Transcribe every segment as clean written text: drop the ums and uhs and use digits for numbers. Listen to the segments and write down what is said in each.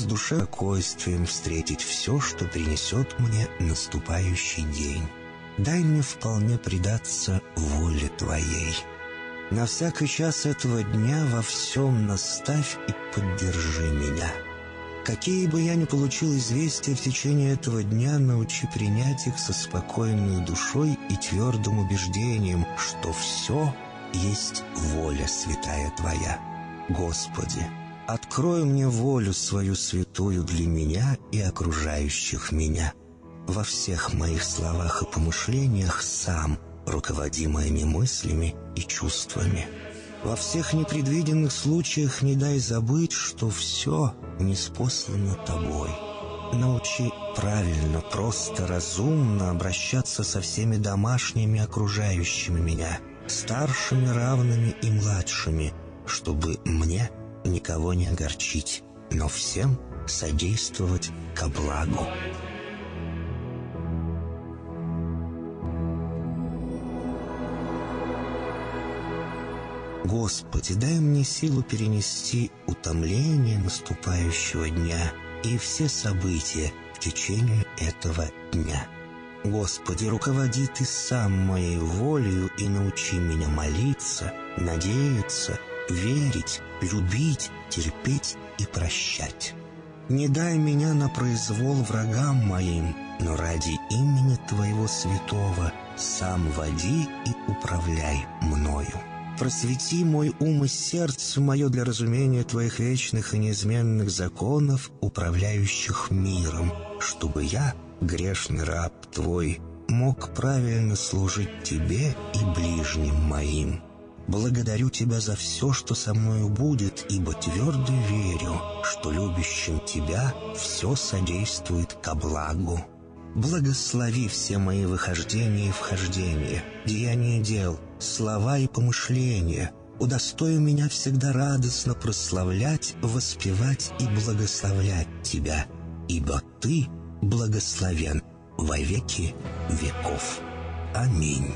душе спокойствием встретить все, что принесет мне наступающий день. Дай мне вполне предаться воле Твоей. На всякий час этого дня во всем наставь и поддержи меня. Какие бы я ни получил известия в течение этого дня, научи принять их со спокойной душой и твердым убеждением, что все есть воля святая Твоя. Господи, открой мне волю свою святую для меня и окружающих меня. Во всех моих словах и помышлениях сам руководи моими мыслями и чувствами. Во всех непредвиденных случаях не дай забыть, что все ниспослано Тобой. Научи правильно, просто, разумно обращаться со всеми домашними окружающими меня, старшими, равными и младшими, чтобы мне никого не огорчить, но всем содействовать ко благу. Господи, дай мне силу перенести утомление наступающего дня и все события в течение этого дня. Господи, руководи Ты сам моей волею и научи меня молиться, надеяться, верить, любить, терпеть и прощать. Не дай меня на произвол врагам моим, но ради имени Твоего святого сам води и управляй мною. Просвети мой ум и сердце мое для разумения Твоих вечных и неизменных законов, управляющих миром, чтобы я, грешный раб Твой, мог правильно служить Тебе и ближним моим. Благодарю Тебя за все, что со мною будет, ибо твердо верю, что любящим Тебя все содействует ко благу. Благослови все мои выхождения и вхождения, деяния дел, слова и помышления. Удостой меня всегда радостно прославлять, воспевать и благословлять Тебя, ибо Ты благословен во веки веков. Аминь.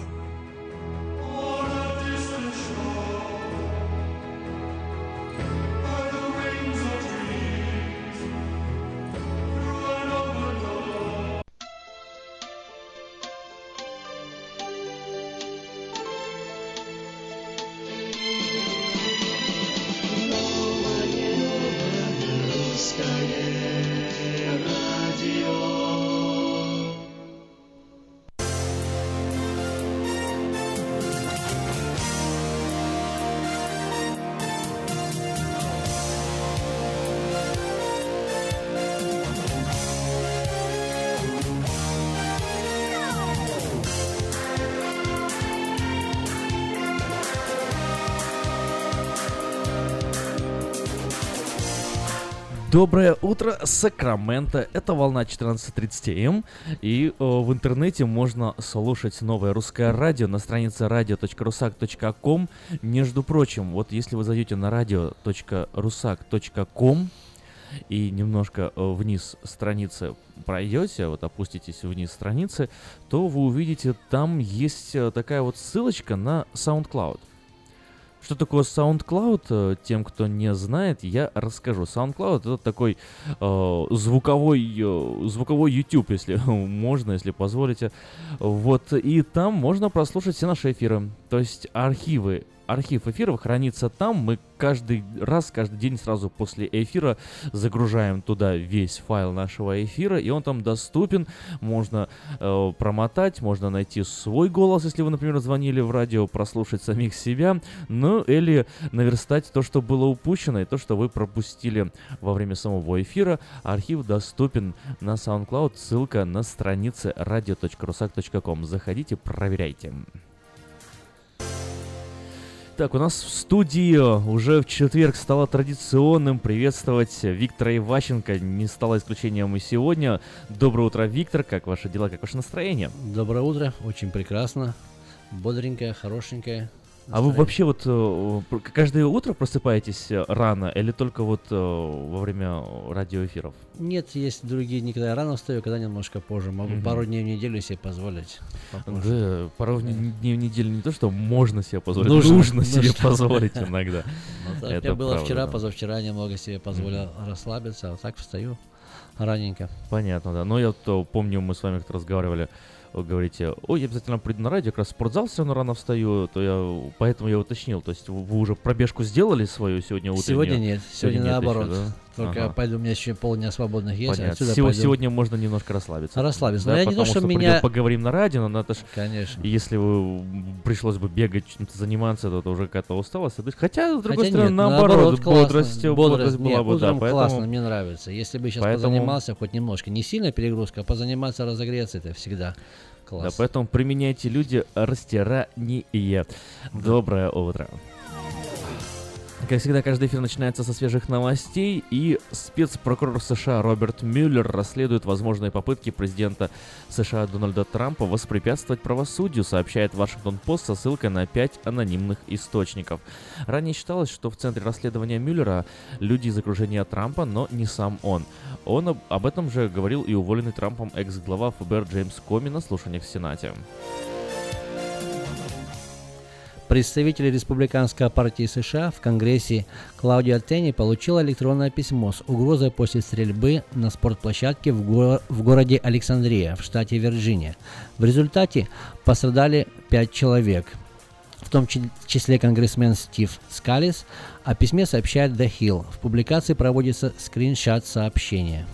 Доброе утро, Сакраменто, это волна 14:30 м, и в интернете можно слушать новое русское радио на странице radio.rusak.com. Между прочим, вот если вы зайдете на radio.rusak.com и немножко вниз страницы пройдете, вот опуститесь вниз страницы, то вы увидите, там есть такая вот ссылочка на SoundCloud. Что такое SoundCloud? Тем, кто не знает, я расскажу. SoundCloud — это такой звуковой YouTube, если можно, если позволите. Вот, и там можно прослушать все наши эфиры. То есть архив эфиров хранится там. Мы каждый день сразу после эфира загружаем туда весь файл нашего эфира, и он там доступен. Можно промотать, можно найти свой голос, если вы, например, звонили в радио, прослушать самих себя, ну или наверстать то, что было упущено, и то, что вы пропустили во время самого эфира. Архив доступен на SoundCloud, ссылка на странице radio.rusak.com. Заходите, проверяйте. Так, у нас в студии уже в четверг стало традиционным приветствовать Виктора Иващенко. Не стало исключением и сегодня. Доброе утро, Виктор. Как ваши дела, как ваше настроение? Доброе утро. Очень прекрасно. Бодренькое, хорошенькое. А вы вообще вот каждое утро просыпаетесь рано или только вот во время радиоэфиров? Нет, есть другие дни, когда я рано встаю, когда немножко позже. Могу пару дней в неделю себе позволить. Да, пару дней в неделю не то, что можно себе позволить, нужно себе позволить иногда. Это было вчера, позавчера немного себе позволил расслабиться, а так встаю раненько. Понятно, да. Но я помню, мы с вами как-то разговаривали, вы говорите, ой, я обязательно приду на радио, как раз в спортзал все равно рано встаю, поэтому я уточнил. То есть вы уже пробежку сделали свою сегодня утреннюю? Сегодня нет, сегодня наоборот. Еще, да? Только пойду, у меня еще полдня свободных есть. Сегодня можно немножко расслабиться. Расслабиться. Да, Но я потому не то, что меня... поговорим на радио, но надо ж... Конечно. Если пришлось бы бегать, чем-то заниматься, то это уже какая-то усталость. Хотя, с другой стороны, наоборот, бодрость была бы, да. Классно, мне нравится. Если бы сейчас позанимался хоть немножко, не сильно перегрузка, а позаниматься, разогреться, это всегда классно. Да, поэтому применяйте, люди, растирание. Доброе утро. Как всегда, каждый эфир начинается со свежих новостей, и спецпрокурор США Роберт Мюллер расследует возможные попытки президента США Дональда Трампа воспрепятствовать правосудию, сообщает Вашингтон-Пост со ссылкой на 5 анонимных источников. Ранее считалось, что в центре расследования Мюллера люди из окружения Трампа, но не сам он. Он об этом же говорил и уволенный Трампом экс-глава ФБР Джеймс Коми на слушаниях в Сенате. Представитель республиканской партии США в Конгрессе Клаудия Тенни получила электронное письмо с угрозой после стрельбы на спортплощадке в городе Александрия в штате Вирджиния. В результате пострадали 5 человек, в том числе конгрессмен Стив Скалис. О письме сообщает The Hill. В публикации проводится скриншот сообщения.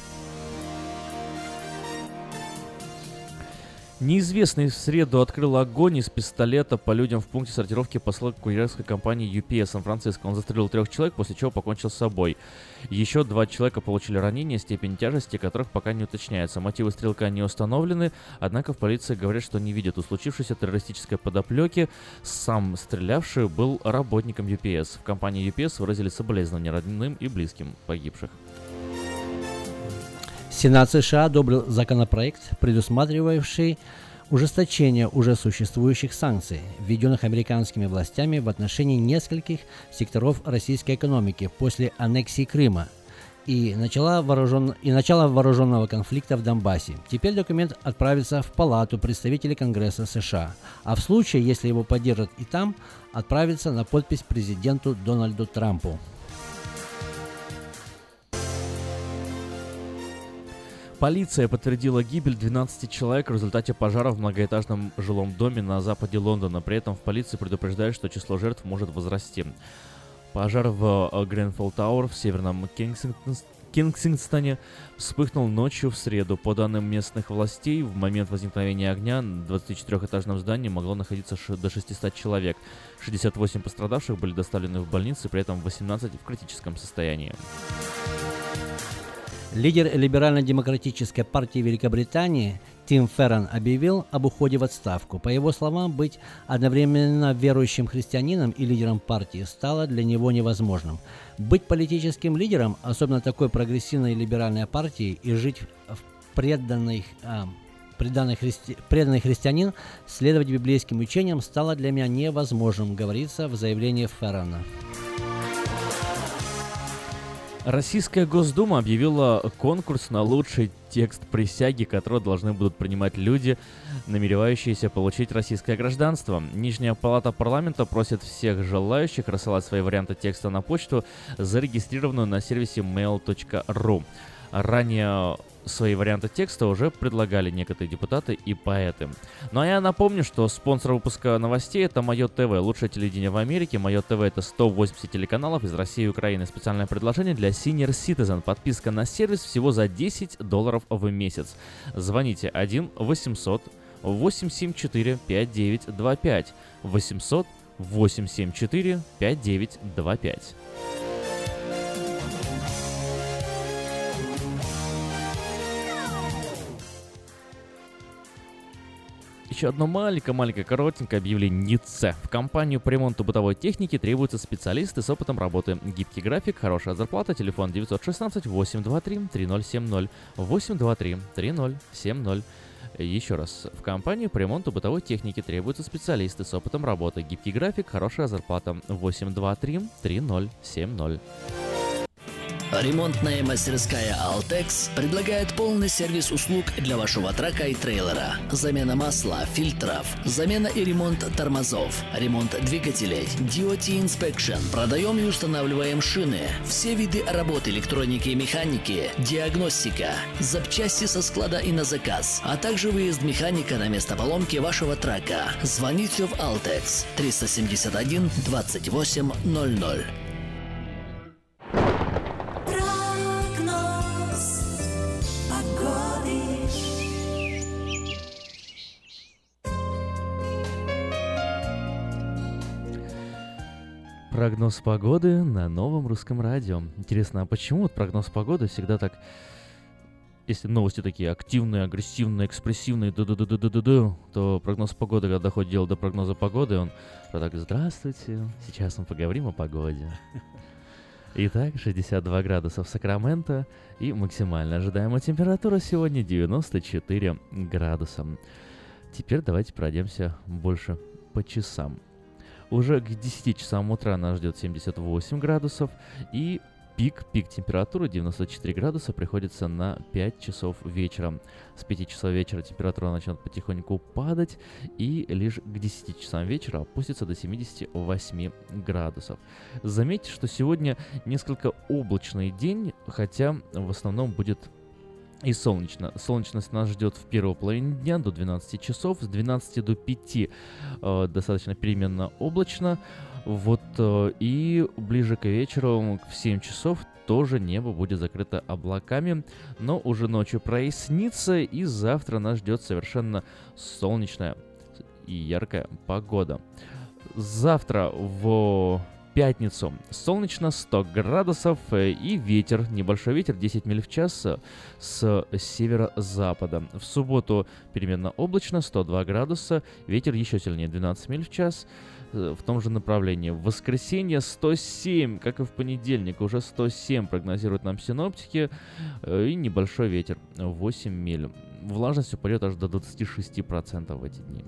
Неизвестный в среду открыл огонь из пистолета по людям в пункте сортировки посылок курьерской компании UPS Сан-Франциско. Он застрелил 3 человек, после чего покончил с собой. Еще 2 человека получили ранения, степень тяжести которых пока не уточняется. Мотивы стрелка не установлены, однако в полиции говорят, что не видят у случившейся террористической подоплеки. Сам стрелявший был работником UPS. В компании UPS выразили соболезнования родным и близким погибших. Сенат США одобрил законопроект, предусматривающий ужесточение уже существующих санкций, введенных американскими властями в отношении нескольких секторов российской экономики после аннексии Крыма и начала вооруженного конфликта в Донбассе. Теперь документ отправится в Палату представителей Конгресса США, а в случае, если его поддержат и там, отправится на подпись президенту Дональду Трампу. Полиция подтвердила гибель 12 человек в результате пожара в многоэтажном жилом доме на западе Лондона. При этом в полиции предупреждают, что число жертв может возрасти. Пожар в Гренфелл Тауэр в северном Кенсингтоне вспыхнул ночью в среду. По данным местных властей, в момент возникновения огня в 24-этажном здании могло находиться до 600 человек. 68 пострадавших были доставлены в больницу, при этом 18 в критическом состоянии. Лидер либерально-демократической партии Великобритании Тим Феррон объявил об уходе в отставку. По его словам, быть одновременно верующим христианином и лидером партии стало для него невозможным. Быть политическим лидером, особенно такой прогрессивной либеральной партии, и жить в преданный христианин, следовать библейским учениям стало для меня невозможным, говорится в заявлении Феррона. Российская Госдума объявила конкурс на лучший текст присяги, который должны будут принимать люди, намеревающиеся получить российское гражданство. Нижняя палата парламента просит всех желающих рассылать свои варианты текста на почту, зарегистрированную на сервисе mail.ru. Ранее свои варианты текста уже предлагали некоторые депутаты и поэты. Ну а я напомню, что спонсор выпуска новостей — это Мое ТВ, лучшее телевидение в Америке. Мое ТВ — это 180 телеканалов из России и Украины. Специальное предложение для Senior Citizen. Подписка на сервис всего за $10 в месяц. Звоните 1-800-874-5925. 800-874-5925. Еще одно маленькое коротенькое объявление. В компанию по ремонту бытовой техники требуются специалисты с опытом работы. Гибкий график, хорошая зарплата, телефон 916-823-3070, 823-3070. Еще раз, в компании по ремонту бытовой техники требуются специалисты с опытом работы, гибкий график, хорошая зарплата. 823-3070. Ремонтная мастерская «Алтекс» предлагает полный сервис услуг для вашего трака и трейлера. Замена масла, фильтров, замена и ремонт тормозов, ремонт двигателей, DOT Inspection. Продаем и устанавливаем шины, все виды работы электроники и механики, диагностика, запчасти со склада и на заказ, а также выезд механика на место поломки вашего трака. Звоните в «Алтекс» 371 28 00. Прогноз погоды на Новом Русском Радио. Интересно, а почему вот прогноз погоды всегда так... Если новости такие активные, агрессивные, экспрессивные, то прогноз погоды, когда доходит дело до прогноза погоды, он так: здравствуйте, сейчас мы поговорим о погоде. Итак, 62 градуса в Сакраменто и максимально ожидаемая температура сегодня 94 градуса. Теперь давайте пройдемся больше по часам. Уже к 10 часам утра нас ждет 78 градусов, и пик температуры 94 градуса приходится на 5 часов вечера. С 5 часов вечера температура начнет потихоньку падать, и лишь к 10 часам вечера опустится до 78 градусов. Заметьте, что сегодня несколько облачный день, хотя в основном будет и солнечно. Солнечность нас ждет в первой половине дня до 12 часов, с 12 до 5 достаточно переменно облачно. И ближе к вечеру, в 7 часов, тоже небо будет закрыто облаками, но уже ночью прояснится, и завтра нас ждет совершенно солнечная и яркая погода. Завтра в пятницу солнечно, 100 градусов и ветер, небольшой ветер, 10 миль в час с северо-запада. В субботу переменно облачно, 102 градуса, ветер еще сильнее, 12 миль в час в том же направлении. В воскресенье 107, как и в понедельник, уже 107 прогнозируют нам синоптики, и небольшой ветер, 8 миль. Влажность упадет аж до 26% в эти дни.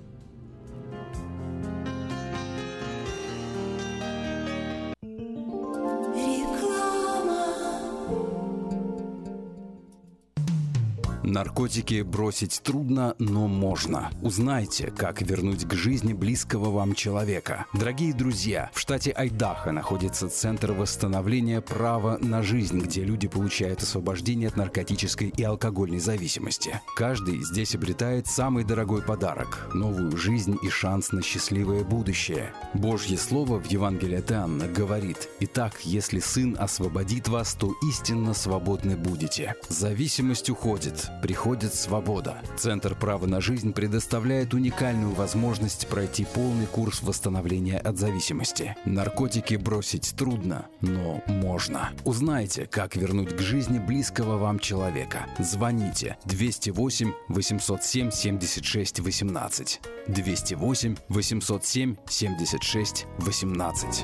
Наркотики бросить трудно, но можно. Узнайте, как вернуть к жизни близкого вам человека. Дорогие друзья, в штате Айдахо находится Центр восстановления права на жизнь, где люди получают освобождение от наркотической и алкогольной зависимости. Каждый здесь обретает самый дорогой подарок – новую жизнь и шанс на счастливое будущее. Божье Слово в Евангелии от Иоанна говорит: «Итак, если Сын освободит вас, то истинно свободны будете». Зависимость уходит. Приходит свобода. Центр права на жизнь предоставляет уникальную возможность пройти полный курс восстановления от зависимости. Наркотики бросить трудно, но можно. Узнайте, как вернуть к жизни близкого вам человека. Звоните 208 807 76 18. 208 807 76 18.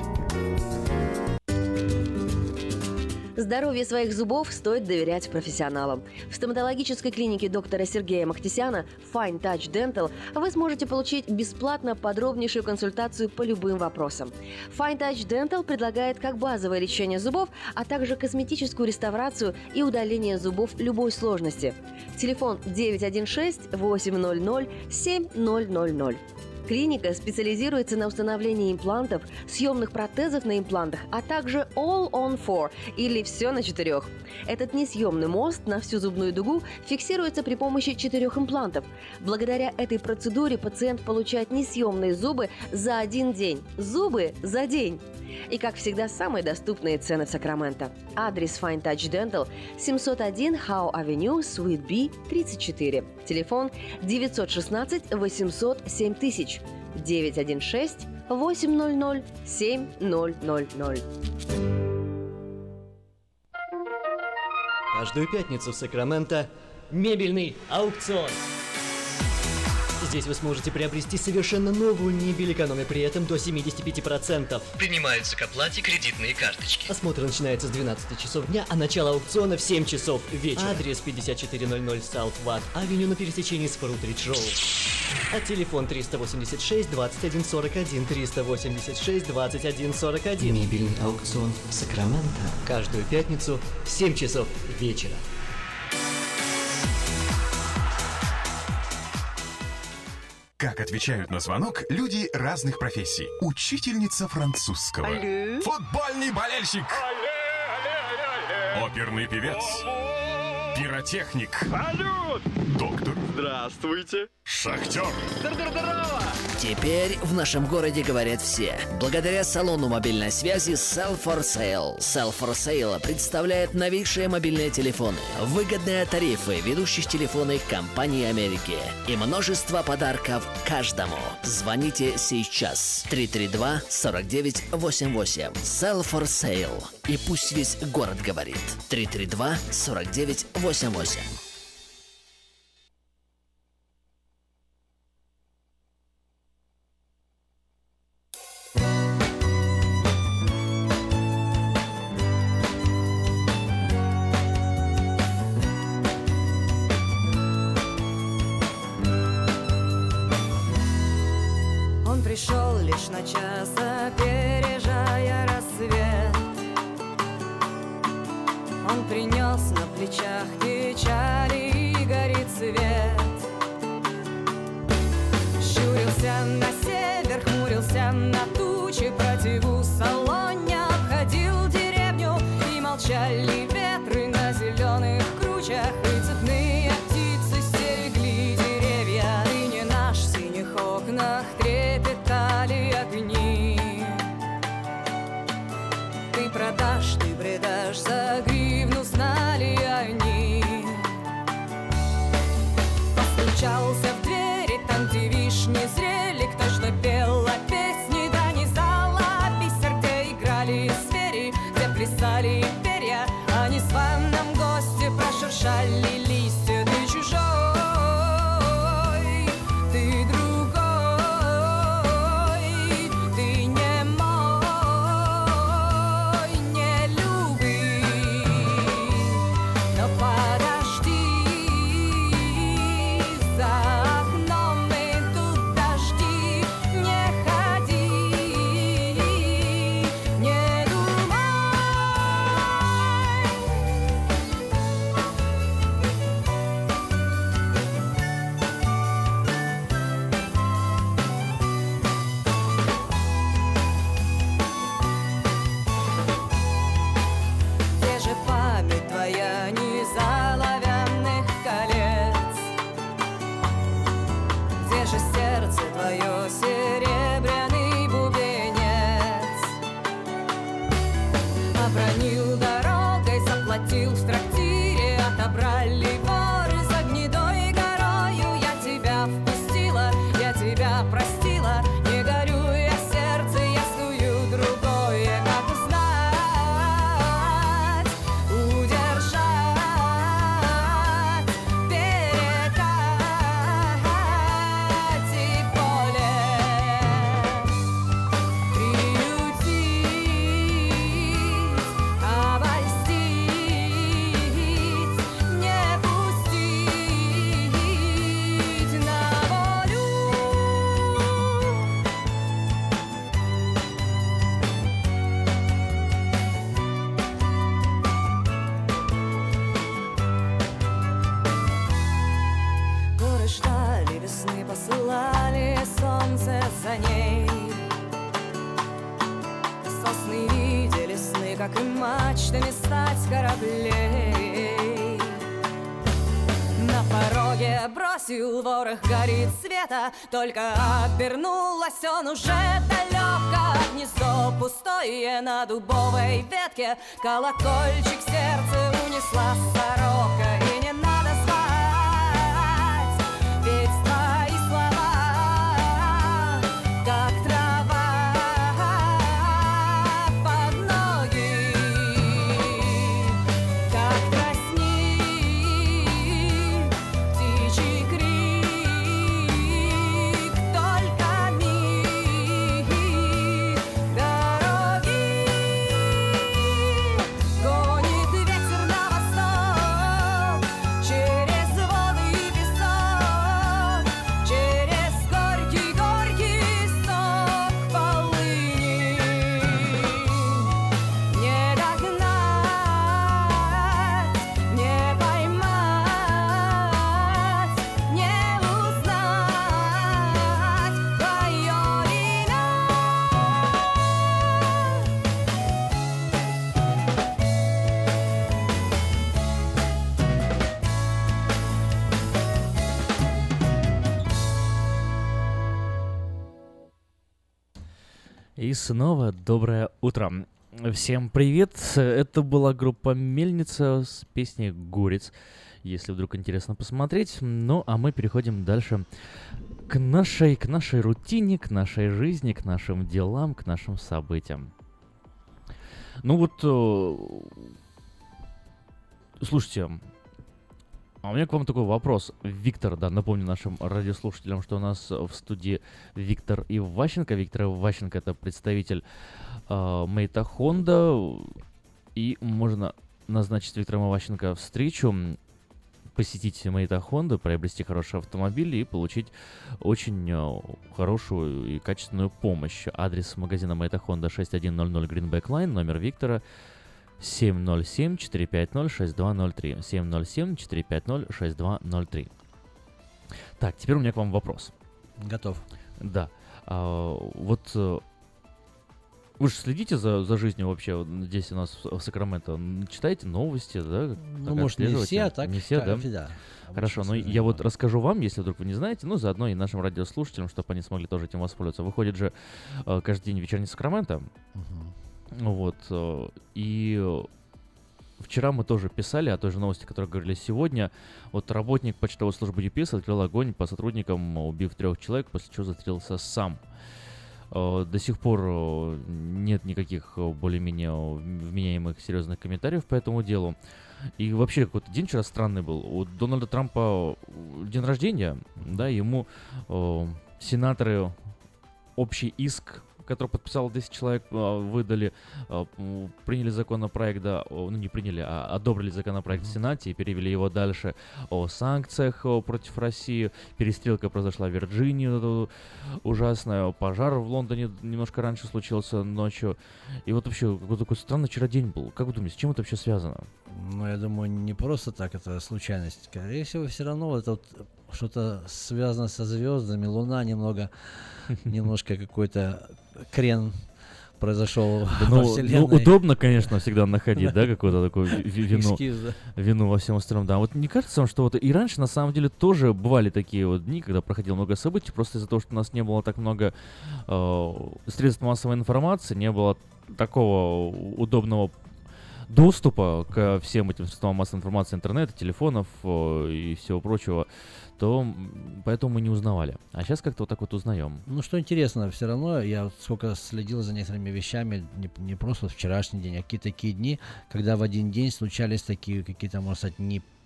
Здоровье своих зубов стоит доверять профессионалам. В стоматологической клинике доктора Сергея Махтисяна Fine Touch Dental вы сможете получить бесплатно подробнейшую консультацию по любым вопросам. Fine Touch Dental предлагает как базовое лечение зубов, а также косметическую реставрацию и удаление зубов любой сложности. Телефон 916-800-7000. Клиника специализируется на установлении имплантов, съемных протезов на имплантах, а также All on 4 или «Все на 4». Этот несъемный мост на всю зубную дугу фиксируется при помощи 4 имплантов. Благодаря этой процедуре пациент получает несъемные зубы за один день. Зубы за день! И, как всегда, самые доступные цены в Сакраменто. Адрес Fine Touch Dental 701 Howe Avenue, Suite B, 34. Телефон 916-800-7000. 916-800-7000. Каждую пятницу в Сакраменто мебельный аукцион. Здесь вы сможете приобрести совершенно новую мебель, экономя при этом до 75%. Принимаются к оплате кредитные карточки. Осмотр начинается с 12 часов дня, а начало аукциона в 7 часов вечера. Адрес 5400 South Watt Авеню на пересечении с Фрутридж Роуд. А телефон 386 21 41 386 21 41. Мебельный аукцион Сакраменто. Каждую пятницу в 7 часов вечера. Как отвечают на звонок люди разных профессий. Учительница французского. Алле. Футбольный болельщик. Алле. Оперный певец. Пиротехник. Салют! Доктор. Здравствуйте. Шахтер. Здорово! Теперь в нашем городе говорят все. Благодаря салону мобильной связи Sell for Sale. Sell for Sale представляет новейшие мобильные телефоны, выгодные тарифы ведущих телефонных компаний Америки и множество подарков каждому. Звоните сейчас. 332-4988. Sell for Sale. И пусть весь город говорит. 332-4988. Пришел лишь на час, опережая рассвет. Он принес на плечах печали и горит свет. Щурился на север, хмурился на тучи, противу салоне обходил деревню. И молчали ветры на зеленых кручах, и цепные птицы стерегли деревья. И не наш в синих окнах трепетали огни. Ты продашь, ты предашь, за гривну знали они. Постучался в двери, там, где вишни зрели. Кто что пел, а песни донизала. Бисер, где играли звери, где плясали перья. Они с ванном гости прошуршали листья. Ты чужой, ты другой, ты не мой, не любый. Но подожди, за окном идут дожди. Не ходи, не думай. Где же память твоя низа оловянных колец? Где же сердце твое, серебряный бубенец? Обронил дорогой, заплатил в трактире, отобрали воры за гнедой горою. Я тебя впустила, я тебя простила, не горю я сердце, я сую другое. Как узнать, удержать, перекать и поле приютить, обольстить, не пустить на волю. Горы ждали весны, посылали солнце за ней. Сосны видели сны, как и мачтами стать кораблей. На пороге бросил ворох горит света, только обернулась он уже далеко. Гнездо пустое на дубовой ветке, колокольчик в сердце унесла сорока. И не надо звать, ведь твои слова, как трава под ноги, как краснит птичий крик. И снова доброе утро. Всем привет. Это была группа «Мельница» с песней «Горец», если вдруг интересно посмотреть. Ну, а мы переходим дальше к нашей рутине, к нашей жизни, к нашим делам, к нашим событиям. Ну вот, слушайте, а у меня к вам такой вопрос. Виктор, да, напомню нашим радиослушателям, что у нас в студии Виктор Иващенко. Виктор Иващенко — это представитель Мэйта Хонда. И можно назначить с Виктором Иващенко встречу, посетить Мэйта Хонда, приобрести хороший автомобиль и получить очень хорошую и качественную помощь. Адрес магазина Мэйта Хонда 6100 Greenback Line, номер Виктора 707-450-6203. 707-450-6203. Так, теперь у меня к вам вопрос. Готов. Да. Вот вы же следите за жизнью вообще вот здесь у нас в Сакраменто? Читаете новости, да? Ну, может, не все, а так? Не все, да? Да. Хорошо, но я вот расскажу вам, если вдруг вы не знаете, ну, заодно и нашим радиослушателям, чтобы они смогли тоже этим воспользоваться. Выходит же каждый день вечерний Сакраменто. Вот, и вчера мы тоже писали о той же новости, которую говорили сегодня. Вот работник почтовой службы UPS открыл огонь по сотрудникам, убив 3 человек, после чего застрелился сам. До сих пор нет никаких более-менее вменяемых серьезных комментариев по этому делу. И вообще какой-то день вчера странный был. У Дональда Трампа день рождения, да, ему сенаторы общий иск, который подписал 10 человек, выдали, приняли законопроект, да, ну не приняли, а одобрили законопроект в Сенате и перевели его дальше о санкциях против России. Перестрелка произошла в Вирджинии, ужасная, пожар в Лондоне немножко раньше случился ночью. И вот вообще какой-то такой странный вчера день был. Как вы думаете, с чем это вообще связано? Ну, я думаю, не просто так, это случайность. Скорее всего, все равно это вот что-то связано со звездами, Луна немножко какой-то крен произошел во Вселенной. Ну, удобно, конечно, всегда находить, да, какую-то такую вину во всем остальном. Да, вот не кажется вам, что вот и раньше, на самом деле, тоже бывали такие вот дни, когда проходило много событий, просто из-за того, что у нас не было так много средств массовой информации, не было такого удобного доступа ко всем этим средствам массовой информации, интернета, телефонов и всего прочего, то поэтому мы не узнавали. А сейчас как-то вот так вот узнаем. Ну, что интересно, все равно я вот сколько следил за некоторыми вещами, не просто вчерашний день, а какие-то такие дни, когда в один день случались такие какие-то, можно сказать,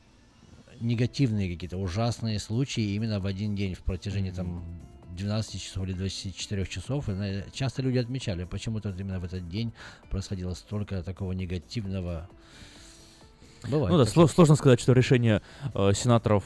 негативные какие-то ужасные случаи именно в один день в протяжении там 12 часов или 24 часов. И часто люди отмечали, почему-то именно в этот день происходило столько такого негативного. Бывает. Ну да, сложно сказать, что решение сенаторов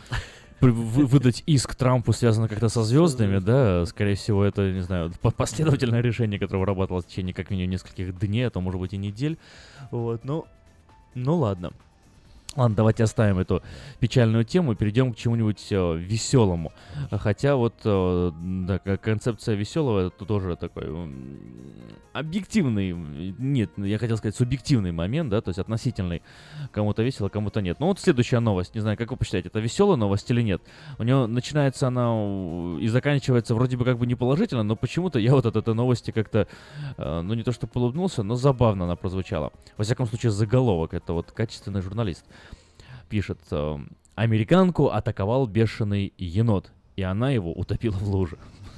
выдать иск Трампу связано как-то со звездами, да, скорее всего, это, не знаю, последовательное решение, которое вырабатывалось в течение как минимум нескольких дней, а то, может быть, и недель. Вот, ну ладно. Ладно, давайте оставим эту печальную тему и перейдем к чему-нибудь веселому. Хотя вот да, концепция веселого — это тоже такой объективный, нет, я хотел сказать субъективный момент, да, то есть относительный. Кому-то весело, кому-то нет. Ну вот следующая новость, не знаю, как вы посчитаете, это веселая новость или нет? У нее начинается она и заканчивается вроде бы как бы не положительно, но почему-то я вот от этой новости как-то, ну не то что улыбнулся, но забавно она прозвучала. Во всяком случае, заголовок, это вот качественный журналист пишет: американку атаковал бешеный енот, и она его утопила в луже.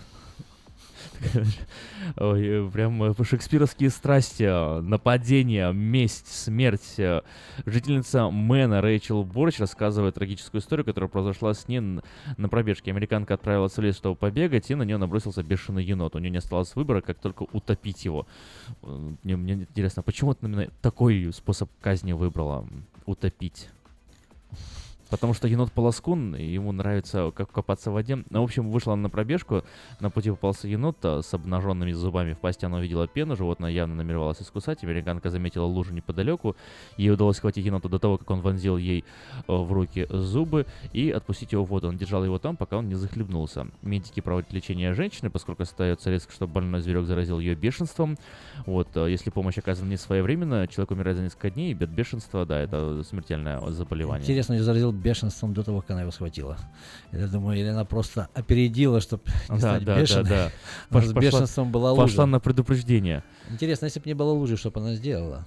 Ой, прям шекспировские страсти, нападение, месть, смерть. Жительница Мэна Рэйчел Борч рассказывает трагическую историю, которая произошла с ней на пробежке. Американка отправилась в лес, чтобы побегать, и на нее набросился бешеный енот. У нее не осталось выбора, как только утопить его. Мне интересно, почему ты именно такой способ казни выбрала? Утопить. Потому что енот-полоскун, и ему нравится как копаться в воде. Ну, в общем, вышла она на пробежку, на пути попался енот с обнаженными зубами. В пасти она увидела пену, животное явно намеревалось искусать. Американка заметила лужу неподалеку. Ей удалось схватить енота до того, как он вонзил ей в руки зубы и отпустить его в воду. Он держал его там, пока он не захлебнулся. Медики проводят лечение женщины, поскольку остается риск, что больной зверек заразил ее бешенством. Вот, если помощь оказана не своевременно, человек умирает за несколько дней, и бешенство, да, это смертельное заболевание. Интересно, ее заразил бешенством до того, как она его схватила. Я думаю, или она просто опередила, чтобы не стать бешеной. Да. Но с бешенством была лужа. Пошла на предупреждение. Интересно, если бы не было лужи, что бы она сделала?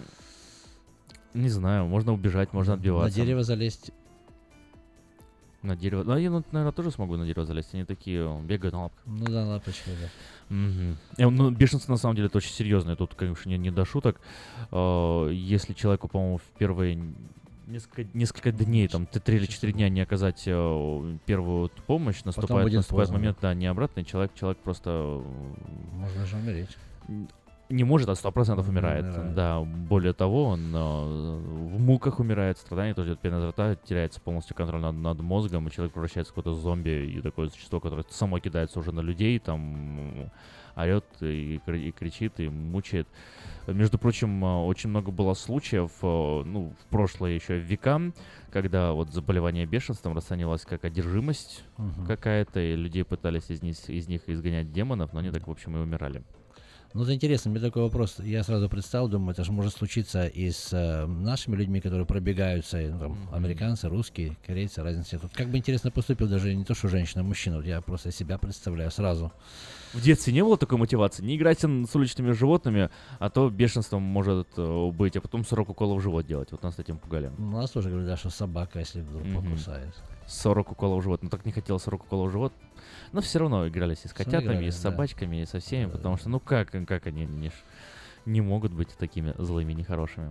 Не знаю, можно убежать, можно отбиваться. На дерево залезть. На дерево. Ну, я, наверное, тоже смогу на дерево залезть. Они такие бегают на лапках. Ну да, лапочка, да. Ну, бешенство, на самом деле, это очень серьезное. Тут, конечно, не до шуток. Если человеку, по-моему, в первые несколько дней, там, 3 или 4 дня не оказать первую помощь, наступает момент, да, необратный, человек просто... Можно же умереть. Не может, а 100% умирает. Да, более того, он в муках умирает, страдания, тоже идет пена изо рта, теряется полностью контроль над мозгом, и человек превращается в какое-то зомби, и такое существо, которое само кидается уже на людей, там, орет и кричит, и мучает. Между прочим, очень много было случаев, в прошлые еще века, когда вот заболевание бешенством расценивалось как одержимость какая-то, и людей пытались из них изгонять демонов, но они так, в общем, и умирали. Ну, это интересно, мне такой вопрос, я сразу представил, думаю, это же может случиться и с нашими людьми, которые пробегаются, американцы, русские, корейцы, разницы. Тут как бы интересно поступил даже не то, что женщина, а мужчина, вот я просто себя представляю сразу. В детстве не было такой мотивации? Не играйте с уличными животными, а то бешенством может быть, а потом 40 уколов в живот делать. Вот нас этим пугали. У нас тоже говорят, да, что собака, если вдруг покусает. 40 уколов в живот. Ну, так не хотел 40 уколов в живот. Но все равно игрались и с котятами, и с собачками, и со всеми, потому что, как они не могут быть такими злыми, нехорошими.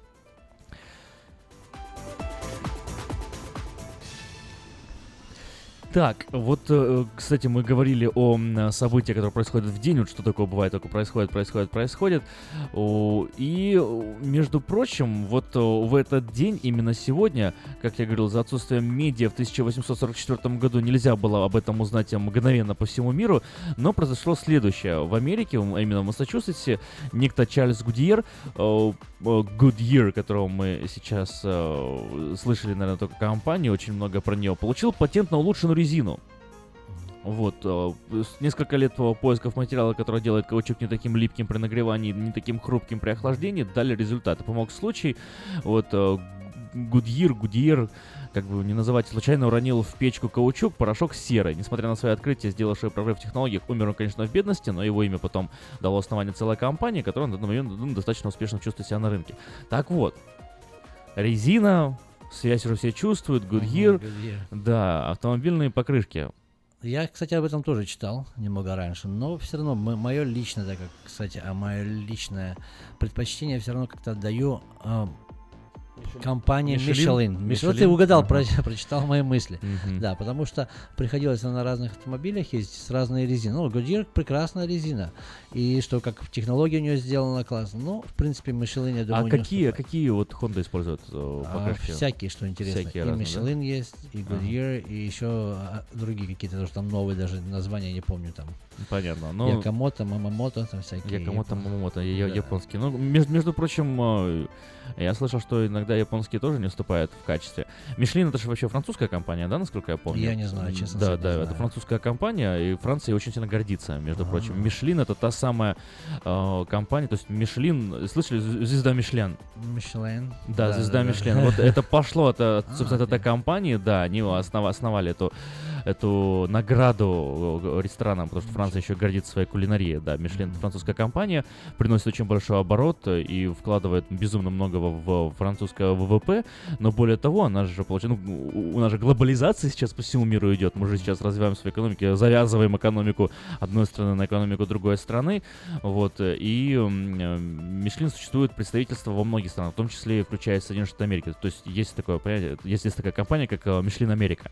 Так, вот, кстати, мы говорили о событиях, которые происходят в день, вот что такое бывает, только происходит. И, между прочим, вот в этот день, именно сегодня, как я говорил, за отсутствием медиа в 1844 году нельзя было об этом узнать мгновенно по всему миру, но произошло следующее. В Америке, а именно в Массачусетсе, некто Чарльз Гудьер, Goodyear, которого мы сейчас слышали, наверное, только компанию, очень много про нее, получил патент на улучшенную резину. Вот, несколько лет поисков материала, который делает каучук не таким липким при нагревании, не таким хрупким при охлаждении, дали результаты. Помог случай, вот, Goodyear, как бы не называть, случайно уронил в печку каучук, порошок с серой. Несмотря на свои открытия, сделавшие прорыв в технологиях, умер он, конечно, в бедности, но его имя потом дало основание целой компании, которая на данный момент достаточно успешно чувствует себя на рынке. Так вот, резина, связь уже все чувствуют, Goodyear, да, автомобильные покрышки. Я, кстати, об этом тоже читал немного раньше, но все равно мое личное, так как, кстати, мое личное предпочтение все равно как-то отдаю компании Michelin. Вот ты угадал, прочитал мои мысли. Да, потому что приходилось на разных автомобилях ездить с разной резиной. Ну, Goodyear прекрасная резина. И что, как технология у нее сделана классно. Ну, в принципе, Michelin, я думаю, какие вот Honda используют покрышки? Всякие, что интересно. Всякие и разные, Michelin есть, и Goodyear, и еще другие какие-то, тоже там новые, даже названия я не помню там. Понятно. Но... Якомото, Мамамото, там всякие. Якомото, Мамамото, японские. Ну, между прочим, я слышал, что иногда японские тоже не вступают в качестве. Мишлин — это же вообще французская компания, да, насколько я помню? Я не знаю, честно. Да, это французская компания, и Франция очень сильно гордится, между прочим. Мишлин — это та самая компания, то есть Мишлин, слышали, звезда Мишлен? Мишлен. Да, звезда Мишлен. Вот это пошло от, собственно, от этой компании, да, они основали эту награду ресторанам, потому что Франция еще гордится своей кулинарией, да. Мишлен — французская компания, приносит очень большой оборот и вкладывает безумно много в французское ВВП, но более того, она же получает, у нас же глобализация сейчас по всему миру идет, мы же сейчас развиваем свою экономику, завязываем экономику одной страны на экономику другой страны, вот, и Мишлен существует представительство во многих странах, в том числе и включая Соединенные Штаты Америки, то есть есть такое понятие, есть такая компания, как Мишлен Америка,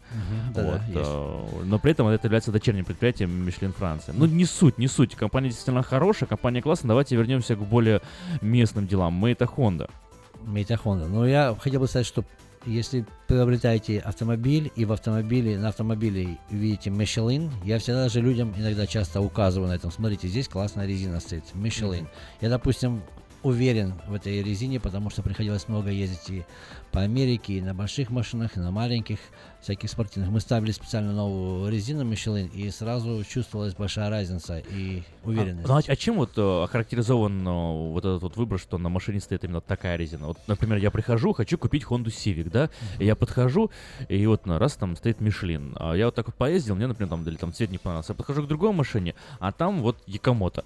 но при этом это является дочерним предприятием Мишлен Франция. Ну, не суть. Компания действительно хорошая, компания классная. Давайте вернемся к более местным делам. Мэйта Honda. Но я хотел бы сказать, что если приобретаете автомобиль, и на автомобиле видите Michelin, я всегда же людям иногда часто указываю на этом. Смотрите, здесь классная резина стоит. Michelin. Я, допустим, уверен в этой резине, потому что приходилось много ездить и по Америке, и на больших машинах, и на маленьких, всяких спортивных. Мы ставили специально новую резину Michelin, и сразу чувствовалась большая разница и уверенность. А чем вот охарактеризован вот этот вот выбор, что на машине стоит именно такая резина? Вот, например, я прихожу, хочу купить Honda Civic, да, и я подхожу, и вот раз там стоит Michelin. А я вот так вот поездил, мне, например, там, или там цвет не понравился. Я подхожу к другой машине, а там вот Якомото.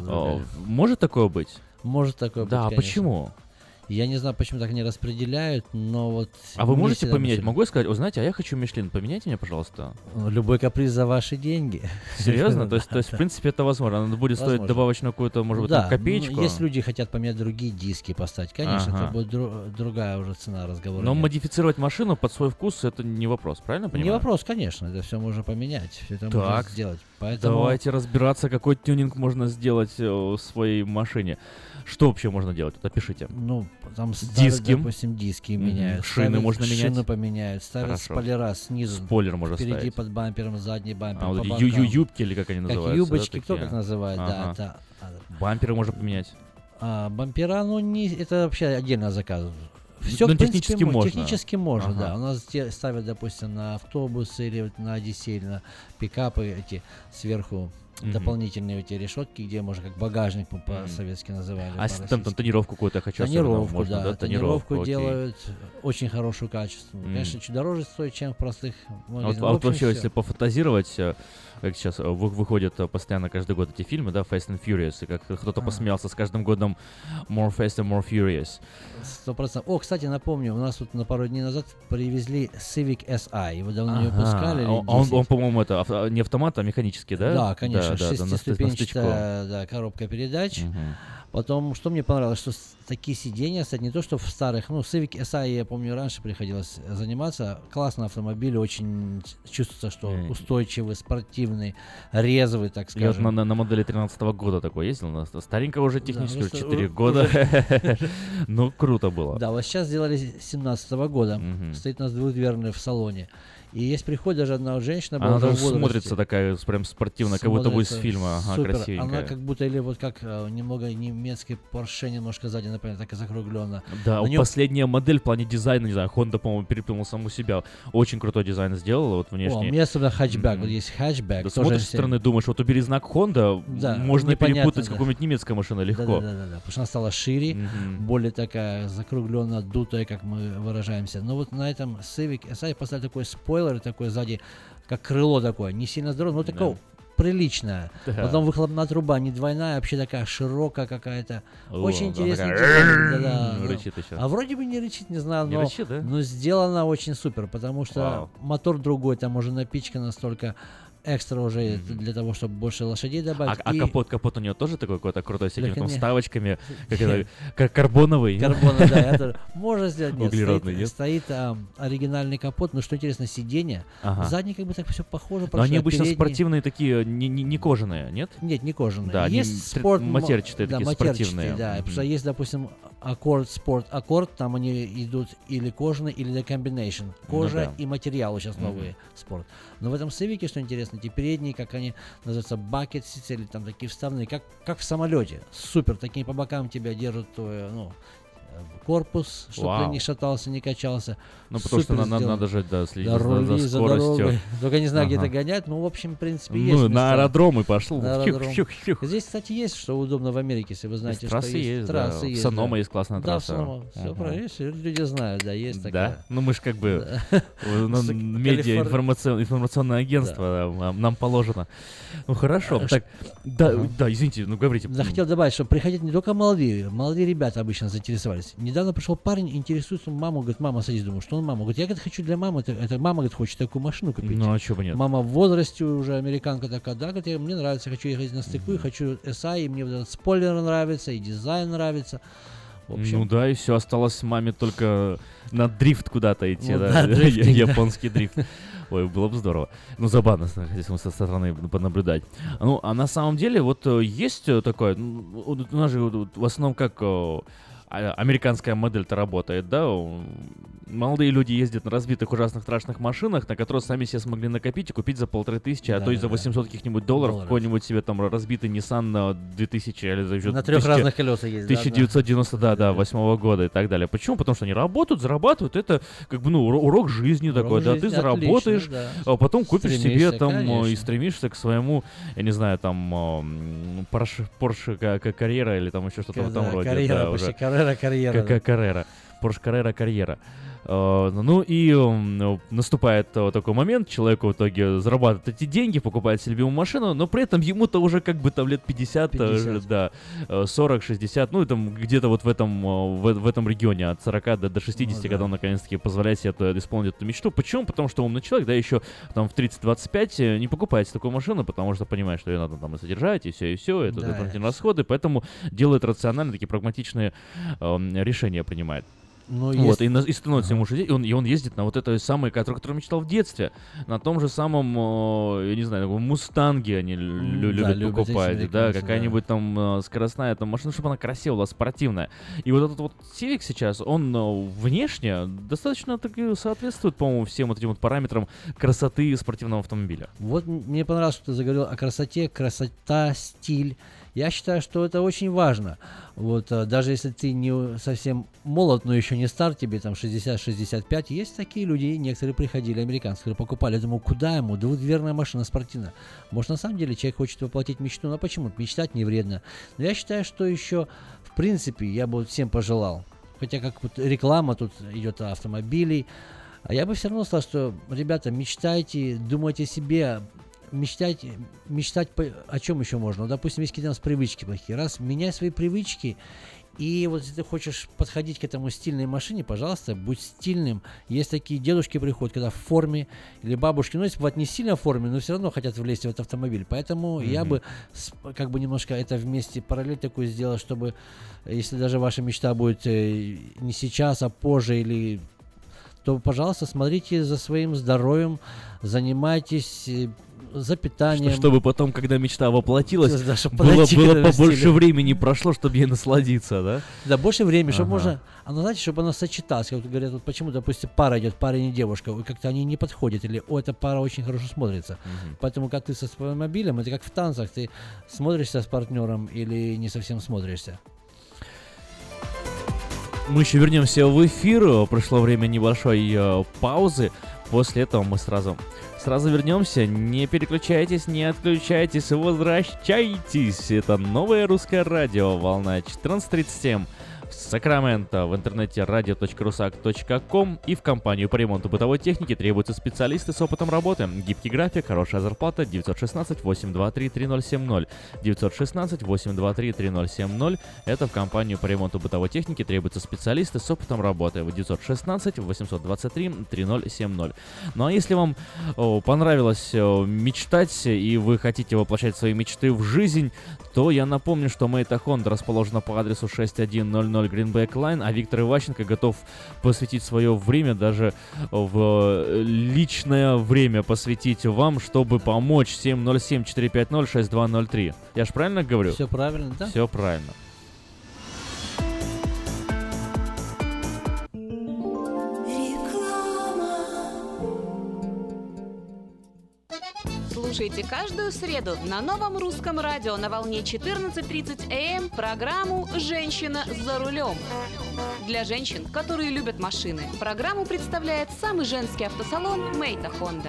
Может такое быть? Может такое быть, да, конечно. Почему? Я не знаю, почему так не распределяют, но вот... А вы можете поменять? Могу я сказать, знаете, а я хочу Мишлен, поменяйте меня, пожалуйста. Любой каприз за ваши деньги. Серьезно? То есть, в принципе, это возможно. Она будет стоить добавочную какую-то, может быть, там, копеечку? Если люди хотят поменять другие диски поставить, конечно, это будет другая уже цена разговора. Но модифицировать машину под свой вкус, это не вопрос, правильно понимаю? Не вопрос, конечно, это все можно поменять, это можно сделать. Поэтому... Давайте разбираться, какой тюнинг можно сделать в своей машине. Что вообще можно делать? Вот опишите. Ну, там диски, допустим, диски меняют. Шины можно менять. Шины поменяют. Ставят спойлера снизу. Спойлер можно впереди ставить. под бампером, задний бампер. Вот юбки или как они называются? Как юбочки, кто как называет, да. Бамперы можно поменять. Бампера, это вообще отдельно заказ. Все, но в принципе, технически можно. Технически можно, да. У нас ставят, допустим, на автобусы или на Одиссей, на пикапы эти сверху дополнительные эти решетки, где можно как багажник по-советски называли. А там тонировку какую-то хочу. Тонировку, можно, да. Тонировку делают очень хорошую качество. Конечно, чуть дороже стоит, чем в простых магазинах. А вот вообще, если пофантазировать, как сейчас выходят постоянно каждый год эти фильмы, да, Fast and Furious, и как кто-то посмеялся с каждым годом More Fast and More Furious. 100%. О, кстати, напомню, у нас тут на пару дней назад привезли Civic SI, его давно не выпускали. Он, по-моему, это не автомат, а механический, да? Да, конечно, шестиступенчатая коробка передач. Потом, что мне понравилось, что такие сиденья, кстати, не то, что в старых, Civic SI, я помню, раньше приходилось заниматься, классный автомобиль, очень чувствуется, что устойчивый, спортивный, резвый, так скажем. Я на модели 13-го года такой ездил, старенькая уже технически, 4 года, ну, круто было. Да, вот сейчас сделали 17-го года, стоит у нас двухдверный в салоне. И есть приход, даже одна женщина была. Она даже смотрится такая прям спортивно, как будто бы из фильма. Супер. Красивенькая. Она как будто или вот как немного немецкий Porsche, немножко сзади, например, так и закругленно. Да, последняя модель в плане дизайна, не знаю, Honda, по-моему, переплюнула саму себя. Очень крутой дизайн сделала, вот внешне. Мне особенно хэтчбэк, вот есть хэтчбэк. Да, смотришь со стороны, думаешь, вот убери знак Honda, можно перепутать с какой-нибудь немецкой машиной легко. Да, потому что она стала шире, более такая закругленно, дутая, как мы выражаемся. Но вот на этом Civic SI поставили такой спойлер, такой сзади, как крыло такое, не сильно здоровое, но такое приличная. Да. Потом выхлопная труба не двойная, вообще такая широкая какая-то. Очень интересный дизайн. Рычит еще. А вроде бы не рычит, не знаю, не рычит, да? но сделана очень супер, потому что мотор другой, там уже напичка настолько экстра уже для того, чтобы больше лошадей добавить. А капот у нее тоже такой какой-то крутой, с всякими там вставочками, как карбоновый. Карбоновый, да, это можно сделать. Углеродный, нет? Стоит оригинальный капот, но что интересно, сиденье. Задний как бы так все похоже. Но они обычно спортивные такие, не кожаные, нет? Нет, не кожаные. Да, есть спорт матерчатые такие, спортивные. Да, потому что есть, допустим, аккорд, там они идут или кожаные, или комбинейшн. Кожа и материалы сейчас новые, спорт. Но в этом Civic, что интересно, эти передние, как они называются, bucket seats, или там такие вставные, как в самолете. Супер, такие по бокам тебя держат, корпус, чтобы ты не шатался, не качался. Ну, потому что надо же следить за скоростью. Только не знаю, где это гонять, но, в общем, в принципе, есть места. На аэродром и пошел. Здесь, кстати, есть, что удобно в Америке, если вы знаете, что есть. Трассы есть, в Сонома есть классная трасса. Да, в Сонома. Все правильно, люди знают, да, есть такая. Да? Ну, мы же как бы медиа, информационное агентство, нам положено. Ну, хорошо. Так, да, извините, говорите. Захотел добавить, что приходят не только молодые ребята обычно заинтересовались. Недавно пришел парень, интересуется маму, говорит, мама, садись, думаю, что он мама? Говорит, я хочу для мамы, это мама, говорит, хочет такую машину купить. Ну, а чего бы нет? Мама в возрасте уже, американка такая, да, говорит, мне нравится, хочу ехать на стыку, хочу SI, и мне вот этот спойлер нравится, и дизайн нравится. В общем. Ну да, и все, осталось маме только на дрифт куда-то идти, да, японский дрифт. Ой, было бы здорово. Ну, забавно, если мы со стороны понаблюдать. Ну, а на самом деле, вот есть такое, у нас же в основном как американская модель-то работает, да, молодые люди ездят на разбитых ужасных страшных машинах, на которые сами себе смогли накопить и купить за 1500, а то и за 800 каких-нибудь долларов какой-нибудь себе там разбитый Nissan 2000 или за на 3 разных колесах ездит. 1998 года и так далее. Почему? Потому что они работают, зарабатывают. Это как бы, ну, урок жизни такой, да, ты заработаешь, а потом купишь себе там и стремишься к своему, я не знаю, там Porsche Carrera или там еще что-то в этом роде. Carrera, почти Carrera. Carrera. Porsche Carrera Carrera. Ну и наступает такой момент, человек в итоге зарабатывает эти деньги, покупает себе любимую машину, но при этом ему-то уже как бы там лет 50. Да, 40, 60, ну и там где-то вот в этом регионе от 40 до 60, когда он наконец-таки позволяет себе исполнить эту мечту. Почему? Потому что умный человек, да, еще там в 30-25 не покупает такую машину, потому что понимает, что ее надо там и содержать, и все, это дополнительные расходы, поэтому делает рациональные, такие прагматичные решения принимает. Вот, и становится ему 60, и он ездит на вот этой самой, которую мечтал в детстве, на том же самом, я не знаю, мустанге они любят покупать, да, какая-нибудь там скоростная там машина, чтобы она красивая была, спортивная. И вот этот вот Civic сейчас, он внешне достаточно таки соответствует, по-моему, всем вот этим вот параметрам красоты спортивного автомобиля. Вот мне понравилось, что ты заговорил о красоте, красота, стиль. Я считаю, что это очень важно. Вот, даже если ты не совсем молод, но еще не стар, тебе там 60-65, есть такие люди, некоторые приходили, американцы, которые покупали. Я думаю, куда ему? Двухдверная машина спортивная. Может, на самом деле человек хочет воплотить мечту, но почему? Мечтать не вредно. Но я считаю, что еще, в принципе, я бы вот всем пожелал, хотя как вот реклама тут идет автомобилей, а я бы все равно сказал, что, ребята, мечтайте, думайте о себе, мечтать о чем еще можно? Ну, допустим, есть какие-то у нас привычки плохие. Раз, меняй свои привычки. И вот если ты хочешь подходить к этому стильной машине, пожалуйста, будь стильным. Есть такие дедушки приходят, когда в форме, или бабушки, ну, если бывает не сильно в форме, но все равно хотят влезть в этот автомобиль. Поэтому я бы как бы немножко это вместе параллель такую сделал, чтобы, если даже ваша мечта будет не сейчас, а позже, или то, пожалуйста, смотрите за своим здоровьем, занимайтесь за питанием. Чтобы потом, когда мечта воплотилась, было побольше времени прошло, чтобы ей насладиться, да? Да, больше времени, чтобы можно... знаете, чтобы она сочеталась. Как говорят, вот почему, допустим, пара идет, парень и девушка, и как-то они не подходят, или, эта пара очень хорошо смотрится. Поэтому, как ты со своим мобилем, это как в танцах, ты смотришься с партнером или не совсем смотришься. Мы еще вернемся в эфир, пришло время небольшой паузы, после этого мы сразу вернемся, не переключайтесь, не отключайтесь, возвращайтесь, это новое русское радио, волна 1437, Сакраменто, в интернете radio.rusak.com и в компанию по ремонту бытовой техники требуются специалисты с опытом работы. Гибкий график, хорошая зарплата, 916-823-3070. 916-823-3070. Это в компанию по ремонту бытовой техники требуются специалисты с опытом работы. 916-823-3070. Ну а если вам понравилось мечтать и вы хотите воплощать свои мечты в жизнь, то я напомню, что Мэйта Хонда расположена по адресу 6100 Greenback Line, а Виктор Иващенко готов посвятить свое время, даже в личное время посвятить вам, чтобы помочь. 707-450-6203. Я же правильно говорю? Все правильно, да? Все правильно. Слушайте каждую среду на новом русском радио на волне 14:30 АМ программу «Женщина за рулем». Для женщин, которые любят машины, программу представляет самый женский автосалон «Мэйта Хонда».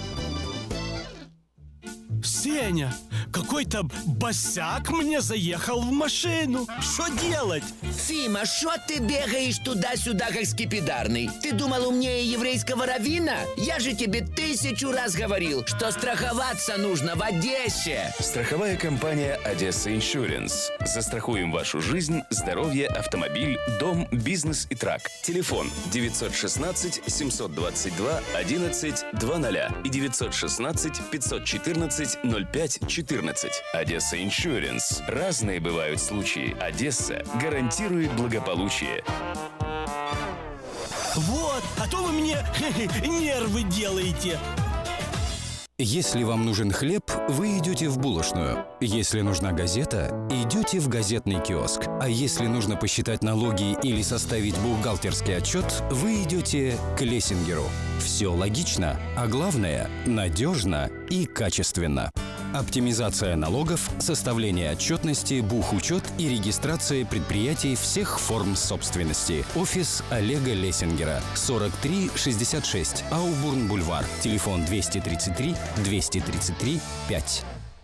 Сеня, какой-то босяк мне заехал в машину. Что делать? Фима, что ты бегаешь туда-сюда, как скипидарный? Ты думал умнее еврейского раввина? Я же тебе 1000 раз говорил, что страховаться нужно в Одессе. Страховая компания «Одесса Иншуренс». Застрахуем вашу жизнь, здоровье, автомобиль, дом, бизнес и трак. Телефон 916-722-11-00 и 916-514-05-14. Одесса Иншуренс. Разные бывают случаи. Одесса гарантирует благополучие. Вот, а то вы мне нервы делаете. Если вам нужен хлеб, вы идете в булочную. Если нужна газета, идете в газетный киоск. А если нужно посчитать налоги или составить бухгалтерский отчет, вы идете к Лессингеру. Все логично, а главное – надежно и качественно. Оптимизация налогов, составление отчетности, бухучет и регистрация предприятий всех форм собственности. Офис Олега Лессингера. 4366 Аубурн-Бульвар. Телефон 233 233 5.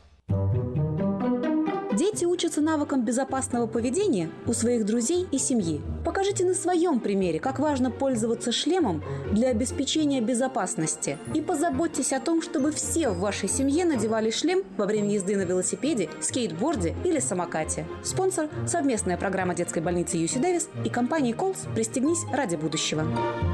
Дети учатся навыкам безопасного поведения у своих друзей и семьи. Покажите на своем примере, как важно пользоваться шлемом для обеспечения безопасности. И позаботьтесь о том, чтобы все в вашей семье надевали шлем во время езды на велосипеде, скейтборде или самокате. Спонсор – совместная программа детской больницы UC Дэвис и компании Колс «Пристегнись ради будущего».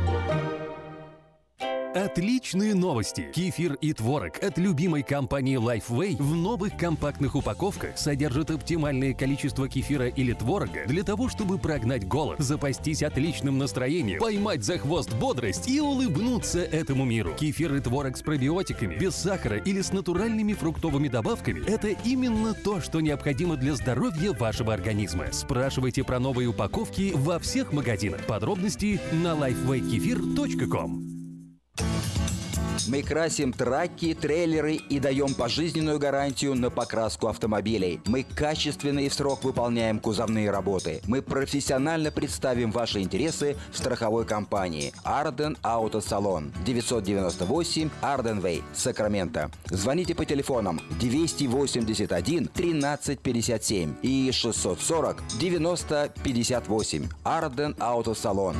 Отличные новости! Кефир и творог от любимой компании Lifeway в новых компактных упаковках содержат оптимальное количество кефира или творога для того, чтобы прогнать голод, запастись отличным настроением, поймать за хвост бодрость и улыбнуться этому миру. Кефир и творог с пробиотиками, без сахара или с натуральными фруктовыми добавками – это именно то, что необходимо для здоровья вашего организма. Спрашивайте про новые упаковки во всех магазинах. Подробности на lifewaykefir.com. Мы красим траки, трейлеры и даем пожизненную гарантию на покраску автомобилей. Мы качественно и в срок выполняем кузовные работы. Мы профессионально представим ваши интересы в страховой компании Арден Автосалон. 998 Арден Вей, Сакраменто. Звоните по телефонам 281 13 57 и 640 90 58. Арден Автосалон.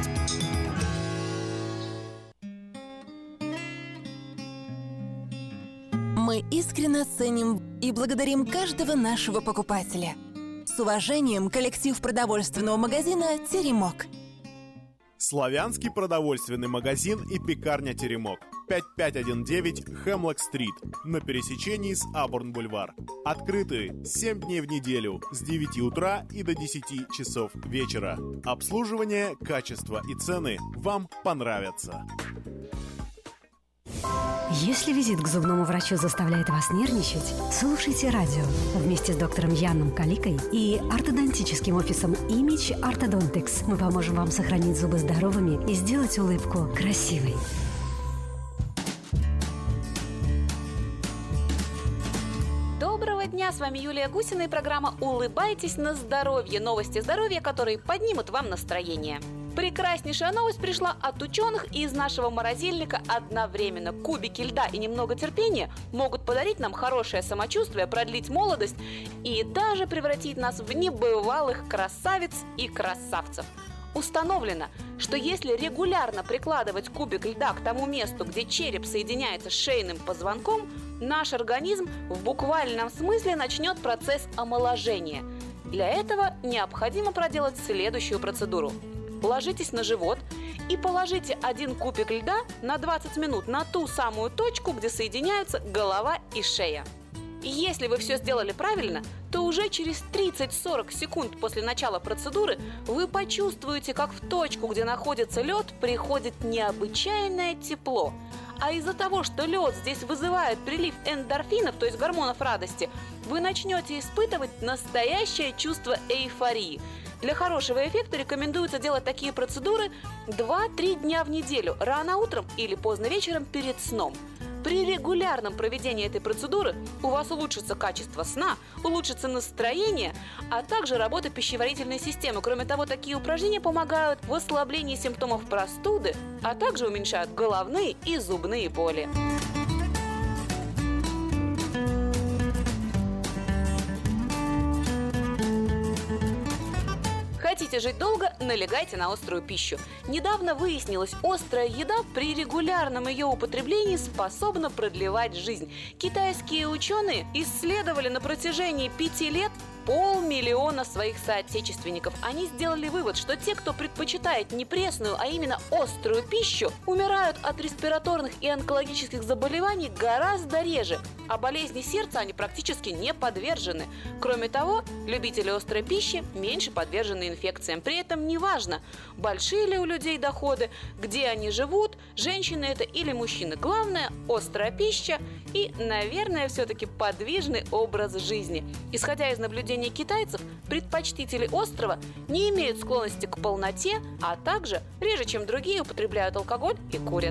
Мы искренне ценим и благодарим каждого нашего покупателя. С уважением, коллектив продовольственного магазина «Теремок». Славянский продовольственный магазин и пекарня «Теремок». 5519 Хемлок-стрит на пересечении с Абурн-Бульвар. Открыты 7 дней в неделю с 9 утра и до 10 часов вечера. Обслуживание, качество и цены вам понравятся. Если визит к зубному врачу заставляет вас нервничать, слушайте радио вместе с доктором Яном Каликой и ортодонтическим офисом Image Orthodontics. Мы поможем вам сохранить зубы здоровыми и сделать улыбку красивой. Доброго дня, с вами Юлия Гусина и программа «Улыбайтесь на здоровье». Новости здоровья, которые поднимут вам настроение. Прекраснейшая новость пришла от ученых, и из нашего морозильника одновременно кубики льда и немного терпения могут подарить нам хорошее самочувствие, продлить молодость и даже превратить нас в небывалых красавиц и красавцев. Установлено, что если регулярно прикладывать кубик льда к тому месту, где череп соединяется с шейным позвонком, наш организм в буквальном смысле начнет процесс омоложения. Для этого необходимо проделать следующую процедуру. Ложитесь на живот и положите один кубик льда на 20 минут на ту самую точку, где соединяются голова и шея. Если вы все сделали правильно, то уже через 30-40 секунд после начала процедуры вы почувствуете, как в точку, где находится лед, приходит необычайное тепло. А из-за того, что лед здесь вызывает прилив эндорфинов, то есть гормонов радости, вы начнете испытывать настоящее чувство эйфории. Для хорошего эффекта рекомендуется делать такие процедуры 2-3 дня в неделю, рано утром или поздно вечером перед сном. При регулярном проведении этой процедуры у вас улучшится качество сна, улучшится настроение, а также работа пищеварительной системы. Кроме того, такие упражнения помогают в ослаблении симптомов простуды, а также уменьшают головные и зубные боли. Хотите жить долго? Налегайте на острую пищу. Недавно выяснилось, острая еда при регулярном ее употреблении способна продлевать жизнь. Китайские ученые исследовали на протяжении 5 лет 500 000 своих соотечественников. Они сделали вывод, что те, кто предпочитает не пресную, а именно острую пищу, умирают от респираторных и онкологических заболеваний гораздо реже, а болезни сердца они практически не подвержены. Кроме того, любители острой пищи меньше подвержены инфекциям. При этом неважно, большие ли у людей доходы, где они живут, женщины это или мужчины. Главное – острая пища и, наверное, все-таки подвижный образ жизни. Исходя из наблюдений китайцев, предпочтители острова не имеют склонности к полноте, а также реже, чем другие, употребляют алкоголь и курят.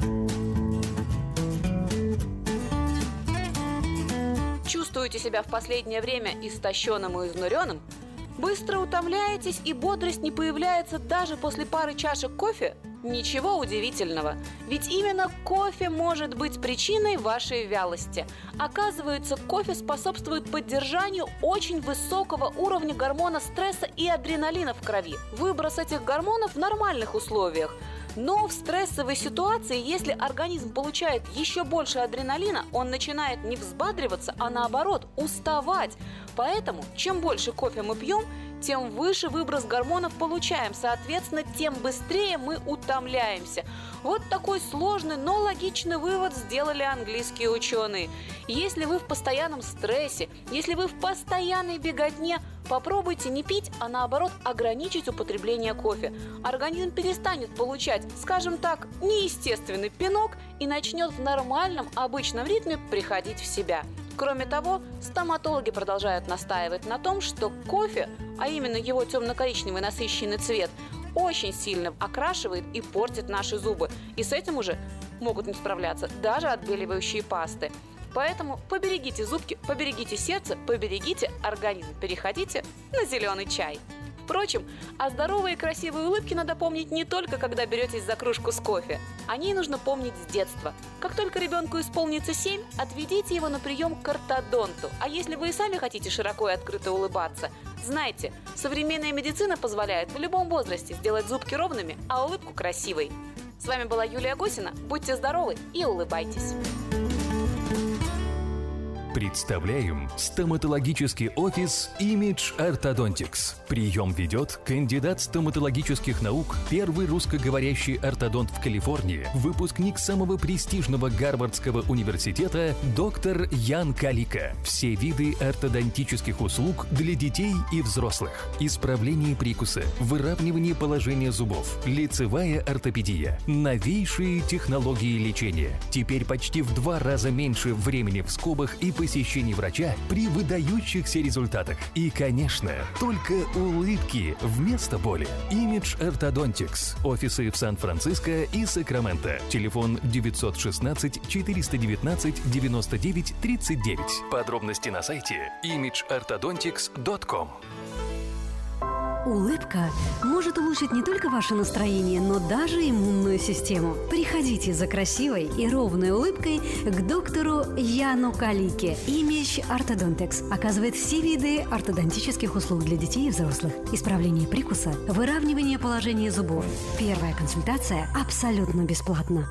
Чувствуете себя в последнее время истощенным и изнуренным? Быстро утомляетесь и бодрость не появляется даже после пары чашек кофе? Ничего удивительного, ведь именно кофе может быть причиной вашей вялости. Оказывается, кофе способствует поддержанию очень высокого уровня гормона стресса и адреналина в крови. Выброс этих гормонов в нормальных условиях. Но в стрессовой ситуации, если организм получает еще больше адреналина, он начинает не взбадриваться, а наоборот уставать. Поэтому, чем больше кофе мы пьем, тем выше выброс гормонов получаем. Соответственно, тем быстрее мы утомляемся. Вот такой сложный, но логичный вывод сделали английские ученые. Если вы в постоянном стрессе, если вы в постоянной беготне, попробуйте не пить, а наоборот ограничить употребление кофе. Организм перестанет получать, скажем так, неестественный пинок и начнет в нормальном, обычном ритме приходить в себя. Кроме того, стоматологи продолжают настаивать на том, что кофе, а именно его темно-коричневый насыщенный цвет, очень сильно окрашивает и портит наши зубы. И с этим уже могут не справляться даже отбеливающие пасты. Поэтому поберегите зубки, поберегите сердце, поберегите организм. Переходите на зеленый чай. Впрочем, о здоровой и красивой улыбке надо помнить не только, когда беретесь за кружку с кофе. О ней нужно помнить с детства. Как только ребенку исполнится 7, отведите его на прием к ортодонту. А если вы и сами хотите широко и открыто улыбаться, знайте, современная медицина позволяет в любом возрасте сделать зубки ровными, а улыбку красивой. С вами была Юлия Гусина. Будьте здоровы и улыбайтесь. Представляем стоматологический офис Image Orthodontics. Прием ведет кандидат стоматологических наук, первый русскоговорящий ортодонт в Калифорнии, выпускник самого престижного Гарвардского университета доктор Ян Калика. Все виды ортодонтических услуг для детей и взрослых. Исправление прикуса, выравнивание положения зубов, лицевая ортопедия, новейшие технологии лечения. Теперь почти в 2 раза меньше времени в скобах и посещений врача при выдающихся результатах. И, конечно, только улыбки вместо боли. Image Orthodontics. Офисы в Сан-Франциско и Сакраменто. Телефон 916-419-99-39. Подробности на сайте imageorthodontics.com. Улыбка может улучшить не только ваше настроение, но даже иммунную систему. Приходите за красивой и ровной улыбкой к доктору Яну Калике. Image Orthodontics оказывает все виды ортодонтических услуг для детей и взрослых. Исправление прикуса, выравнивание положения зубов. Первая консультация абсолютно бесплатна.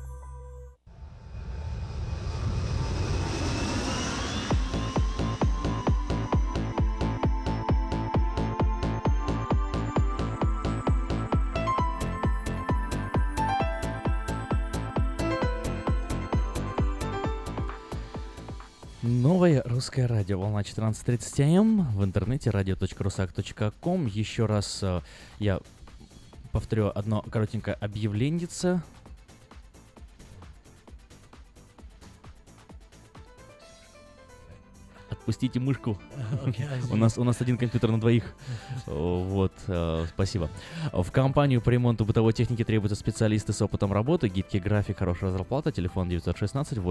Новое русское радио, волна 14:30 АМ, в интернете radio.rusak.com. Еще раз я повторю одно коротенькое объявление. Отпустите мышку. У нас один компьютер на двоих. Вот, спасибо. В компанию по ремонту бытовой техники требуются специалисты с опытом работы, гибкий график, хорошая зарплата. Телефон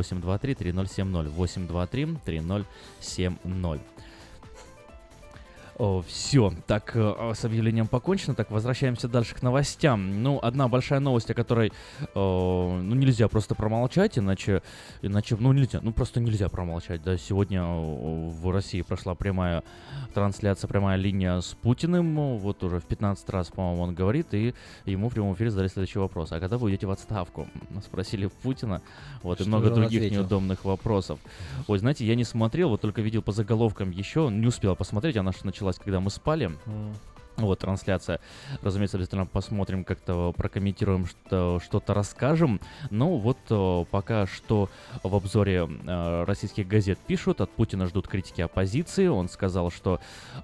916-823-3070. 823-3070. Все, так, с объявлением покончено, так, возвращаемся дальше к новостям. Ну, одна большая новость, о которой, нельзя просто промолчать, иначе, просто нельзя промолчать, да, сегодня в России прошла прямая трансляция, прямая линия с Путиным, вот уже в 15 раз, по-моему, он говорит, и ему в прямом эфире задали следующий вопрос: а когда вы уйдете в отставку? Спросили Путина, вот, Что и много других ответил? неудобных вопросов. Ой, знаете, я не смотрел, вот только видел по заголовкам еще, не успел посмотреть, она же началась, когда мы спали. Вот, трансляция. Разумеется, обязательно посмотрим, как-то прокомментируем, что-то расскажем. Но вот пока что в обзоре российских газет пишут, от Путина ждут критики оппозиции. Он сказал, что...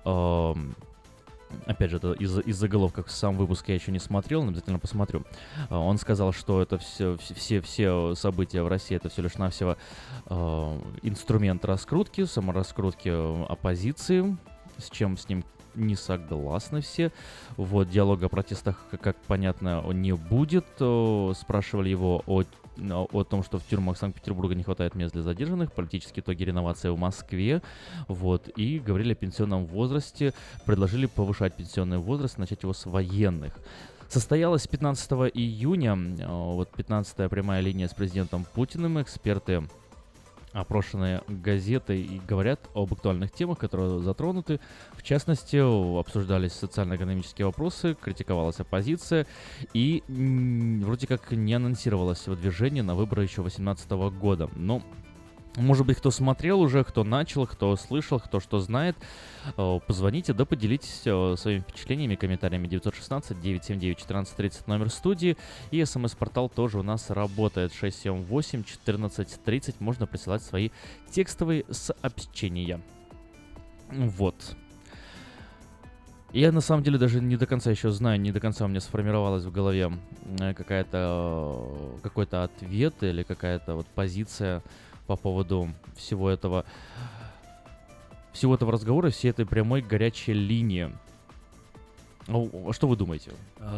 Опять же, это из заголовков, сам выпуск я еще не смотрел, но обязательно посмотрю. Он сказал, что это все события в России, это все лишь навсего инструмент раскрутки, самораскрутки оппозиции, с чем с ним не согласны все. Вот, диалога о протестах, как понятно, не будет. Спрашивали его о том, что в тюрьмах Санкт-Петербурга не хватает мест для задержанных, политические итоги реновации в Москве, вот, и говорили о пенсионном возрасте, предложили повышать пенсионный возраст, начать его с военных. Состоялась 15 июня, вот 15-я прямая линия с президентом Путиным, эксперты, опрошенные газетой, и говорят об актуальных темах, которые затронуты. В частности, обсуждались социально-экономические вопросы, критиковалась оппозиция и вроде как не анонсировалось выдвижение на выборы еще 2018 года. Но, может быть, кто смотрел уже, кто начал, кто слышал, кто что знает, позвоните, да поделитесь своими впечатлениями, комментариями. 916-979-1430 номер студии. И смс-портал тоже у нас работает. 678-1430. Можно присылать свои текстовые сообщения. Вот. Я на самом деле даже не до конца еще знаю, не до конца у меня сформировалась в голове какой-то ответ или какая-то вот позиция по поводу всего этого разговора, всей этой прямой горячей линии. Что вы думаете?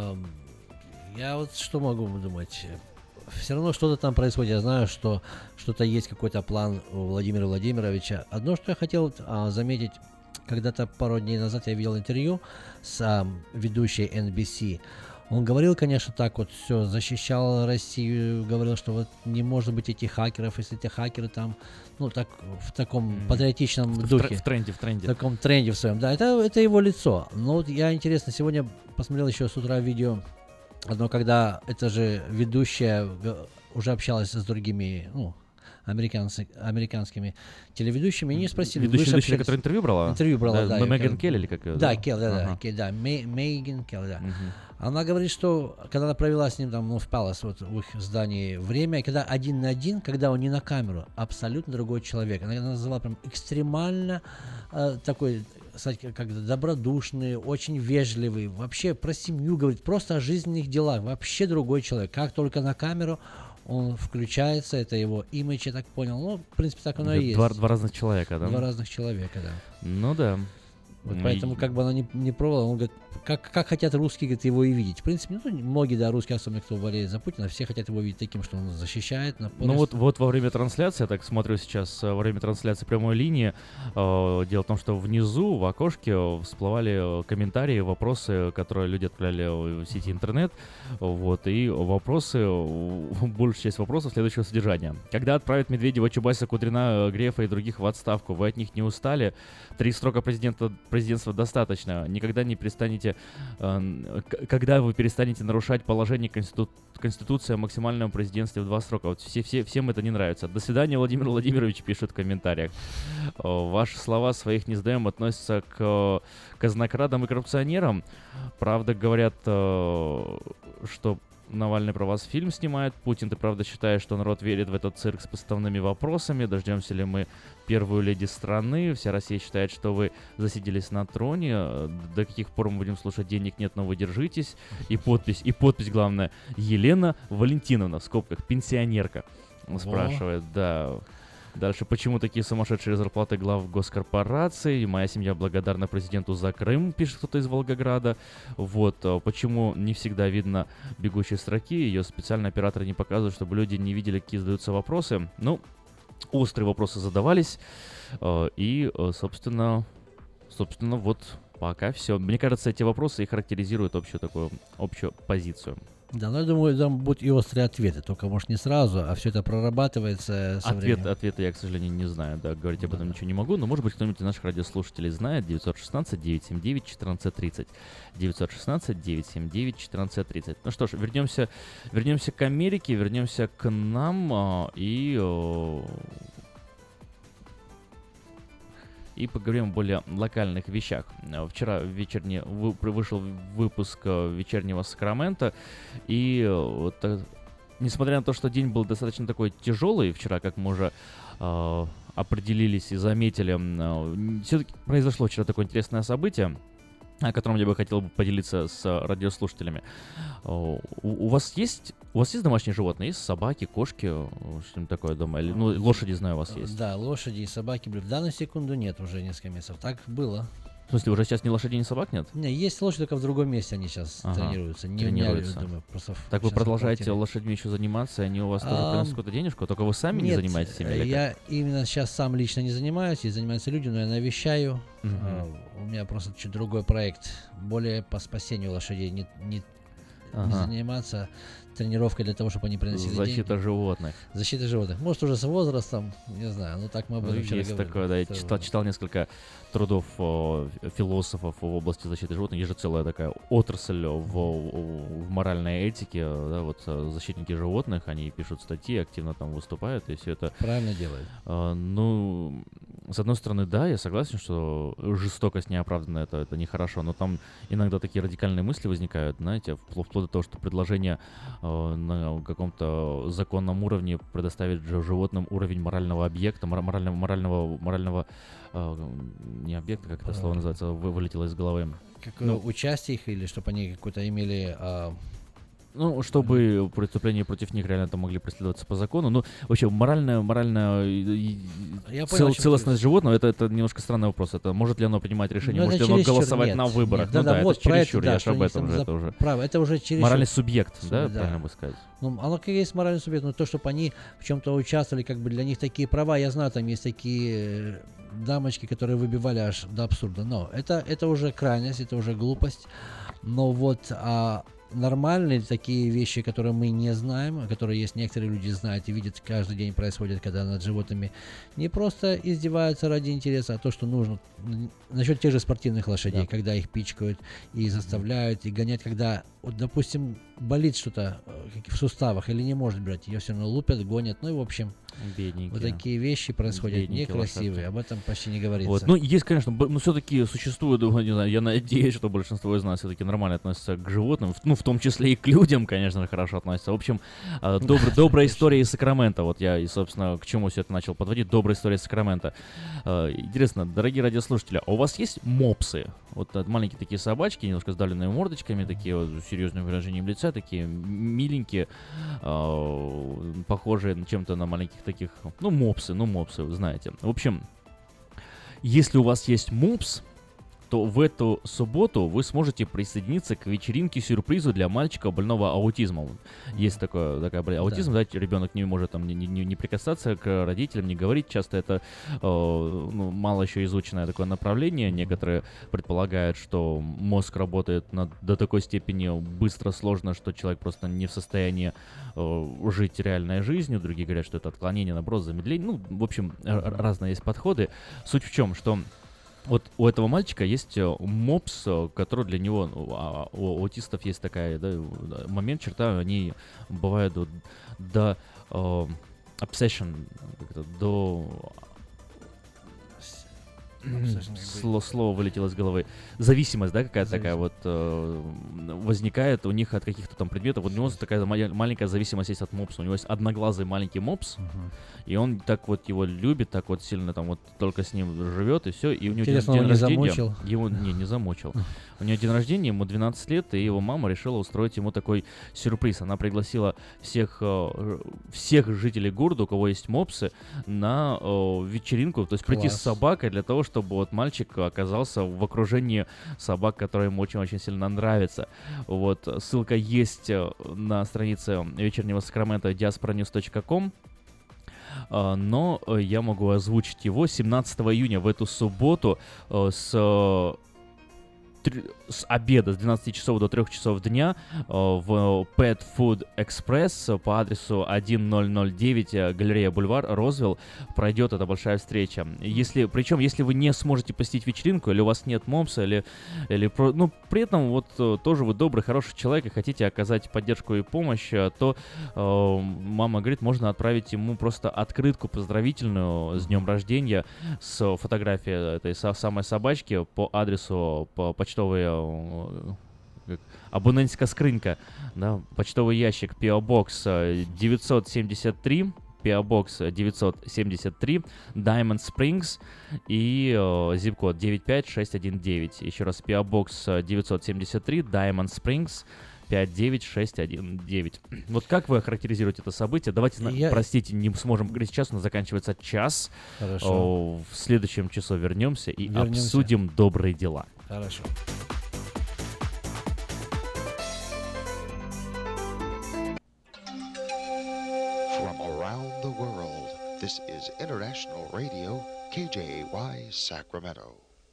Я вот что могу думать? Все равно что-то там происходит. Я знаю, что что-то есть, какой-то план у Владимира Владимировича. Одно, что я хотел заметить, когда-то пару дней назад я видел интервью с ведущей NBC. Он говорил, конечно, так вот все, защищал Россию, говорил, что вот не может быть этих хакеров, если эти хакеры там, ну, так, в таком патриотичном духе. В тренде. В таком тренде в своем, да, это его лицо. Но вот я, интересно, сегодня посмотрел еще с утра видео, одно, когда эта же ведущая уже общалась с другими, ну, американскими телеведущими, и не спросили. Ведущая, которая интервью брала? Интервью брала, да. Меган Келли или как? Да, Келли, да. Меган Келли, да. Она говорит, что когда она провела с ним там, в Palace, вот в их здании время, когда один на один, когда он не на камеру, абсолютно другой человек. Она называла прям экстремально такой, как добродушный, очень вежливый, вообще про семью говорит, просто о жизненных делах, вообще другой человек. Как только на камеру он включается, это его имидж, я так понял. Ну, в принципе, так оно и есть. Два разных человека, да? Два разных человека, да. Ну да. Вот поэтому как бы она не пробовала, он говорит, как хотят русские, говорит, его и видеть. В принципе, ну, многие, да, русские, особенно кто болеет за Путина, все хотят его видеть таким, что он защищает. Ну вот во время трансляции, я так смотрю сейчас, во время трансляции прямой линии, дело в том, что внизу в окошке всплывали комментарии, вопросы, которые люди отправляли в сети интернет, вот, и вопросы, большая часть вопросов следующего содержания. Когда отправят Медведева, Чубайса, Кудрина, Грефа и других в отставку? Вы от них не устали? 3 срока президентства достаточно. Никогда не перестанете, когда вы перестанете нарушать положение Конституции о максимальном президентстве в 2 срока. Вот всем это не нравится. До свидания, Владимир Владимирович, пишут в комментариях. Ваши слова своих не сдаем относятся к казнокрадам и коррупционерам. Правда, говорят, что Навальный про вас фильм снимает. Путин, ты правда считаешь, что народ верит в этот цирк с подставными вопросами? Дождемся ли мы первую леди страны? Вся Россия считает, что вы засиделись на троне. До каких пор мы будем слушать «Денег нет, но вы держитесь»? И подпись, главное, Елена Валентиновна, в скобках, пенсионерка, спрашивает, да. Дальше, почему такие сумасшедшие зарплаты глав госкорпораций? Моя семья благодарна президенту за Крым, пишет кто-то из Волгограда. Вот, почему не всегда видно бегущие строки, ее специально операторы не показывают, чтобы люди не видели, какие задаются вопросы. Ну, острые вопросы задавались, и, собственно, вот пока все. Мне кажется, эти вопросы и характеризуют общую позицию. Да, но я думаю, там будут и острые ответы, только, может, не сразу, а все это прорабатывается со временем. Ответы я, к сожалению, не знаю, да, говорить об этом ничего не могу, но, может быть, кто-нибудь из наших радиослушателей знает. 916-979-1430. 916-979-1430. Ну что ж, вернемся к Америке, вернемся к нам и поговорим о более локальных вещах. Вчера вышел выпуск вечернего Сакрамента, и несмотря на то, что день был достаточно такой тяжелый вчера, как мы уже определились и заметили, все-таки произошло вчера такое интересное событие, о котором я бы хотел поделиться с радиослушателями. У вас есть домашние животные? Есть собаки, кошки, что-нибудь такое дома? Или, лошади, знаю, у вас есть. Да, лошади и собаки. В данную секунду нет уже несколько месяцев. Так было. В смысле, уже сейчас ни лошадей, ни собак нет? Не, есть лошади, только в другом месте они сейчас тренируются. Тренируются. Думаю, просто так вы продолжаете лошадьми еще заниматься, и они у вас тоже приносят какую-то денежку? Только вы сами не занимаетесь ими? Я именно сейчас сам лично не занимаюсь, и занимаются люди, но я навещаю. У меня просто чуть другой проект, более по спасению лошадей, не заниматься тренировкой для того, чтобы они приносили Защита деньги. животных. Защита животных. Может, уже с возрастом, не знаю, но так мы об этом вчера есть говорили. такое, да, я читал несколько трудов философов в области защиты животных. Есть же целая такая отрасль в моральной этике, да, вот защитники животных, они пишут статьи, активно там выступают, и все это... Правильно делают. С одной стороны, да, я согласен, что жестокость неоправданная, это нехорошо, но там иногда такие радикальные мысли возникают, знаете, вплоть до того, что предложение на каком-то законном уровне предоставить животным уровень морального объекта, морального не объекта, как это слово называется, вылетело из головы. Участие их, или чтобы они какое-то имели... чтобы преступления против них реально там могли преследоваться по закону. Ну, вообще, моральная целостность животного, это немножко странный вопрос. Это может ли оно принимать решение, может ли оно голосовать на выборах? Вот это чересчур, я же об этом же, это уже... Это уже чересчур. Моральный субъект, да, правильно бы сказать. Оно как есть моральный субъект, но то, чтобы они в чем-то участвовали, как бы для них такие права, я знаю, там есть такие дамочки, которые выбивали аж до абсурда. Но это уже крайность, это уже глупость. Но вот... нормальные такие вещи, которые мы не знаем, которые есть некоторые люди знают и видят, каждый день происходит, когда над животными не просто издеваются ради интереса, а то, что нужно. Насчет тех же спортивных лошадей, когда их пичкают и заставляют, и гонять, когда, вот, допустим, болит что-то в суставах или не может брать, ее все равно лупят, гонят, ну и в общем... Бедненькие. Вот такие вещи происходят некрасивые, об этом почти не говорится. Вот. Есть, конечно, но все-таки существует, не знаю, я надеюсь, что большинство из нас все-таки нормально относятся к животным, в том числе и к людям, конечно же, хорошо относятся. В общем, добрая история из Сакрамента, вот я, и, собственно, к чему все это начал подводить, добрая история из Сакрамента. Интересно, дорогие радиослушатели, а у вас есть мопсы? Вот маленькие такие собачки, немножко сдавленными мордочками, такие вот с серьезным выражением лица, такие миленькие, похожие чем-то на маленьких таких, мопсы, вы знаете. В общем, если у вас есть мопс, то в эту субботу вы сможете присоединиться к вечеринке-сюрпризу для мальчика, больного аутизмом. Есть такая аутизм, да, ребенок не может там не прикасаться к родителям, не говорить. Часто это мало еще изученное такое направление. Некоторые предполагают, что мозг работает до такой степени быстро, сложно, что человек просто не в состоянии жить реальной жизнью. Другие говорят, что это отклонение, наоборот, замедление. В общем, разные есть подходы. Суть в чем, что вот у этого мальчика есть мопс, который для него, у аутистов есть такая, момент, черта, они бывают до obsession, до... Слово вылетело из головы. Зависимость, да, какая-то такая вот возникает у них от каких-то там предметов. Вот у него такая маленькая зависимость есть от мопса. У него есть одноглазый маленький мопс, и он так вот его любит, так вот сильно там вот только с ним живет, и все. И у него день рождения... Замучил? Его не замучил. У него день рождения, ему 12 лет, и его мама решила устроить ему такой сюрприз. Она пригласила всех жителей города, у кого есть мопсы, на вечеринку, то есть прийти с собакой для того, чтобы вот мальчик оказался в окружении собак, которые ему очень-очень сильно нравятся. Вот, ссылка есть на странице вечернего Сакрамента diasporanews.com. Но я могу озвучить его 17 июня в эту субботу с с обеда, с 12 часов до 3 часов дня в Pet Food Express по адресу 1009 Галерея Бульвар, Розвилл, пройдет эта большая встреча. Причем, если вы не сможете посетить вечеринку, или у вас нет мопса, при этом вот тоже вы добрый, хороший человек и хотите оказать поддержку и помощь, то мама говорит, можно отправить ему просто открытку поздравительную с днем рождения с фотографией этой самой собачки по адресу почтовый абонентская скрынька, да, почтовый ящик PO Box 973, PO Box 973, Diamond Springs и zip-код 95619. Еще раз, PO Box 973, Diamond Springs 59619. Вот как вы охарактеризируете это событие? Давайте, простите, не сможем говорить сейчас, но заканчивается час. Хорошо. В следующем часу вернемся и обсудим добрые дела. Хорошо. From around the world, this is International Radio, KJY, Sacramento.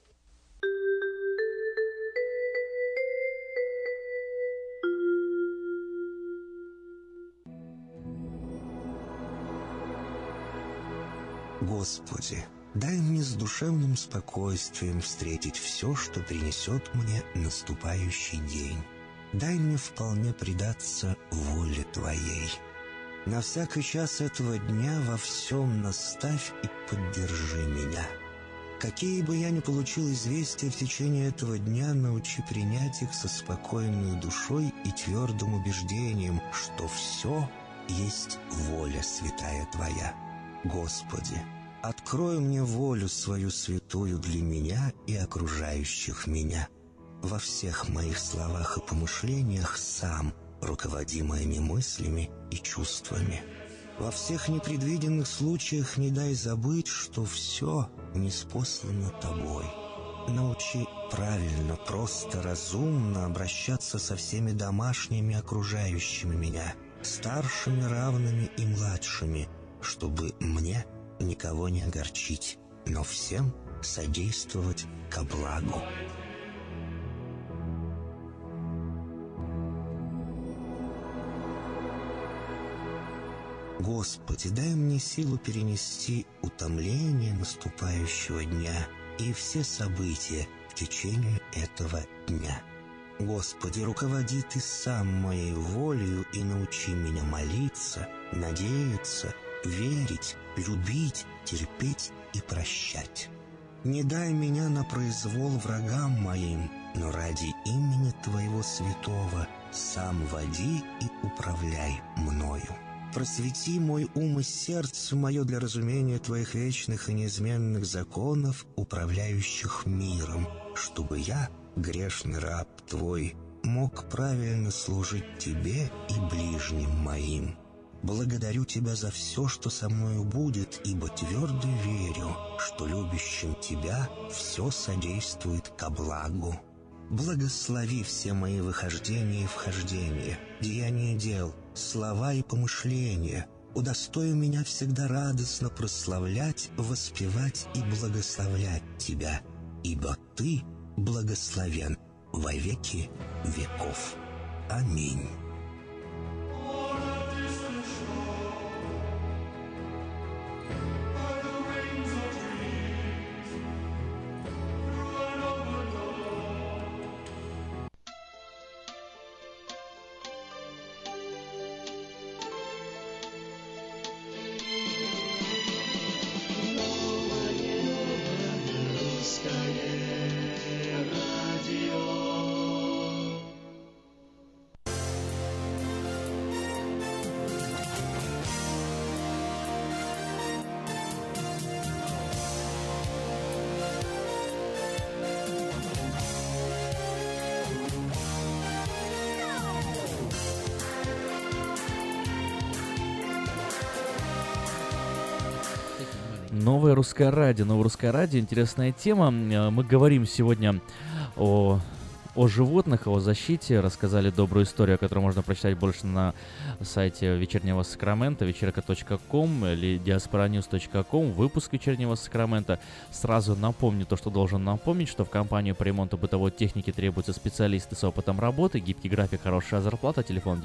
Господи, дай мне с душевным спокойствием встретить все, что принесет мне наступающий день. Дай мне вполне предаться воле Твоей. На всякий час этого дня во всем наставь и поддержи меня. Какие бы я ни получил известия в течение этого дня, научи принять их со спокойной душой и твердым убеждением, что все есть воля святая Твоя. Господи, открой мне волю свою святую для меня и окружающих меня. Во всех моих словах и помышлениях сам руководи моими мыслями и чувствами. Во всех непредвиденных случаях не дай забыть, что все ниспослано Тобой. Научи правильно, просто, разумно обращаться со всеми домашними окружающими меня, старшими, равными и младшими, чтобы мне никого не огорчить, но всем содействовать ко благу. Господи, дай мне силу перенести утомление наступающего дня и все события в течение этого дня. Господи, руководи Ты сам моей волею и научи меня молиться, надеяться, верить, любить, терпеть и прощать. Не дай меня на произвол врагам моим, но ради имени Твоего святого сам води и управляй мною. Просвети мой ум и сердце мое для разумения Твоих вечных и неизменных законов, управляющих миром, чтобы я, грешный раб Твой, мог правильно служить Тебе и ближним моим. Благодарю Тебя за все, что со мною будет, ибо твердо верю, что любящим Тебя все содействует ко благу. Благослови все мои выхождения и вхождения, деяния дел, слова и помышления. Удостой меня всегда радостно прославлять, воспевать и благословлять Тебя, ибо Ты благословен во веки веков. Аминь. Новое русское радио, интересная тема. Мы говорим сегодня о о животных, о защите, рассказали добрую историю, которую можно прочитать больше на сайте вечернего Сакрамента, вечерка.ком или diasporanews.com, выпуск вечернего Сакрамента. Сразу напомню то, что должен напомнить, что в компанию по ремонту бытовой техники требуются специалисты с опытом работы, гибкий график, хорошая зарплата, телефон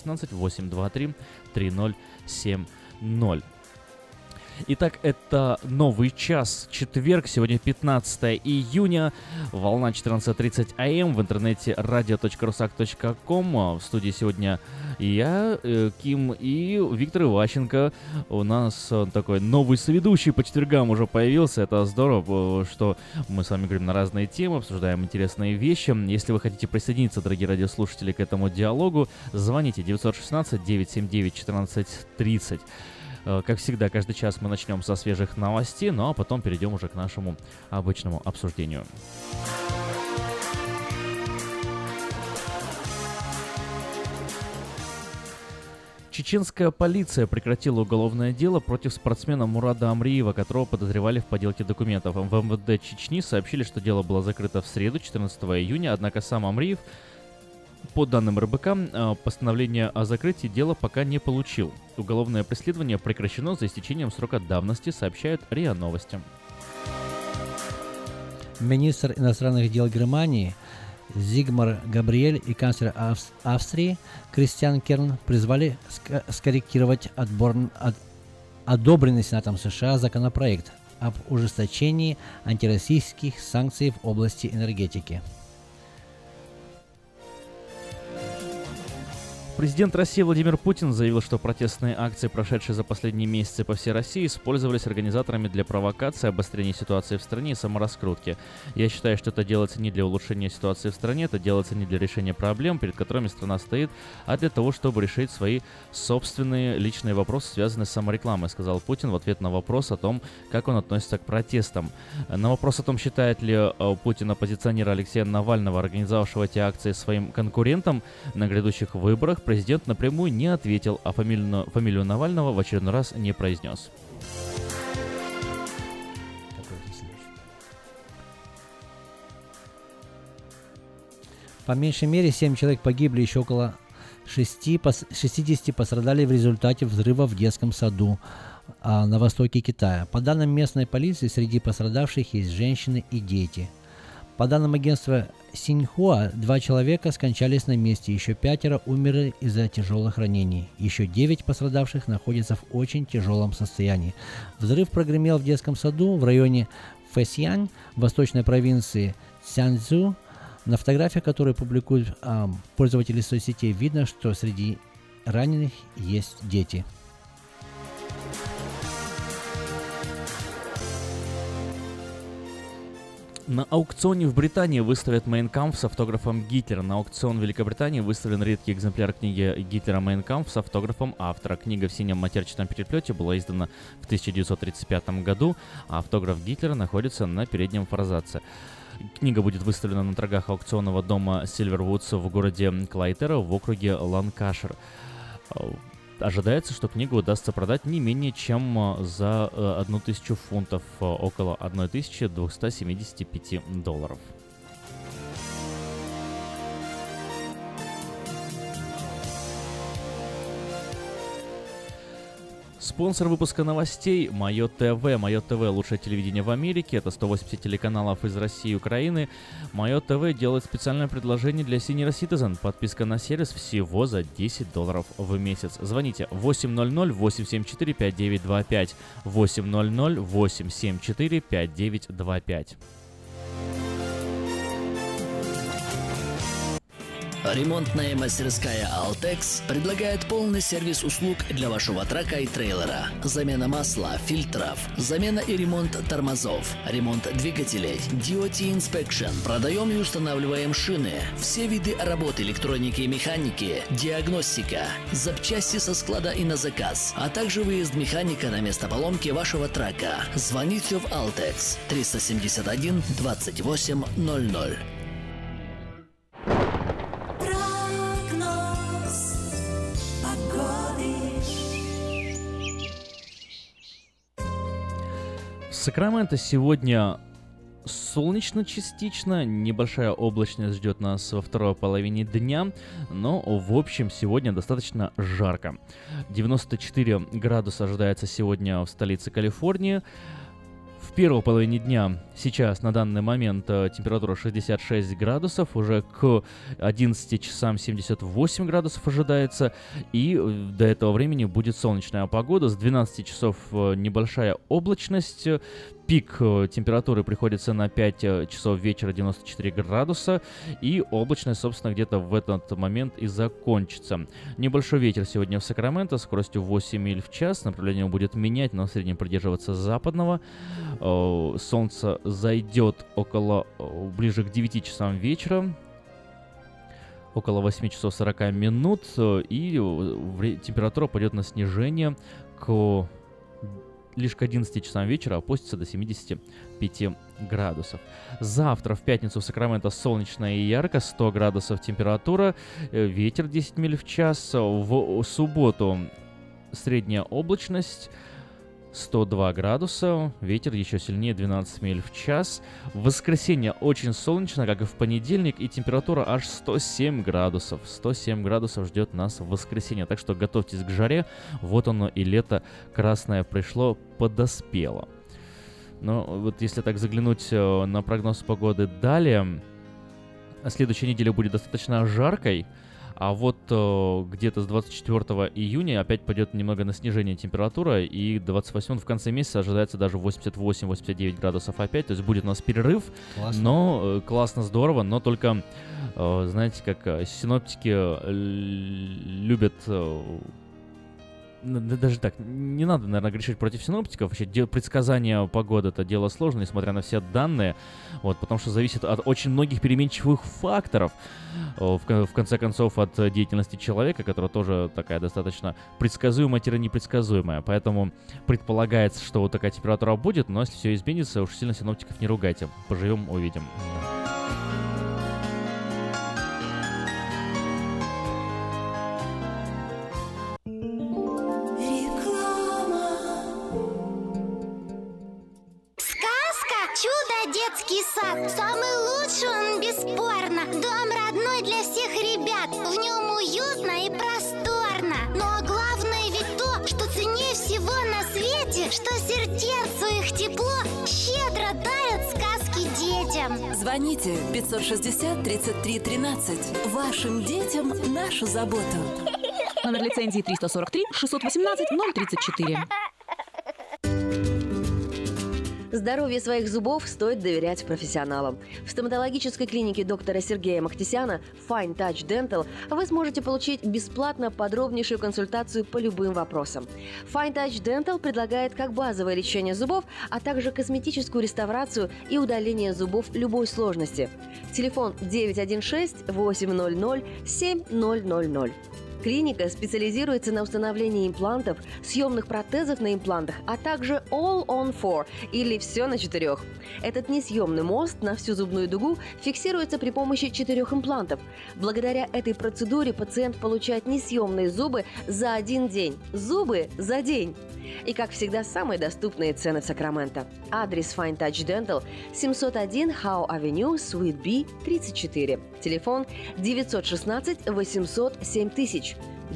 916-823-3070. Итак, это новый час, четверг, сегодня 15 июня, волна 14:30 АМ, в интернете radio.rusak.com. В студии сегодня я, Ким, и Виктор Иващенко. У нас такой новый соведущий по четвергам уже появился. Это здорово, что мы с вами говорим на разные темы, обсуждаем интересные вещи. Если вы хотите присоединиться, дорогие радиослушатели, к этому диалогу, звоните 916-979-1430. Как всегда, каждый час мы начнем со свежих новостей, ну а потом перейдем уже к нашему обычному обсуждению. Чеченская полиция прекратила уголовное дело против спортсмена Мурада Амриева, которого подозревали в подделке документов. В МВД Чечни сообщили, что дело было закрыто в среду, 14 июня, однако сам Амриев, по данным РБК, постановление о закрытии дела пока не получил. Уголовное преследование прекращено за истечением срока давности, сообщают РИА Новости. Министр иностранных дел Германии Зигмар Габриэль и канцлер Австрии Кристиан Керн призвали скорректировать одобренный Сенатом США законопроект об ужесточении антироссийских санкций в области энергетики. Президент России Владимир Путин заявил, что протестные акции, прошедшие за последние месяцы по всей России, использовались организаторами для провокации, обострения ситуации в стране и самораскрутки. Я считаю, что это делается не для улучшения ситуации в стране, это делается не для решения проблем, перед которыми страна стоит, а для того, чтобы решить свои собственные личные вопросы, связанные с саморекламой, сказал Путин в ответ на вопрос о том, как он относится к протестам. На вопрос о том, считает ли Путин оппозиционера Алексея Навального, организовавшего эти акции, своим конкурентом на грядущих выборах, президент напрямую не ответил, а фамилию Навального в очередной раз не произнес. По меньшей мере 7 человек погибли, еще около 60 пострадали в результате взрыва в детском саду на востоке Китая. По данным местной полиции, среди пострадавших есть женщины и дети. По данным агентства Синьхуа, 2 человека скончались на месте, еще 5 умерли из-за тяжелых ранений. Еще 9 пострадавших находятся в очень тяжелом состоянии. Взрыв прогремел в детском саду в районе Фэсянь, восточной провинции Цзянцзю. На фотографиях, которые публикуют пользователи соцсетей, видно, что среди раненых есть дети. На аукционе в Британии выставят Mein Kampf с автографом Гитлера. На аукцион в Великобритании выставлен редкий экземпляр книги Гитлера Mein Kampf с автографом автора. Книга в синем матерчатом переплете была издана в 1935 году, а автограф Гитлера находится на переднем форзаце. Книга будет выставлена на торгах аукционного дома Silverwoods в городе Клайтера в округе Ланкашир. Ожидается, что книгу удастся продать не менее чем за 1000 фунтов, около 1275 долларов. Спонсор выпуска новостей – Мое ТВ. Мое ТВ – лучшее телевидение в Америке. Это 180 телеканалов из России и Украины. Мое ТВ делает специальное предложение для Senior Citizen. Подписка на сервис всего за $10 в месяц. Звоните 800-874-5925. 800-874-5925. Ремонтная мастерская «Алтекс» предлагает полный сервис услуг для вашего трака и трейлера. Замена масла, фильтров, замена и ремонт тормозов, ремонт двигателей, DOT Inspection. Продаем и устанавливаем шины, все виды работы электроники и механики, диагностика, запчасти со склада и на заказ, а также выезд механика на место поломки вашего трака. Звоните в «Алтекс» 371 28 00. В Сакраменто сегодня солнечно частично, небольшая облачность ждет нас во второй половине дня, но в общем сегодня достаточно жарко. 94 градуса ожидается сегодня в столице Калифорнии. В первой половине дня сейчас на данный момент температура 66 градусов, уже к 11 часам 78 градусов ожидается, и до этого времени будет солнечная погода, с 12 часов небольшая облачность, пик температуры приходится на 5 часов вечера 94 градуса, и облачность, собственно, где-то в этот момент и закончится. Небольшой ветер сегодня в Сакраменто скоростью 8 миль в час, направление будет менять, но в среднем придерживаться западного. Солнце зайдет ближе к 9 часам вечера, около 8 часов 40 минут, и температура пойдет на снижение лишь к 11 часам вечера, опустится до 75 градусов. Завтра в пятницу в Сакраменто солнечно и ярко, 100 градусов температура, ветер 10 миль в час. В субботу средняя облачность, 102 градуса, ветер еще сильнее, 12 миль в час. В воскресенье очень солнечно, как и в понедельник, и температура аж 107 градусов. 107 градусов ждет нас в воскресенье, так что готовьтесь к жаре. Вот оно и лето красное пришло, подоспело. Но вот если так заглянуть на прогноз погоды далее, следующая неделя будет достаточно жаркой. А вот где-то с 24 июня опять пойдет немного на снижение температура, и 28 в конце месяца ожидается даже 88-89 градусов опять, то есть будет у нас перерыв, Классно. но классно, здорово, но только, знаете, как синоптики любят... Даже так, не надо, наверное, грешить против синоптиков. Вообще, предсказание погоды — это дело сложное, несмотря на все данные, вот, потому что зависит от очень многих переменчивых факторов, в конце концов, от деятельности человека, которая тоже такая достаточно предсказуемая-непредсказуемая. Поэтому предполагается, что вот такая температура будет, но если все изменится, уж сильно синоптиков не ругайте. Поживем, увидим. Детский сад. Самый лучший он, бесспорно. Дом родной для всех ребят. В нем уютно и просторно. Но главное ведь то, что ценнее всего на свете, что сердцу их тепло щедро дарят сказки детям. Звоните 560-33-13. Вашим детям нашу заботу. Номер лицензии 343-618-034. Здоровье своих зубов стоит доверять профессионалам. В стоматологической клинике доктора Сергея Махтисяна Fine Touch Dental вы сможете получить бесплатно подробнейшую консультацию по любым вопросам. Fine Touch Dental предлагает как базовое лечение зубов, а также косметическую реставрацию и удаление зубов любой сложности. Телефон 916-800-7000. Клиника специализируется на установлении имплантов, съемных протезов на имплантах, а также All on 4 или все на 4. Этот несъемный мост на всю зубную дугу фиксируется при помощи 4 имплантов. Благодаря этой процедуре пациент получает несъемные зубы за один день. Зубы за день! И, как всегда, самые доступные цены в Сакраменто. Адрес Fine Touch Dental 701 Howe Avenue, Suite B, 34. Телефон 916-800-7000.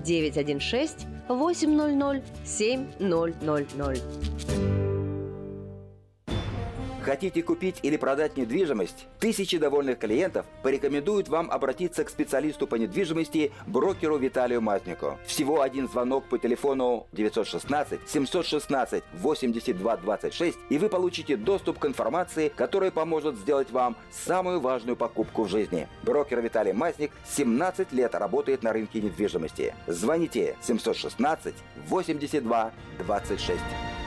916-800-7000. Хотите купить или продать недвижимость? Тысячи довольных клиентов порекомендуют вам обратиться к специалисту по недвижимости, брокеру Виталию Мазнику. Всего один звонок по телефону 916-716-8226, и вы получите доступ к информации, которая поможет сделать вам самую важную покупку в жизни. Брокер Виталий Мазник 17 лет работает на рынке недвижимости. Звоните 716-8226.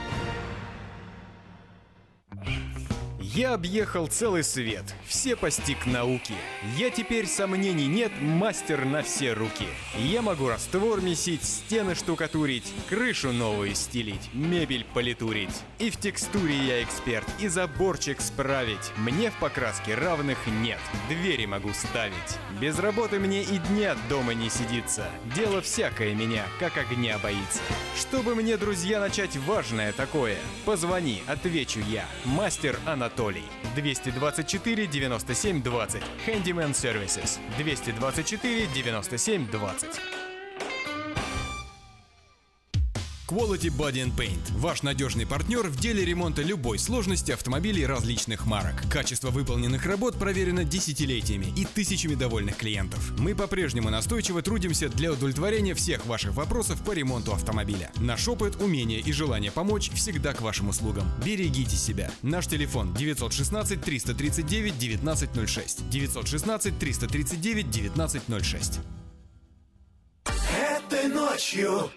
Я объехал целый свет, все постиг науки. Я теперь, сомнений нет, мастер на все руки. Я могу раствор месить, стены штукатурить, крышу новую стелить, мебель политурить. И в текстуре я эксперт, и заборчик справить. Мне в покраске равных нет, двери могу ставить. Без работы мне и дня дома не сидится. Дело всякое меня, как огня боится. Чтобы мне, друзья, начать важное такое, позвони, отвечу я, мастер Анатолий. Анатолий. 224 97 20. Handyman Services. 224 97 20. Quality Body and Paint – ваш надежный партнер в деле ремонта любой сложности автомобилей различных марок. Качество выполненных работ проверено десятилетиями и тысячами довольных клиентов. Мы по-прежнему настойчиво трудимся для удовлетворения всех ваших вопросов по ремонту автомобиля. Наш опыт, умение и желание помочь всегда к вашим услугам. Берегите себя. Наш телефон 916 339 1906. 916 339 1906. Этой ночью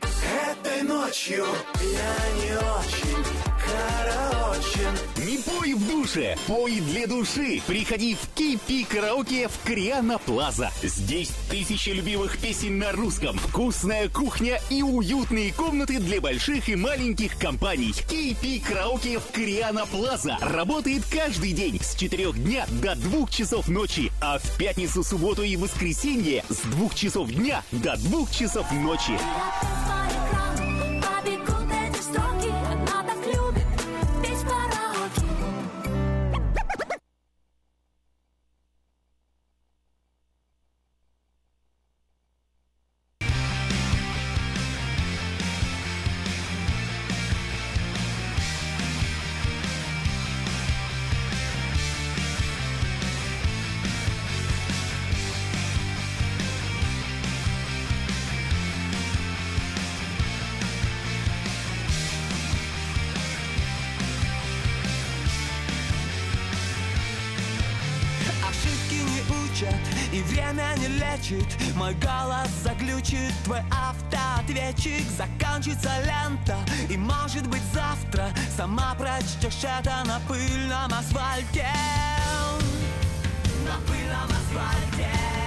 я не очень караочен. Не пой в душе, пой для души. Приходи в KP Караоке в Криана Плаза. Здесь тысячи любимых песен на русском, вкусная кухня и уютные комнаты для больших и маленьких компаний. KP Караоке в Криана Плаза работает каждый день с 4 дня до 2 часов ночи, а в пятницу, субботу и воскресенье с 2 часов дня до 2 часов ночи. И время не лечит, мой голос заглючит, твой автоответчик. Заканчивается лента, и может быть завтра сама прочтешь это на пыльном асфальте. На пыльном асфальте.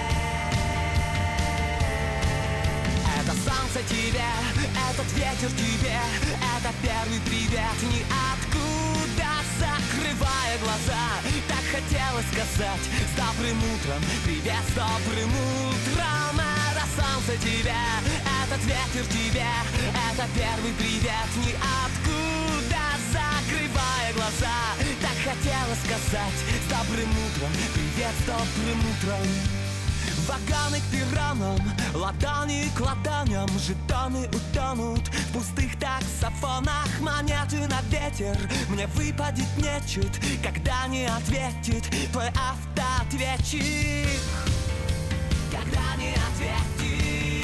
Это солнце тебе, этот ветер тебе, это первый привет ниоткуда. Закрывая глаза, так хотелось сказать: с добрым утром, привет, с добрым утром. Это солнце тебе, этот ветер тебе, это первый привет ниоткуда. Закрывая глаза, так хотелось сказать: с добрым утром, привет, с добрым утром. Вагоны к пиранам, ладони к ладоням, жетоны утонут в пустых таксофонах. Монеты на ветер, мне выпадет нечет, когда не ответит твой автоответчик. Когда не ответит.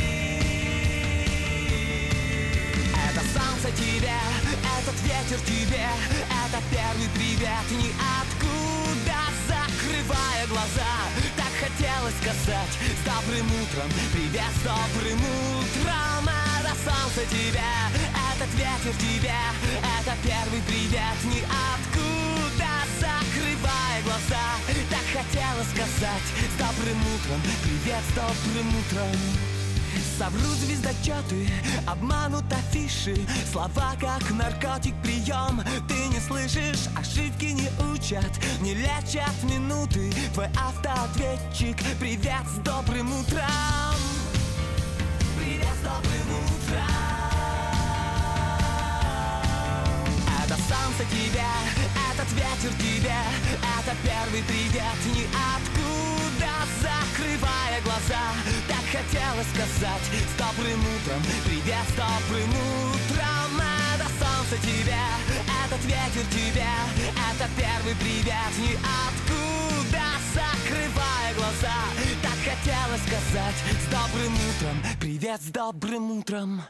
Это солнце тебе, этот ветер тебе, это первый привет ниоткуда. Закрывая глаза, так хотелось сказать: с добрым утром, привет, с добрым утром. Это солнце тебе, этот ветер тебе, это первый привет ниоткуда. Закрывая глаза, так хотелось сказать: с добрым утром, привет, с добрым утром. Соврут звездочеты, обманут афиши, слова как наркотик прием. Ты не слышишь, ошибки не учат, не лечат минуты. Твой автоответчик: привет, с добрым утром. Привет, с добрым утром. Это солнце тебе, этот ветер тебе, это первый привет ниоткуда. Закрывая глаза, так хотелось сказать: с добрым утром, привет, с добрым утром. Это солнце тебе, этот ветер тебе, это первый привет ниоткуда. Закрывая глаза, так хотелось сказать: с добрым утром, привет, с добрым утром.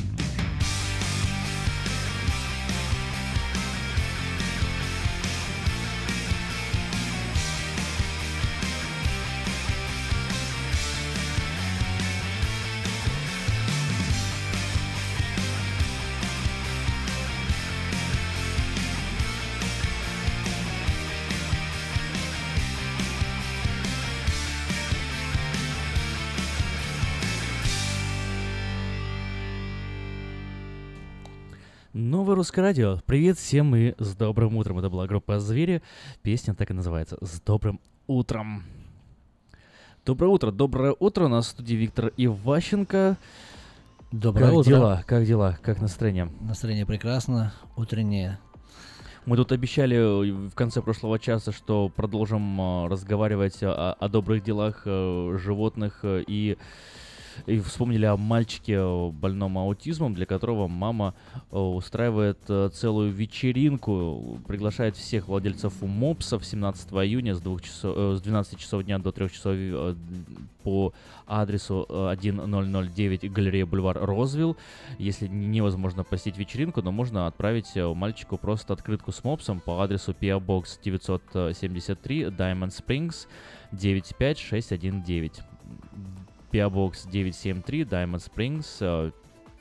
Новое русское радио. Привет всем и с добрым утром. Это была группа «Звери». Песня так и называется: «С добрым утром». Доброе утро. У нас в студии Виктор Иващенко. Доброе утро. Как дела? Как настроение? Настроение прекрасно, утреннее. Мы тут обещали в конце прошлого часа, что продолжим разговаривать о добрых делах животных и вспомнили о мальчике больном аутизмом, для которого мама устраивает целую вечеринку, приглашает всех владельцев мопсов 17 июня с 12 часов дня до 3 часов по адресу 1009 Галерея Бульвар Розвилл. Если невозможно посетить вечеринку, но можно отправить мальчику просто открытку с мопсом по адресу PO Box 973 Diamond Springs 95619. PO Box 973 Diamond Springs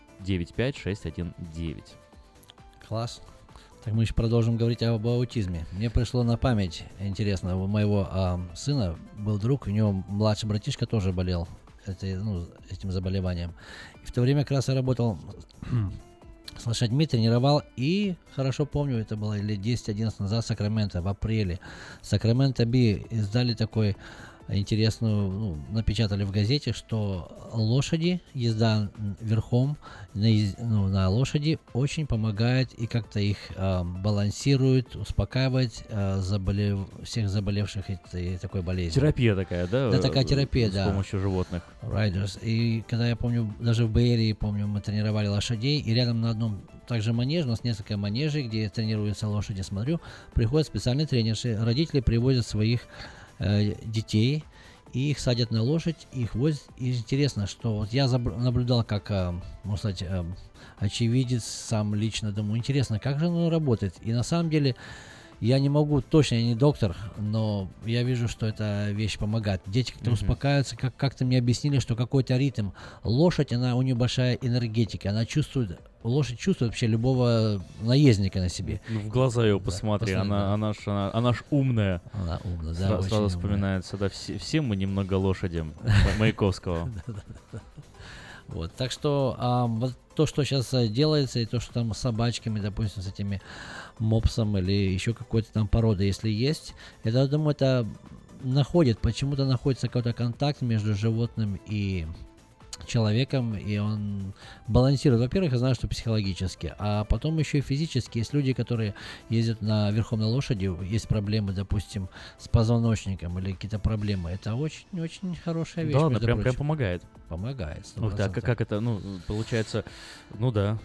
95619. Класс. Так мы еще продолжим говорить об аутизме. Мне пришло на память, интересно, у моего сына был друг, у него младший братишка тоже болел этим заболеванием. И в то время как раз я работал с лошадьми, тренировал, и хорошо помню, это было лет 10-11 назад, Сакраменто, в апреле. Сакраменто Би издали такой интересную, напечатали в газете, что лошади, езда верхом на лошади очень помогает и как-то их балансирует, успокаивает всех заболевших этой такой болезнью. Терапия такая, да? Да, такая терапия, да. С помощью животных. Riders. И когда я помню, даже в Бэйрии, помню, мы тренировали лошадей, и рядом на одном также манеже, у нас несколько манежей, где тренируются лошади, смотрю, приходят специальные тренерши, родители привозят своих детей, и их садят на лошадь, их возят. И интересно, что вот я наблюдал, как, можно сказать, очевидец, сам лично думаю, интересно, как же оно работает. И на самом деле я не могу, точно, я не доктор, но я вижу, что эта вещь помогает. Дети как-то успокаиваются, как-то мне объяснили, что какой-то ритм. Лошадь, у нее большая энергетика, лошадь чувствует вообще любого наездника на себе. В глаза ее посмотри, она ж умная. Она умная, да. Сразу вспоминается, да, все мы немного лошади Маяковского. Вот, так что вот то, что сейчас делается, и то, что там с собачками, допустим, с этими мопсом или еще какой-то там породы, если есть, это, я думаю, это почему-то находится какой-то контакт между животным и человеком, и он балансирует. Во-первых, я знаю, что психологически, а потом еще и физически. Есть люди, которые ездят верхом на лошади, есть проблемы, допустим, с позвоночником или какие-то проблемы. Это очень-очень хорошая вещь. Да, она прям помогает. Помогает. Ух ты, как это, получается, да.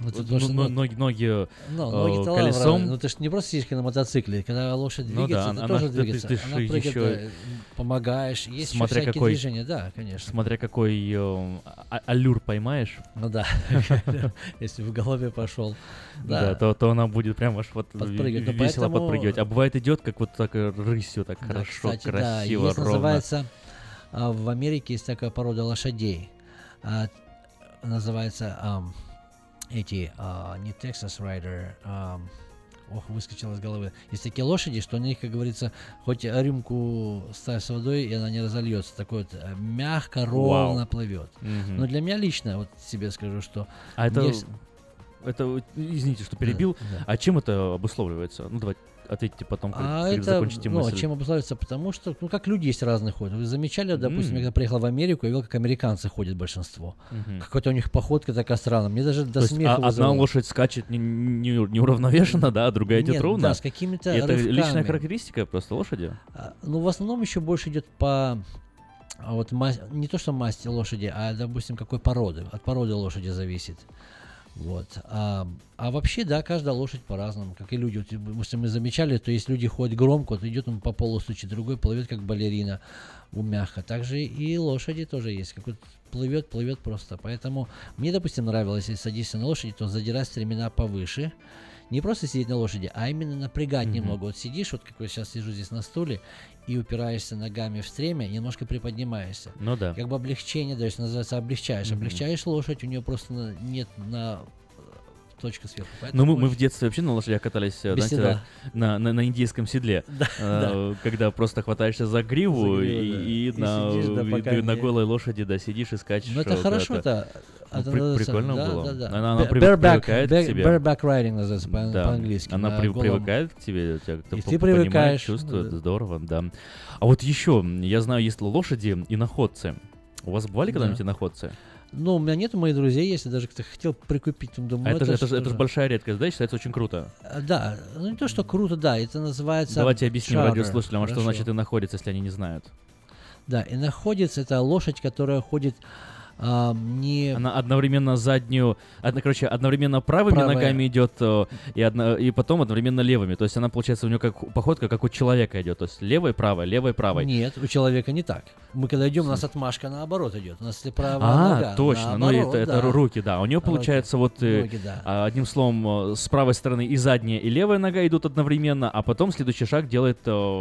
Ноги колесом. Ты же не просто сидишь на мотоцикле, когда лошадь двигается, ты тоже двигается. Она прыгает, помогаешь, есть еще всякие движения, да, конечно. Смотря какой аллюр поймаешь. Ну да, если в голове пошел. Да, то она будет прям аж весело подпрыгивать. А бывает идет как вот так рысью, так хорошо, красиво, ровно. Называется, в Америке есть такая порода лошадей, называется... не Texas Rider, выскочил из головы. Есть такие лошади, что у них, как говорится, хоть рюмку ставь с водой, и она не разольется. Такой вот мягко, ровно плывет. Но для меня лично, вот себе скажу, что... Это, извините, что перебил, а чем это обусловливается? Давайте ответьте потом, закончите мысль. Чем обусловливается? Потому что, как люди есть разные ходят. Вы замечали, допустим, я когда приехал в Америку, я видел, как американцы ходят большинство. Какой-то у них походка такая странная. Мне даже до смеха одна лошадь скачет неуравновешенно, да, а другая идет ровно? Да, с какими-то это рывками. Личная характеристика просто лошади? В основном еще больше идет по... не то, что масти лошади, а, допустим, какой породы. От породы лошади зависит. Вот. А вообще, да, каждая лошадь по-разному, как и люди. Вот, если мы замечали, то есть люди ходят громко, то идет он по полу стучит, другой плывет как балерина, мягко. Также и лошади тоже есть, как вот плывет просто. Поэтому мне, допустим, нравилось, если садишься на лошади, то задирать стремена повыше. Не просто сидеть на лошади, а именно напрягать немного. Вот сидишь, вот как я сейчас сижу здесь на стуле, и упираешься ногами в стремя, немножко приподнимаешься. Ну да. Как бы облегчение, то есть называется облегчаешь. Облегчаешь лошадь, у нее просто нет точка сверху. Ну мы в детстве вообще на лошадях катались, знаете, на индийском седле. Когда просто хватаешься за гриву и на голой лошади сидишь и скачешь. Ну это хорошо-то. Прикольно было. Она привыкает к тебе. Bareback riding называется по-английски. Она привыкает к тебе, и ты привыкаешь. Чувствует, здорово, да. А вот еще, я знаю, есть лошади иноходцы. У вас бывали когда-нибудь иноходцы? Ну, у меня нет, у моих друзей есть, я даже кто хотел прикупить, думаю, Это же большая редкость, да, считается очень круто. Да, ну не то, что круто, да, это называется... Давайте объясним charter. радиослушателям, что Хорошо. значит и находится, если они не знают. Да, и находится это лошадь, которая ходит не... Она одновременно одновременно правыми Правая. ногами идет и потом одновременно левыми. То есть она, получается, у нее как походка, как у человека идет. То есть левой, правой, левой, правой. Нет, у человека не так. Мы когда идем, у нас отмашка наоборот идет. У нас если правая нога, точно, наоборот, это да. руки, да. У нее получается ноги, да. одним словом, с правой стороны и задняя, и левая нога идут одновременно, а потом следующий шаг делает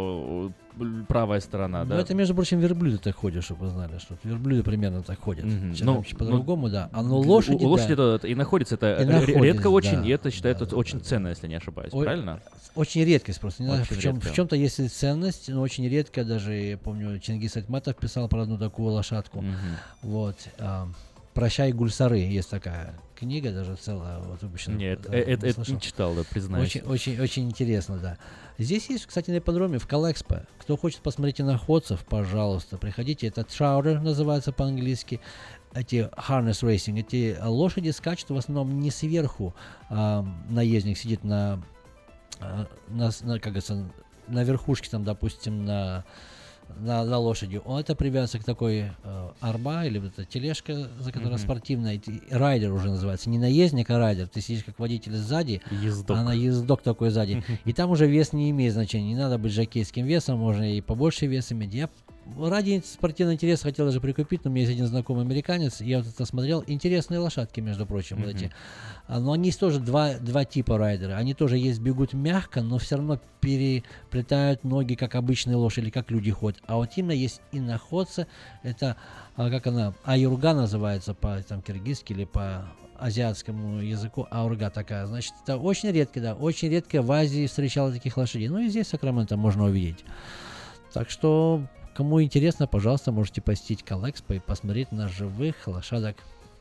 правая сторона, да. Ну это, между прочим, верблюды так ходят, чтобы вы знали, что верблюды примерно так ходят. Чуть по-другому, да. А ну лошади, у лошади это и находится, это И находится, редко очень, да. и это считается очень ценно, если не ошибаюсь, правильно? Очень редкость просто. Не знаю, Очень в редко. чем-то есть и ценность, но очень редко. Даже, я помню, Чингис Айтматов писал про одну такую лошадку. Вот. «Прощай, Гульсары» есть такая книга, даже целая. Вот, обычно, Нет, да, это не читал, да, признаюсь. Очень интересно, да. Здесь есть, кстати, на ипподроме в Калэкспо. Кто хочет посмотреть иноходцев, пожалуйста, приходите. Это Trotter называется по-английски. Эти harness racing, эти лошади скачут в основном не сверху. Наездник сидит на как говорится, на верхушке, там, допустим, на лошади. Он это привязывается к такой арба или вот эта тележка, за которой спортивная. Райдер уже называется. Не наездник, а райдер. Ты сидишь как водитель сзади, ездок. а на ездок такой сзади. И там уже вес не имеет значения. Не надо быть жокейским весом, можно и побольше вес иметь. Я ради спортивного интереса хотел даже прикупить, но у меня есть один знакомый американец, я вот это смотрел. Интересные лошадки, между прочим, вот эти. Но они есть тоже два типа райдера. Они тоже бегут мягко, но все равно переплетают ноги, как обычные лошади, или как люди ходят. А вот именно есть иноходцы, это, как она, аюрга называется по-киргизски или по азиатскому языку, аурга такая. Значит, это очень редко, да, очень редко в Азии встречал таких лошадей. Ну и здесь в Сакраменто можно увидеть. Так что, кому интересно, пожалуйста, можете посетить Калэкспо и посмотреть на живых лошадок.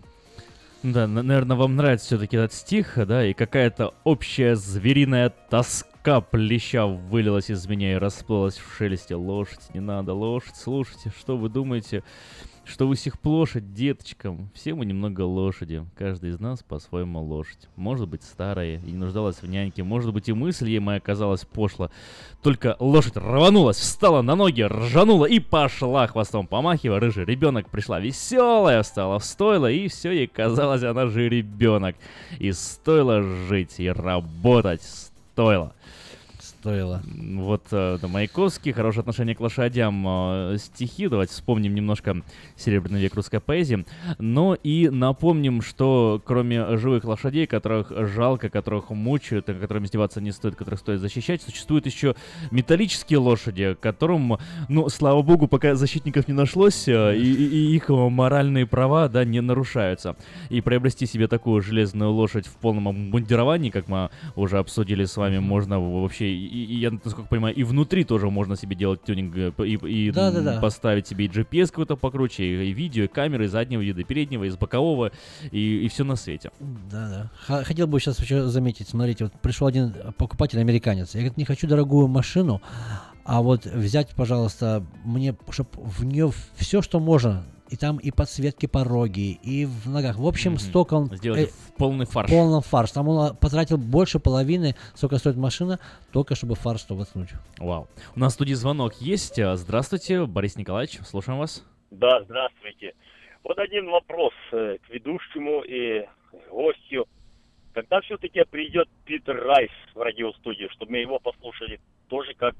Да, наверное, вам нравится все-таки этот стих, да, и какая-то общая звериная тоска плеща вылилась из меня и расплылась в шелесте. Лошадь, не надо, лошадь, слушайте, что вы думаете, что вы сих лошадь деточкам? Все мы немного лошади, каждый из нас по-своему лошадь. Может быть, старая и не нуждалась в няньке, может быть, и мысль ей моя казалась пошла. Только лошадь рванулась, встала на ноги, ржанула и пошла хвостом помахивая. Рыжий ребенок пришла веселая, встала в стойло, и все ей казалось, она же ребенок. И стоило жить, и работать стоило. Стоило. Вот Маяковский, хорошее отношение к лошадям, стихи. Давайте вспомним немножко Серебряный век русской поэзии. Но и напомним, что кроме живых лошадей, которых жалко, которых мучают, которым издеваться не стоит, которых стоит защищать, существуют еще металлические лошади, которым, ну, слава богу, пока защитников не нашлось, и их моральные права, да, не нарушаются. И приобрести себе такую железную лошадь в полном обмундировании, как мы уже обсудили с вами, можно вообще... И я, насколько понимаю, и внутри тоже можно себе делать тюнинг и поставить себе и GPS какой-то покруче, и видео, и камеры, и заднего вида, и переднего, и с бокового, и все на свете. Да. Хотел бы сейчас еще заметить, смотрите, вот пришел один покупатель, американец, я говорю, не хочу дорогую машину, а вот взять, пожалуйста, мне, чтобы в нее все, что можно, и там и подсветки пороги, и в ногах. В общем, столько он... Сделать полный фарш. Полный фарш. Там он потратил больше половины, сколько стоит машина, только чтобы фарш воткнуть. Вау. У нас в студии звонок есть. Здравствуйте, Борис Николаевич, слушаем вас. Да, здравствуйте. Вот один вопрос к ведущему и гостю. Когда все-таки придет Питер Райс в радиостудию, чтобы мы его послушали тоже как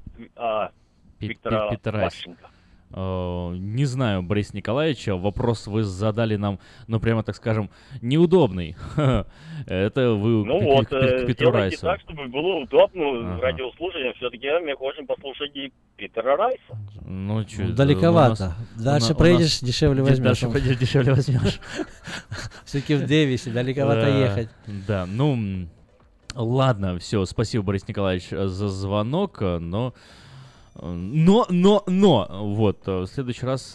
Виктора Ващенко? Не знаю, Борис Николаевич, вопрос вы задали нам, ну, прямо так скажем, неудобный. Это вы к Петру Райсу. Так, чтобы было удобно радиослушателям. Все-таки мы хотим послушать и Питера Райса. Ну, чё, далековато. Дальше проедешь, дешевле возьмешь. Дальше проедешь, дешевле возьмешь. Все-таки в Дэвисе далековато ехать. Да, ну, ладно, все, спасибо, Борис Николаевич, за звонок, но, вот, в следующий раз,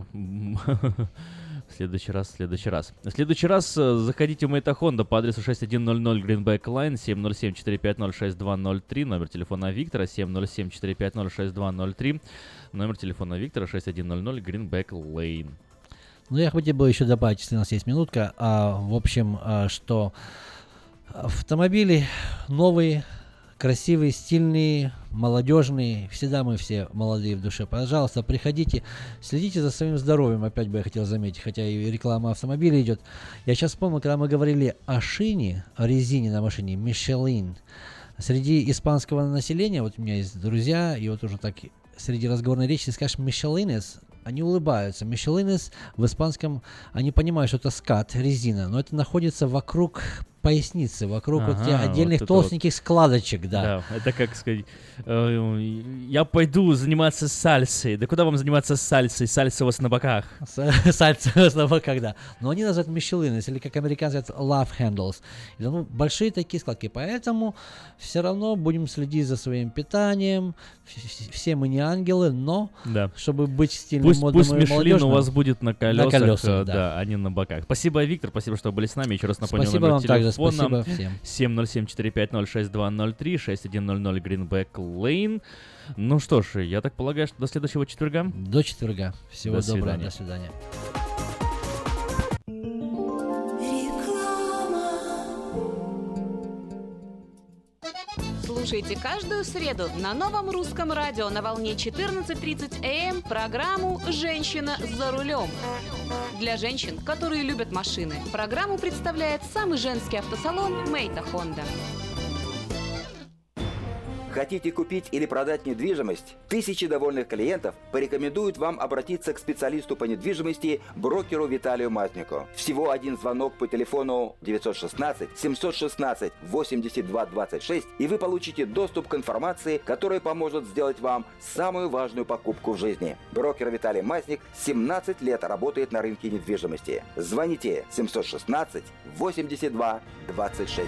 В следующий раз заходите в Мэйта Хонда по адресу 6100 Greenback Line, 707-450-6203, номер телефона Виктора, 707-450-6203, номер телефона Виктора, 6100 Greenback Lane. Ну, я хотел бы еще добавить, если у нас есть минутка, в общем, что автомобили новые, красивые, стильные, молодежные. Всегда мы все молодые в душе. Пожалуйста, приходите, следите за своим здоровьем. Опять бы я хотел заметить, хотя и реклама автомобиля идет. Я сейчас вспомнил, когда мы говорили о шине, о резине на машине, Michelin. Среди испанского населения, вот у меня есть друзья, и вот уже так среди разговорной речи, скажешь Michelines, они улыбаются. Michelines в испанском, они понимают, что это скат, резина, но это находится вокруг поясницы, вокруг вот этих отдельных вот толстеньких вот складочек, да. Да, это как сказать, я пойду заниматься сальсой. Да куда вам заниматься сальсой? Сальса у вас на боках. Сальса у вас на боках, да. Но они называют Michelines, или как американцы говорят, love handles. Ну, большие такие складки, поэтому все равно будем следить за своим питанием. Все мы не ангелы, но чтобы быть стильным, модным и молодежным. Пусть Michelin у вас будет на колесах, да, а не на боках. Спасибо, Виктор, спасибо, что были с нами. Еще раз напомню, спасибо номер вам телефона. Также, спасибо всем. 707-450-6203, 6100 Greenback Lane. Ну что ж, я так полагаю, что до следующего четверга. До четверга. Всего доброго, до свидания. Слушайте каждую среду на Новом русском радио на волне 14:30 АМ программу «Женщина за рулем». Для женщин, которые любят машины, программу представляет самый женский автосалон «Мейта Хонда». Хотите купить или продать недвижимость? Тысячи довольных клиентов порекомендуют вам обратиться к специалисту по недвижимости, брокеру Виталию Мазнику. Всего один звонок по телефону 916-716-8226, и вы получите доступ к информации, которая поможет сделать вам самую важную покупку в жизни. Брокер Виталий Мазник 17 лет работает на рынке недвижимости. Звоните 716-8226.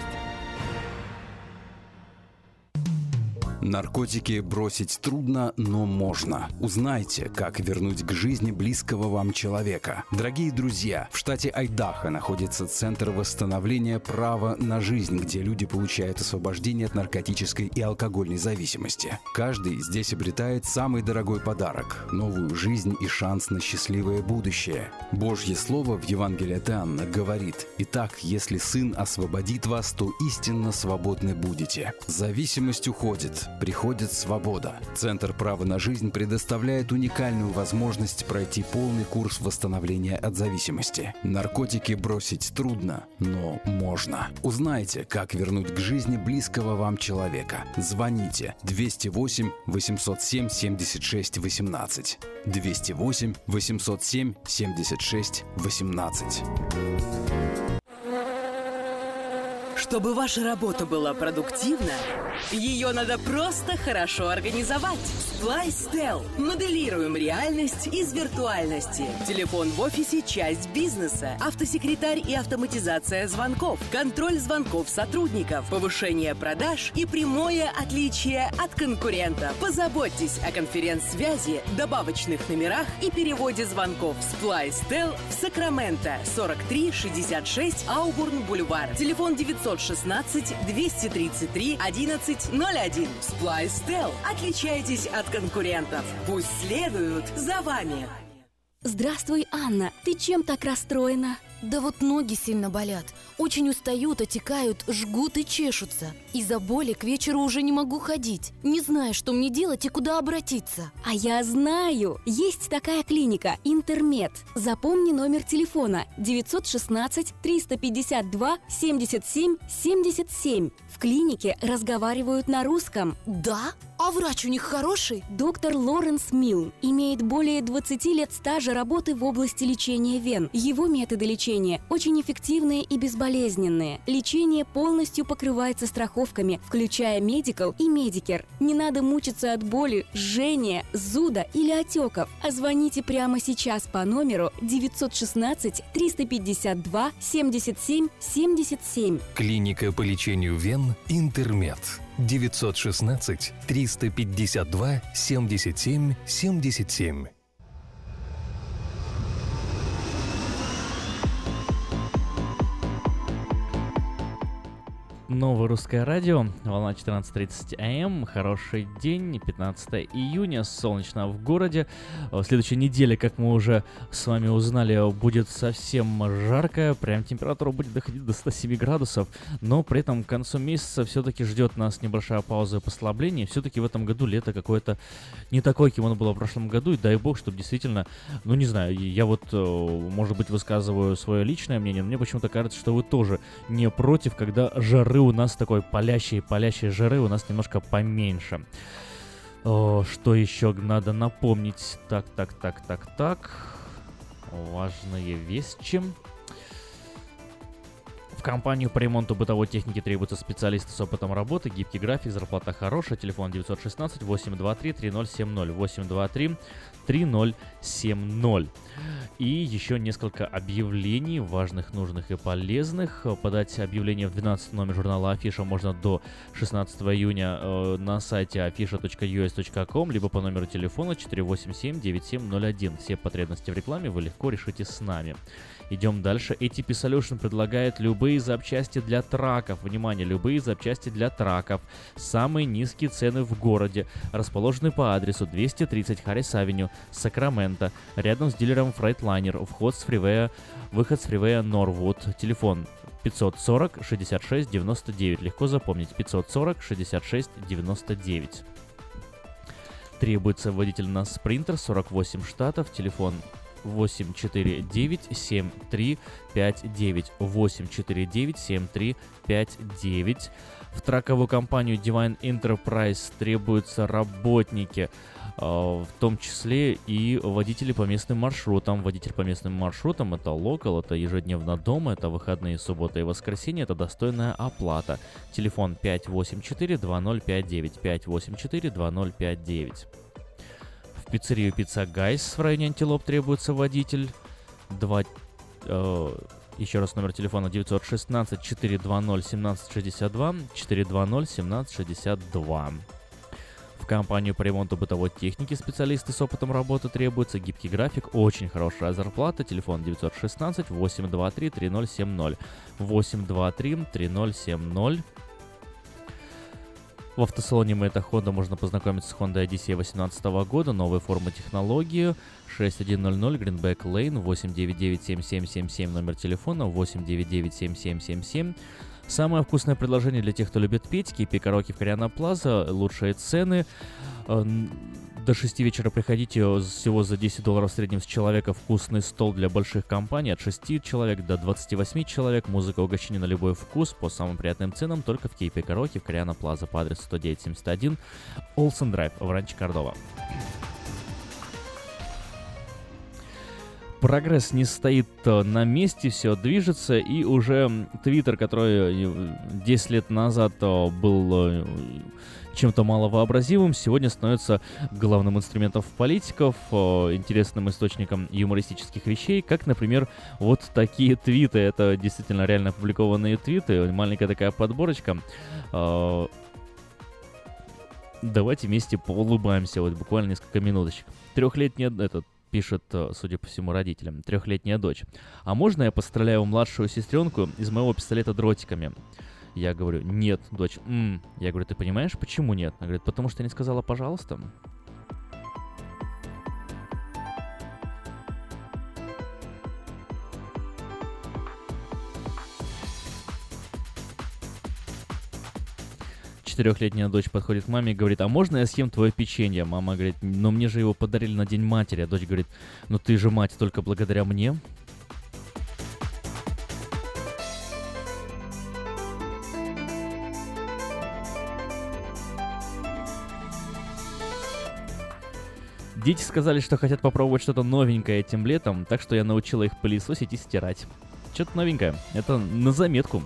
Наркотики бросить трудно, но можно. Узнайте, как вернуть к жизни близкого вам человека. Дорогие друзья, в штате Айдахо находится Центр восстановления права на жизнь, где люди получают освобождение от наркотической и алкогольной зависимости. Каждый здесь обретает самый дорогой подарок – новую жизнь и шанс на счастливое будущее. Божье Слово в Евангелии от Иоанна говорит: «Итак, если Сын освободит вас, то истинно свободны будете». Зависимость уходит. Приходит свобода. Центр права на жизнь предоставляет уникальную возможность пройти полный курс восстановления от зависимости. Наркотики бросить трудно, но можно. Узнайте, как вернуть к жизни близкого вам человека. Звоните 208 807 76 18. 208 807 76 18. Чтобы ваша работа была продуктивна, ее надо просто хорошо организовать. SplyceTel. Моделируем реальность из виртуальности. Телефон в офисе – часть бизнеса. Автосекретарь и автоматизация звонков. Контроль звонков сотрудников. Повышение продаж и прямое отличие от конкурентов. Позаботьтесь о конференц-связи, добавочных номерах и переводе звонков. SplyceTel в Сакраменто. 4366 Аубурн-Бульвар. Телефон 916-233-1101. SplyceTel. Отличайтесь от конкурентов. Пусть следуют за вами. Здравствуй, Анна. Ты чем так расстроена? Да вот ноги сильно болят. Очень устают, отекают, жгут и чешутся. Из-за боли к вечеру уже не могу ходить. Не знаю, что мне делать и куда обратиться. А я знаю! Есть такая клиника «Интермед». Запомни номер телефона 916-352-77-77. В клинике разговаривают на русском. Да? А врач у них хороший? Доктор Лоренс Милн имеет более 20 лет стажа работы в области лечения вен. Его методы лечения очень эффективные и безболезненные. Лечение полностью покрывается страховками, включая Medical и Medicare. Не надо мучиться от боли, жжения, зуда или отеков. А звоните прямо сейчас по номеру 916-352-77-77. Клиника по лечению вен «Интермед». 916-352-77-77. Новое русское радио, волна 14:30 АМ, хороший день, 15 июня, солнечно в городе. В следующей неделе, как мы уже с вами узнали, будет совсем жарко, прям температура будет доходить до 107 градусов, но при этом к концу месяца все-таки ждет нас небольшая пауза и послабление. Все-таки в этом году лето какое-то не такое, каким оно было в прошлом году, и дай бог, чтобы действительно, ну не знаю, я вот, может быть, высказываю свое личное мнение, но мне почему-то кажется, что вы тоже не против, когда жары у нас такой палящей жары у нас немножко поменьше. Что еще надо напомнить? Так. Важные вещи. В компанию по ремонту бытовой техники требуются специалисты с опытом работы, гибкий график, зарплата хорошая, телефон 916-823-3070, 823-3070. И еще несколько объявлений, важных, нужных и полезных. Подать объявление в 12 номер журнала «Афиша» можно до 16 июня на сайте afisha.us.com, либо по номеру телефона 487-9701. Все потребности в рекламе вы легко решите с нами. Идем дальше. ATP Solution предлагает любые запчасти для траков. Внимание, любые запчасти для траков. Самые низкие цены в городе. Расположены по адресу 230 Харрис-Авеню, Сакраменто, рядом с дилером Freightliner. Выход с фривея Норвуд. Телефон 540-66-99. Легко запомнить. 540-66-99. Требуется водитель на спринтер, 48 штатов. Телефон 849-7359, 849-7359. В траковую компанию Divine Enterprise требуются работники, в том числе и водители по местным маршрутам. Водитель по местным маршрутам — это локал, это ежедневно дома, это выходные, суббота и воскресенье, это достойная оплата. Телефон 584-2059, 584-2059. В пиццерию Pizza Guys в районе Антилоп требуется водитель. Еще раз номер телефона 916-420-1762, 420-1762. В компанию по ремонту бытовой техники специалисты с опытом работы требуются, гибкий график, очень хорошая зарплата. Телефон 916-823-3070, 823-3070. В автосалоне Мэйта Honda можно познакомиться с Honda Odyssey 2018 года, новые формы технологии, 6100 Greenback Lane, 899-7777, номер телефона 899-7777. Самое вкусное предложение для тех, кто любит петь, KP Караоке в Кориана Плаза, лучшие цены. До 6 вечера приходите, всего за $10 в среднем с человека, вкусный стол для больших компаний, от 6 человек до 28 человек, музыка, угощение на любой вкус по самым приятным ценам только в KP Караоке в Кориана Плаза по адресу 10971 Олсен Драйв в Ранчо Кордова. Прогресс не стоит на месте, все движется, и уже Твиттер, который 10 лет назад был чем-то маловообразимым, сегодня становится главным инструментом политиков, интересным источником юмористических вещей, как, например, вот такие твиты. Это действительно реально опубликованные твиты, маленькая такая подборочка. Давайте вместе поулыбаемся, вот буквально несколько минуточек. Пишет, судя по всему, родителям. 3-летняя дочь. А можно я постреляю в младшую сестренку из моего пистолета дротиками? Я говорю, нет, дочь. Я говорю, ты понимаешь, почему нет? Она говорит, потому что я не сказала пожалуйста. Четырехлетняя дочь подходит к маме и говорит, а можно я съем твое печенье? Мама говорит, но мне же его подарили на День матери. А дочь говорит, ну ты же мать только благодаря мне. Дети сказали, что хотят попробовать что-то новенькое этим летом, так что я научила их пылесосить и стирать. Что-то новенькое. Это на заметку.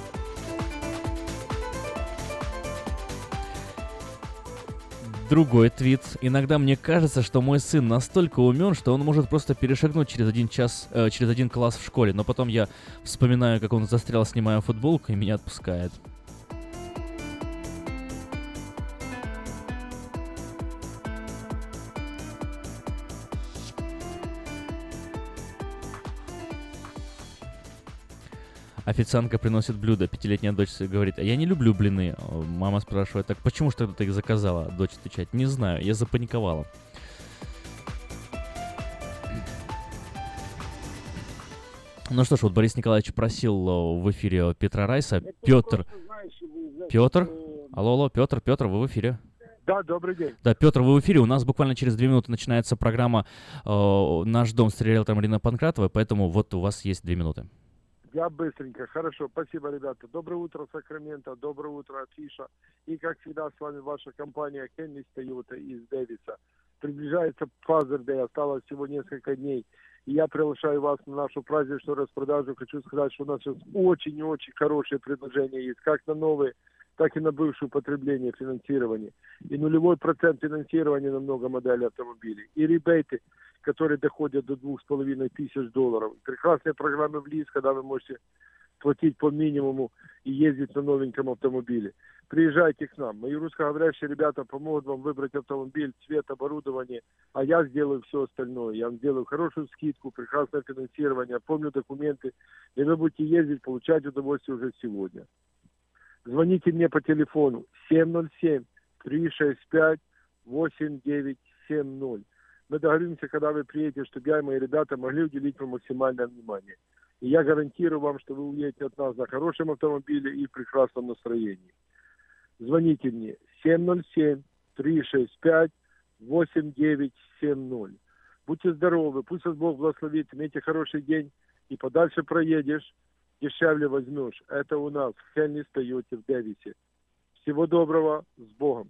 Другой твит. Иногда мне кажется, что мой сын настолько умен, что он может просто перешагнуть через один класс в школе, но потом я вспоминаю, как он застрял, снимая футболку, и меня отпускает. Официантка приносит блюдо. 5-летняя дочь говорит: а я не люблю блины. Мама спрашивает: так почему же тогда ты их заказала? Дочь отвечает: не знаю, я запаниковала. Ну что ж, вот Борис Николаевич просил в эфире Петра Райса. Петр. Алло, Петр, вы в эфире. Да, добрый день. Да, Петр, вы в эфире. У нас буквально через 2 минуты начинается программа «Наш дом» с риэлтором Ириной Панкратовой, поэтому вот у вас есть 2 минуты. Я быстренько. Хорошо, спасибо, ребята. Доброе утро, Сакраменто. Доброе утро, Афиша. И, как всегда, с вами ваша компания Хенли Тойота из Дэвиса. Приближается Father's Day, осталось всего несколько дней. И я приглашаю вас на нашу праздничную распродажу. Хочу сказать, что у нас сейчас очень и очень хорошие предложения есть, как на новые, так и на бывшее употребление финансирования. И 0% финансирования на много моделей автомобилей. И ребейты, которые доходят до $2500. Прекрасные программы в лиз, когда вы можете платить по минимуму и ездить на новеньком автомобиле. Приезжайте к нам. Мои русскоговорящие ребята помогут вам выбрать автомобиль, цвет, оборудование, а я сделаю все остальное. Я вам сделаю хорошую скидку, прекрасное финансирование, помню документы, и вы будете ездить, получать удовольствие уже сегодня. Звоните мне по телефону 707-365-8970. Мы договоримся, когда вы приедете, чтобы я и мои ребята могли уделить вам максимальное внимание. И я гарантирую вам, что вы уедете от нас на хорошем автомобиле и в прекрасном настроении. Звоните мне 707-365-8970. Будьте здоровы, пусть вас Бог благословит, имейте хороший день и подальше проедешь, дешевле возьмешь. Это у нас в Хенли Тойоте в Дэвисе. Всего доброго, с Богом.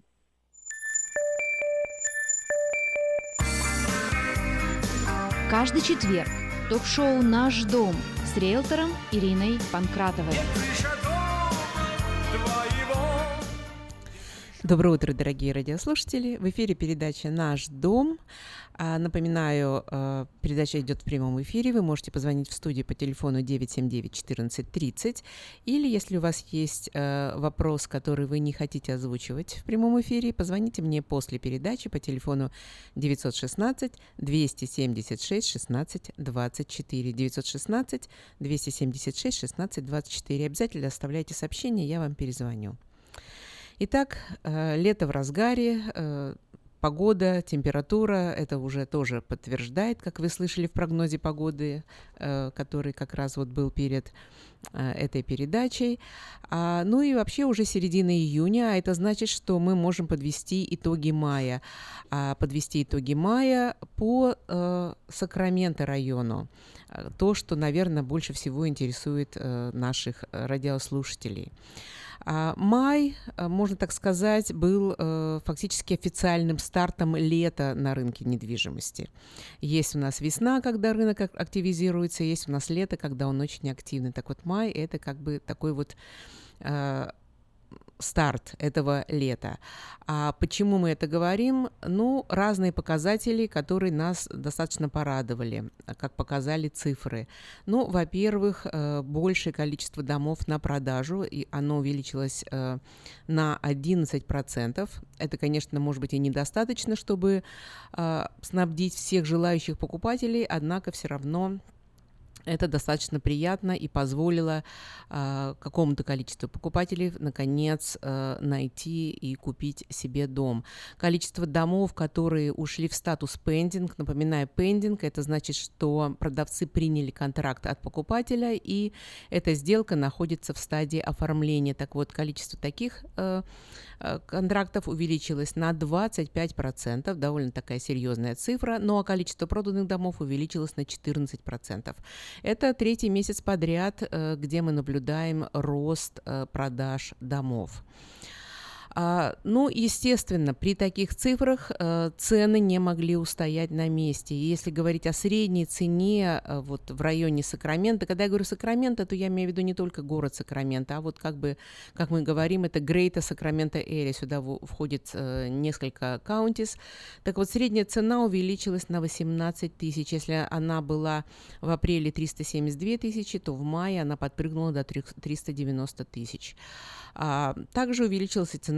Каждый четверг ток-шоу «Наш дом» с риэлтором Ириной Панкратовой. Доброе утро, дорогие радиослушатели. В эфире передача «Наш дом». Напоминаю, передача идет в прямом эфире. Вы можете позвонить в студию по телефону 979-1430. Или, если у вас есть вопрос, который вы не хотите озвучивать в прямом эфире, позвоните мне после передачи по телефону 916-276-16-24. 916-276-16-24. Обязательно оставляйте сообщение, я вам перезвоню. Итак, лето в разгаре, погода, температура, это уже тоже подтверждает, как вы слышали в прогнозе погоды, который как раз вот был перед этой передачей. Ну и вообще уже середина июня, а это значит, что мы можем подвести итоги мая. Подвести итоги мая по Сакраменто району. То, что, наверное, больше всего интересует наших радиослушателей. Май, можно так сказать, был фактически официальным стартом лета на рынке недвижимости. Есть у нас весна, когда рынок активизируется, есть у нас лето, когда он очень активный. Так вот, май – это как бы такой вот старт этого лета. А почему мы это говорим? Ну, разные показатели, которые нас достаточно порадовали, как показали цифры. Ну, во-первых, большее количество домов на продажу, и оно увеличилось на 11%. Это, конечно, может быть и недостаточно, чтобы снабдить всех желающих покупателей, однако все равно это достаточно приятно и позволило какому-то количеству покупателей, наконец, найти и купить себе дом. Количество домов, которые ушли в статус пендинг, напоминаю, пендинг, это значит, что продавцы приняли контракт от покупателя, и эта сделка находится в стадии оформления. Так вот, количество таких контрактов увеличилось на 25%, довольно такая серьезная цифра, ну а количество проданных домов увеличилось на 14%. Это 3-й месяц подряд, где мы наблюдаем рост продаж домов. Ну, естественно, при таких цифрах цены не могли устоять на месте. И если говорить о средней цене вот в районе Сакраменто, когда я говорю Сакраменто, то я имею в виду не только город Сакраменто, а вот как бы, как мы говорим, это Greater Sacramento Area, сюда входит несколько counties. Так вот, средняя цена увеличилась на 18 тысяч. Если она была в апреле 372 тысячи, то в мае она подпрыгнула до 390 тысяч. Также увеличилась и цена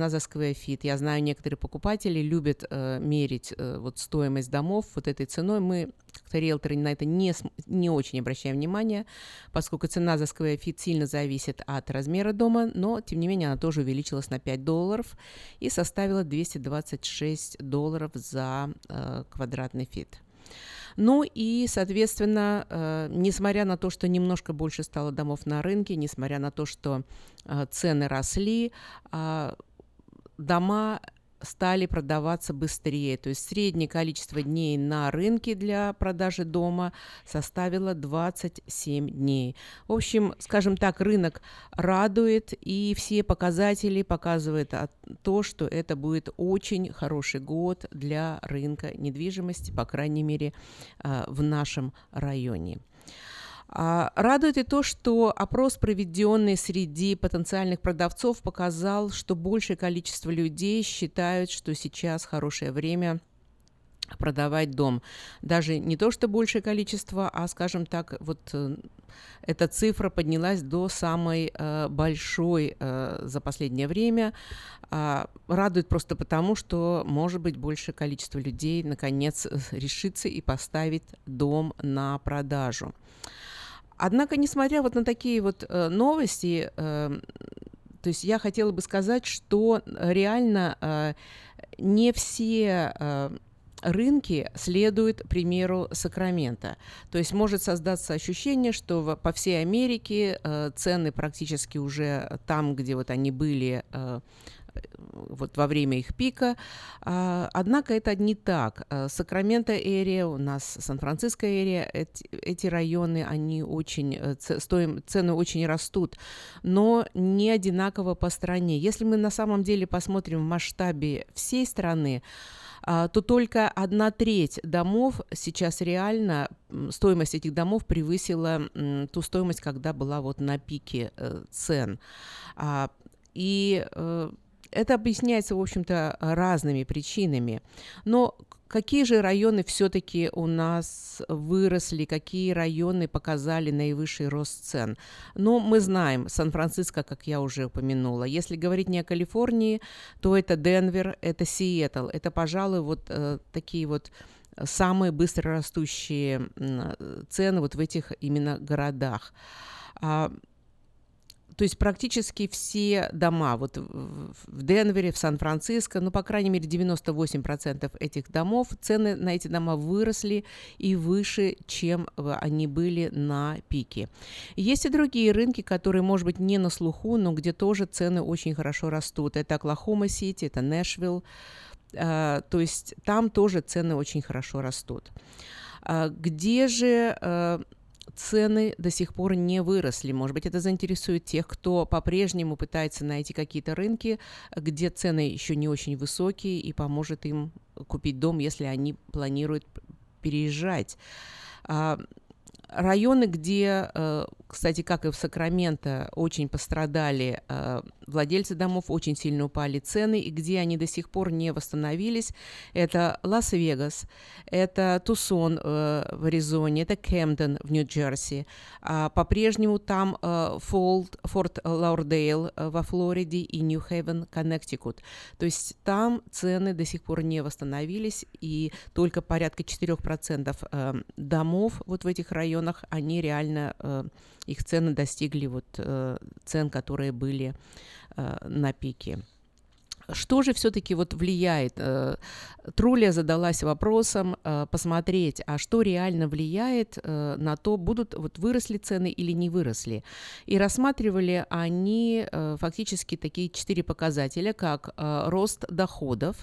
цена за square feet. Я знаю, некоторые покупатели любят мерить вот стоимость домов вот этой ценой. Мы, как-то риэлторы, на это не очень обращаем внимание, поскольку цена за square feet сильно зависит от размера дома, но, тем не менее, она тоже увеличилась на $5 и составила $226 за квадратный фит. Ну и, соответственно, несмотря на то, что немножко больше стало домов на рынке, несмотря на то, что цены росли, дома стали продаваться быстрее. То есть среднее количество дней на рынке для продажи дома составило 27 дней. В общем, скажем так, рынок радует, и все показатели показывают то, что это будет очень хороший год для рынка недвижимости, по крайней мере, в нашем районе. Радует и то, что опрос, проведенный среди потенциальных продавцов, показал, что большее количество людей считают, что сейчас хорошее время продавать дом. Даже не то, что большее количество, а, скажем так, вот эта цифра поднялась до самой большой за последнее время. Радует просто потому, что, может быть, большее количество людей наконец решится и поставит дом на продажу. Однако, несмотря вот на такие вот новости, то есть я хотела бы сказать, что реально не все рынки следуют примеру Сакрамента. То есть может создаться ощущение, что по всей Америке цены практически уже там, где вот они были вот во время их пика. Однако это не так. Сакраменто-эрия, у нас Сан-Франциско-эрия, эти районы, они очень, цены очень растут, но не одинаково по стране. Если мы на самом деле посмотрим в масштабе всей страны, то только 1/3 домов сейчас реально, стоимость этих домов превысила ту стоимость, когда была вот на пике цен. И это объясняется, в общем-то, разными причинами. Но какие же районы все-таки у нас выросли, какие районы показали наивысший рост цен? Ну, мы знаем, Сан-Франциско, как я уже упомянула. Если говорить не о Калифорнии, то это Денвер, это Сиэтл. Это, пожалуй, вот такие вот самые быстрорастущие цены вот в этих именно городах. То есть практически все дома вот в Денвере, в Сан-Франциско, ну, по крайней мере, 98% этих домов, цены на эти дома выросли и выше, чем они были на пике. Есть и другие рынки, которые, может быть, не на слуху, но где тоже цены очень хорошо растут. Это Оклахома-Сити, это Нэшвилл. То есть там тоже цены очень хорошо растут. Где же цены до сих пор не выросли? Может быть, это заинтересует тех, кто по-прежнему пытается найти какие-то рынки, где цены еще не очень высокие, и поможет им купить дом, если они планируют переезжать. Районы, где, кстати, как и в Сакраменто, очень пострадали владельцы домов, очень сильно упали цены, и где они до сих пор не восстановились, это Лас-Вегас, это Тусон в Аризоне, это Кэмден в Нью-Джерси. По-прежнему там Форт Лаудердейл во Флориде и Нью-Хейвен, Коннектикут. То есть там цены до сих пор не восстановились, и только порядка 4% домов вот в этих районах, они реально, их цены достигли вот цен, которые были на пике. Что же все-таки вот влияет? Трулия задалась вопросом посмотреть, а что реально влияет на то, будут вот выросли цены или не выросли. И рассматривали они фактически такие 4 показателя, как рост доходов,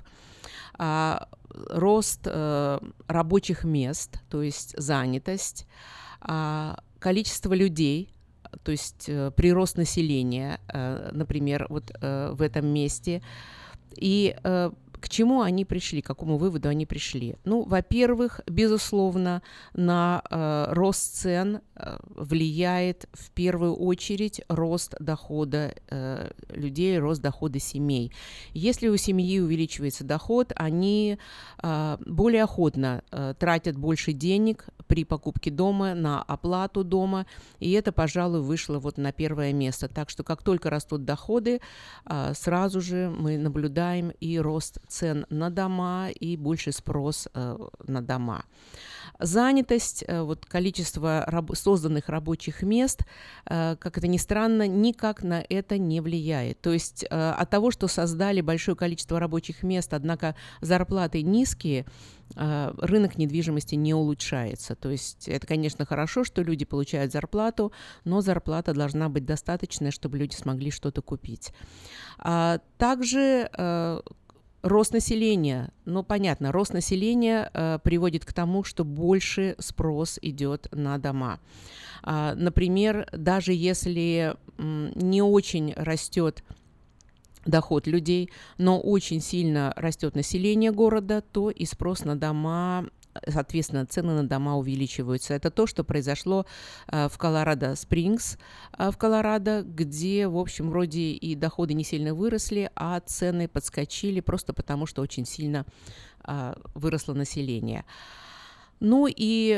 рост рабочих мест, то есть занятость, количество людей, то есть прирост населения, например, вот в этом месте. И К чему они пришли, к какому выводу они пришли? Ну, во-первых, безусловно, на рост цен влияет в первую очередь рост дохода людей, рост дохода семей. Если у семьи увеличивается доход, они более охотно тратят больше денег при покупке дома на оплату дома, и это, пожалуй, вышло вот на первое место. Так что как только растут доходы, сразу же мы наблюдаем и рост цен на дома, и больший спрос на дома. Занятость, вот количество созданных рабочих мест, как это ни странно, никак на это не влияет. То есть от того, что создали большое количество рабочих мест, однако зарплаты низкие, рынок недвижимости не улучшается. То есть это, конечно, хорошо, что люди получают зарплату, но зарплата должна быть достаточная, чтобы люди смогли что-то купить. Также рост населения. Ну, понятно, рост населения приводит к тому, что больше спрос идет на дома. Например, даже если не очень растет доход людей, но очень сильно растет население города, то и спрос на дома, соответственно, цены на дома увеличиваются. Это то, что произошло в Колорадо-Спрингс, в Колорадо, где, в общем, вроде и доходы не сильно выросли, а цены подскочили просто потому, что очень сильно выросло население. Ну и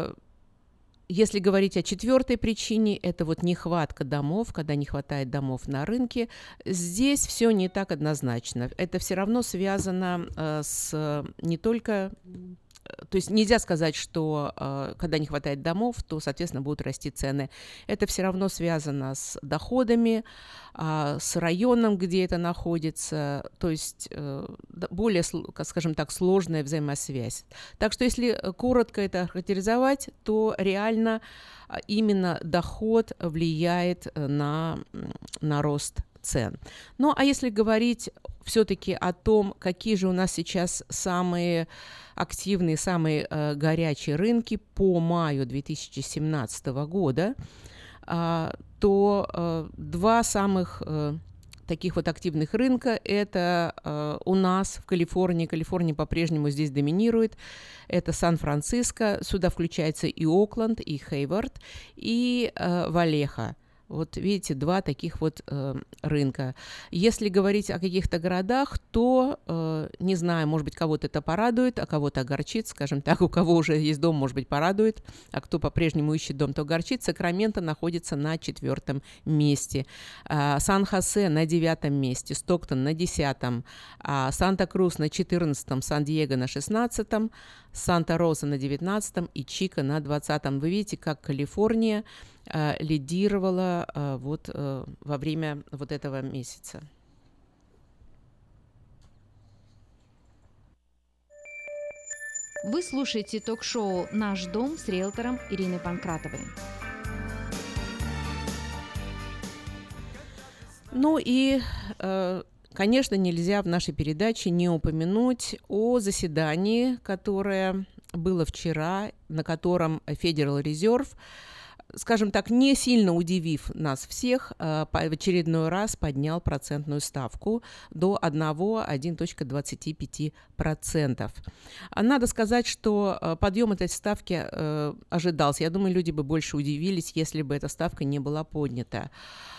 если говорить о четвертой причине, это вот нехватка домов, когда не хватает домов на рынке, здесь все не так однозначно. Это все равно связано с не только... То есть нельзя сказать, что когда не хватает домов, то, соответственно, будут расти цены. Это все равно связано с доходами, с районом, где это находится, то есть более, скажем так, сложная взаимосвязь. Так что если коротко это характеризовать, то реально именно доход влияет на рост цен. Ну, а если говорить все-таки о том, какие же у нас сейчас самые активные, самые горячие рынки по маю 2017 года, то два самых таких вот активных рынка это у нас в Калифорнии. Калифорния по-прежнему здесь доминирует. Это Сан-Франциско, сюда включается и Окленд, и Хейвард, и Валеха. Вот видите, два таких вот рынка. Если говорить о каких-то городах, то, не знаю, может быть, кого-то это порадует, а кого-то огорчит, скажем так, у кого уже есть дом, может быть, порадует, а кто по-прежнему ищет дом, то огорчит. Сакраменто находится на 4-м месте, Сан-Хосе на 9-м месте, Стоктон на 10-м, Санта-Крус на 14-м, Сан-Диего на 16-м, Санта-Роза на 19-м и Чика на 20-м. Вы видите, как Калифорния лидировала во время вот этого месяца. Вы слушаете ток-шоу «Наш дом» с риэлтором Ириной Панкратовой. Ну и, конечно, нельзя в нашей передаче не упомянуть о заседании, которое было вчера, на котором Federal Reserve, скажем так, не сильно удивив нас всех, в очередной раз поднял процентную ставку до 1,25%. Надо сказать, что подъем этой ставки ожидался. Я думаю, люди бы больше удивились, если бы эта ставка не была поднята.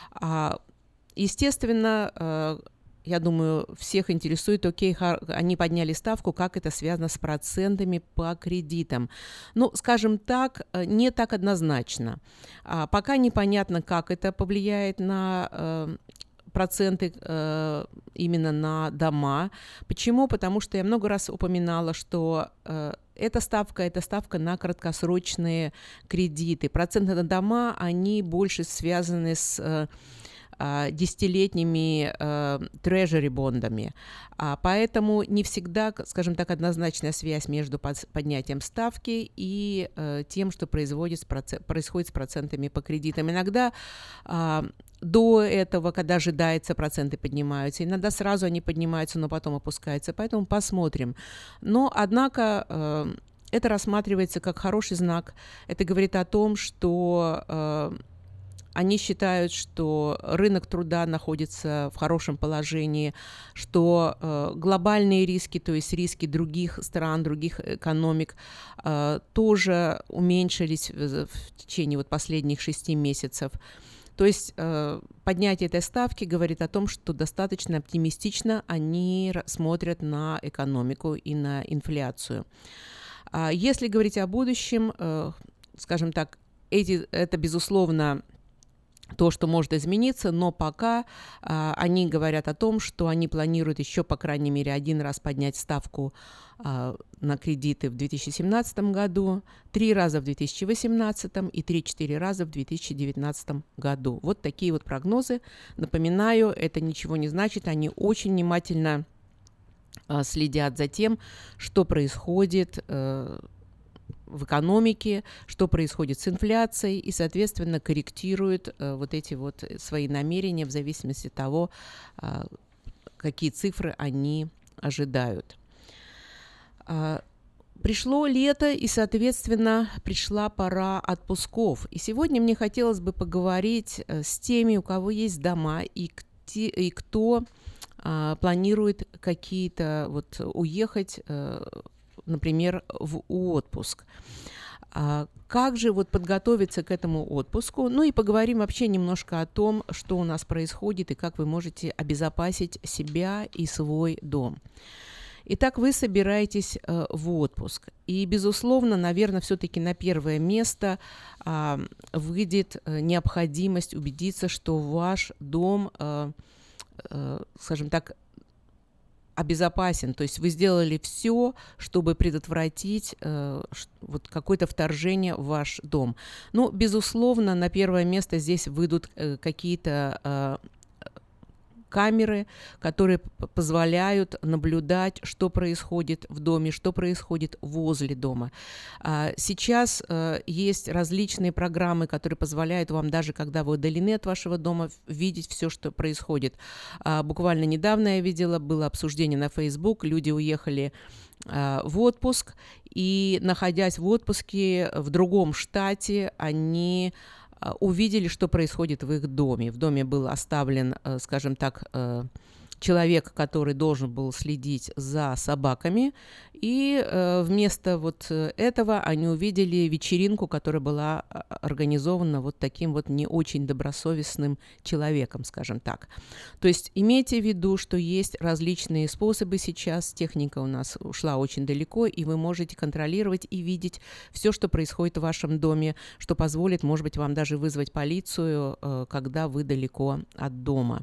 Естественно, я думаю, всех интересует, они подняли ставку, как это связано с процентами по кредитам. Ну, скажем так, не так однозначно. Пока непонятно, как это повлияет на проценты именно на дома. Почему? Потому что я много раз упоминала, что эта ставка на краткосрочные кредиты. Проценты на дома, они больше связаны с десятилетними трежери-бондами. Поэтому не всегда, скажем так, однозначная связь между поднятием ставки и тем, что происходит с процентами по кредитам. Иногда до этого, когда ожидается, проценты поднимаются. Иногда сразу они поднимаются, но потом опускаются. Поэтому посмотрим. Но, однако, это рассматривается как хороший знак. Это говорит о том, что Они считают, что рынок труда находится в хорошем положении, что глобальные риски, то есть риски других стран, других экономик, тоже уменьшились в течение последних 6 месяцев. То есть поднятие этой ставки говорит о том, что достаточно оптимистично они смотрят на экономику и на инфляцию. Если говорить о будущем, скажем так, это, безусловно, то, что может измениться, но пока они говорят о том, что они планируют еще, по крайней мере, 1 раз поднять ставку на кредиты в 2017 году, 3 раза в 2018 и 3-4 раза в 2019 году. Вот такие вот прогнозы. Напоминаю, это ничего не значит, они очень внимательно следят за тем, что происходит в экономике, что происходит с инфляцией, и, соответственно, корректируют вот эти вот свои намерения в зависимости от того, какие цифры они ожидают. Пришло лето, и, соответственно, пришла пора отпусков. И сегодня мне хотелось бы поговорить с теми, у кого есть дома, и кто планирует какие-то уехать, например, в отпуск. Как же подготовиться к этому отпуску? Ну и поговорим вообще немножко о том, что у нас происходит и как вы можете обезопасить себя и свой дом. Итак, вы собираетесь в отпуск. И, безусловно, наверное, все-таки на первое место выйдет необходимость убедиться, что ваш дом, скажем так, обезопасен, то есть вы сделали все, чтобы предотвратить какое-то вторжение в ваш дом. Ну, безусловно, на первое место здесь выйдут какие-то камеры, которые позволяют наблюдать, что происходит в доме, что происходит возле дома. Сейчас есть различные программы, которые позволяют вам, даже когда вы удалены от вашего дома, видеть все, что происходит. Буквально недавно я видела, было обсуждение на Facebook, люди уехали в отпуск, и, находясь в отпуске в другом штате, они увидели, что происходит в их доме. В доме был оставлен, скажем так, человек, который должен был следить за собаками, и вместо этого они увидели вечеринку, которая была организована таким не очень добросовестным человеком, скажем так. То есть имейте в виду, что есть различные способы сейчас, техника у нас ушла очень далеко, и вы можете контролировать и видеть все, что происходит в вашем доме, что позволит, может быть, вам даже вызвать полицию, когда вы далеко от дома.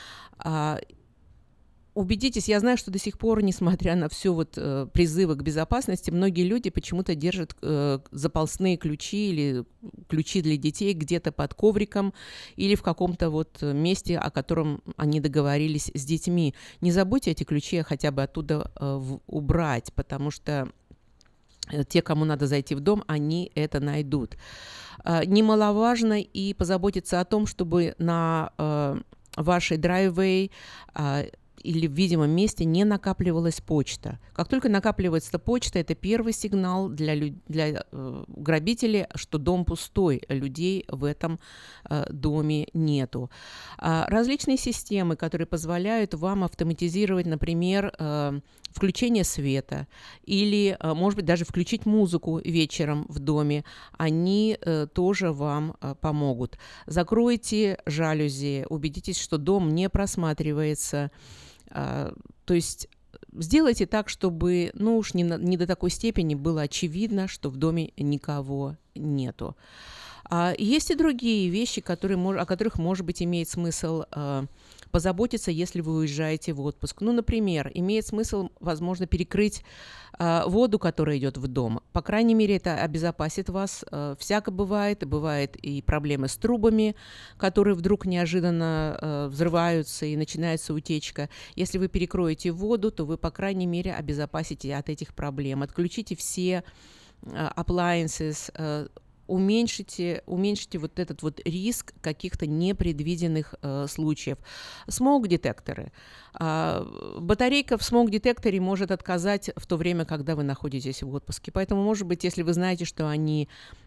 Убедитесь, я знаю, что до сих пор, несмотря на все призывы к безопасности, многие люди почему-то держат запасные ключи или ключи для детей где-то под ковриком или в каком-то месте, о котором они договорились с детьми. Не забудьте эти ключи хотя бы оттуда убрать, потому что те, кому надо зайти в дом, они это найдут. Немаловажно и позаботиться о том, чтобы на вашей драйввей или в видимом месте не накапливалась почта. Как только накапливается почта, это первый сигнал для грабителей, что дом пустой, людей в этом доме нету. Различные системы, которые позволяют вам автоматизировать, например, включение света или, может быть, даже включить музыку вечером в доме, они тоже вам помогут. Закройте жалюзи, убедитесь, что дом не просматривается. То есть сделайте так, чтобы, уж не до такой степени было очевидно, что в доме никого нету. Есть и другие вещи, о которых, может быть, имеет смысл позаботиться, если вы уезжаете в отпуск. Например, имеет смысл, возможно, перекрыть воду, которая идет в дом. По крайней мере, это обезопасит вас. Всяко бывает. Бывают и проблемы с трубами, которые вдруг неожиданно взрываются и начинается утечка. Если вы перекроете воду, то вы, по крайней мере, обезопасите от этих проблем. Отключите все appliances, уменьшите этот риск каких-то непредвиденных случаев. Смог-детекторы. Батарейка в смог-детекторе может отказать в то время, когда вы находитесь в отпуске. Поэтому, может быть, если вы знаете, что они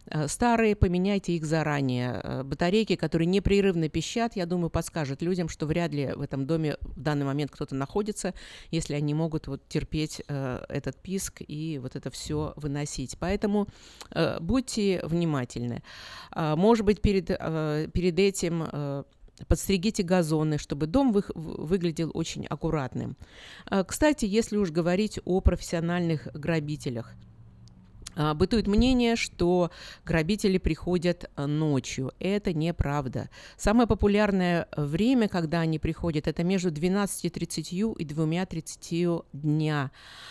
Старые, поменяйте их заранее. Батарейки, которые непрерывно пищат, я думаю, подскажут людям, что вряд ли в этом доме в данный момент кто-то находится, если они могут вот терпеть этот писк и вот это все выносить. Поэтому будьте внимательны. Может быть, перед этим подстригите газоны, чтобы дом выглядел очень аккуратным. Кстати, если уж говорить о профессиональных грабителях, бытует мнение, что грабители приходят ночью. Это неправда. Самое популярное время, когда они приходят, это между 12:30 и 2:30 дня.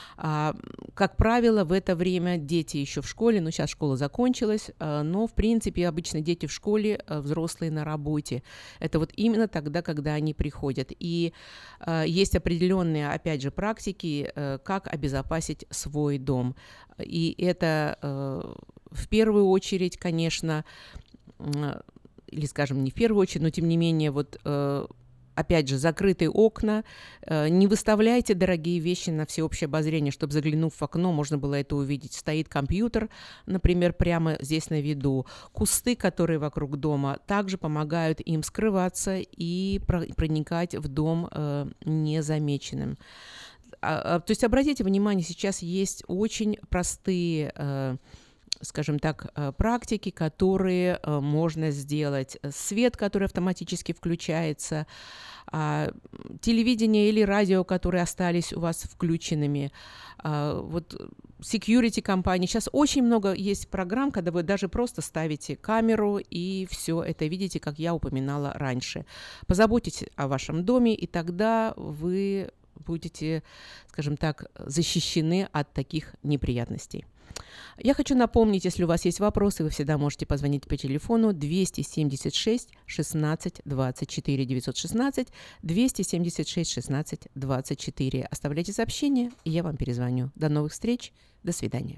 Как правило, в это время дети еще в школе, ну сейчас школа закончилась, но в принципе обычно дети в школе, взрослые на работе. Это вот именно тогда, когда они приходят. И есть определенные, опять же, практики, как обезопасить свой дом. И это в первую очередь, конечно, или, скажем, не в первую очередь, но тем не менее, вот опять же, закрытые окна, не выставляйте дорогие вещи на всеобщее обозрение, чтобы, заглянув в окно, можно было это увидеть. Стоит компьютер, например, прямо здесь на виду. Кусты, которые вокруг дома, также помогают им скрываться и проникать в дом незамеченным. То есть обратите внимание, сейчас есть очень простые, скажем так, практики, которые можно сделать. Свет, который автоматически включается, телевидение или радио, которые остались у вас включенными, вот security компании. Сейчас очень много есть программ, когда вы даже просто ставите камеру и все это видите, как я упоминала раньше. Позаботьтесь о вашем доме, и тогда вы будете, скажем так, защищены от таких неприятностей. Я хочу напомнить, если у вас есть вопросы, вы всегда можете позвонить по телефону 276 16 24 916 276 16 24. Оставляйте сообщения, и я вам перезвоню. До новых встреч. До свидания.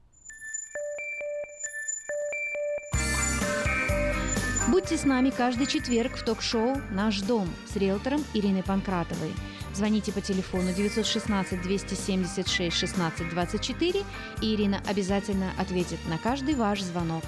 Будьте с нами каждый четверг в ток-шоу «Наш дом» с риэлтором Ириной Панкратовой. Звоните по телефону 916 276 16 24, и Ирина обязательно ответит на каждый ваш звонок.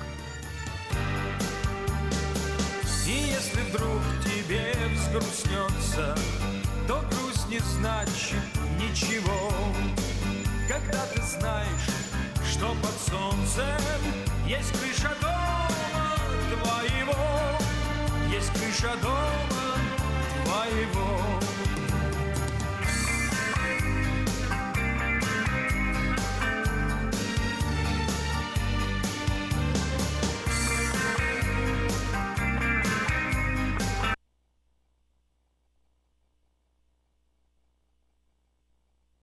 И если вдруг тебе взгрустнется, то грусть не значит ничего. Когда ты знаешь, что под солнцем есть крыша дома твоего, есть крыша дома твоего.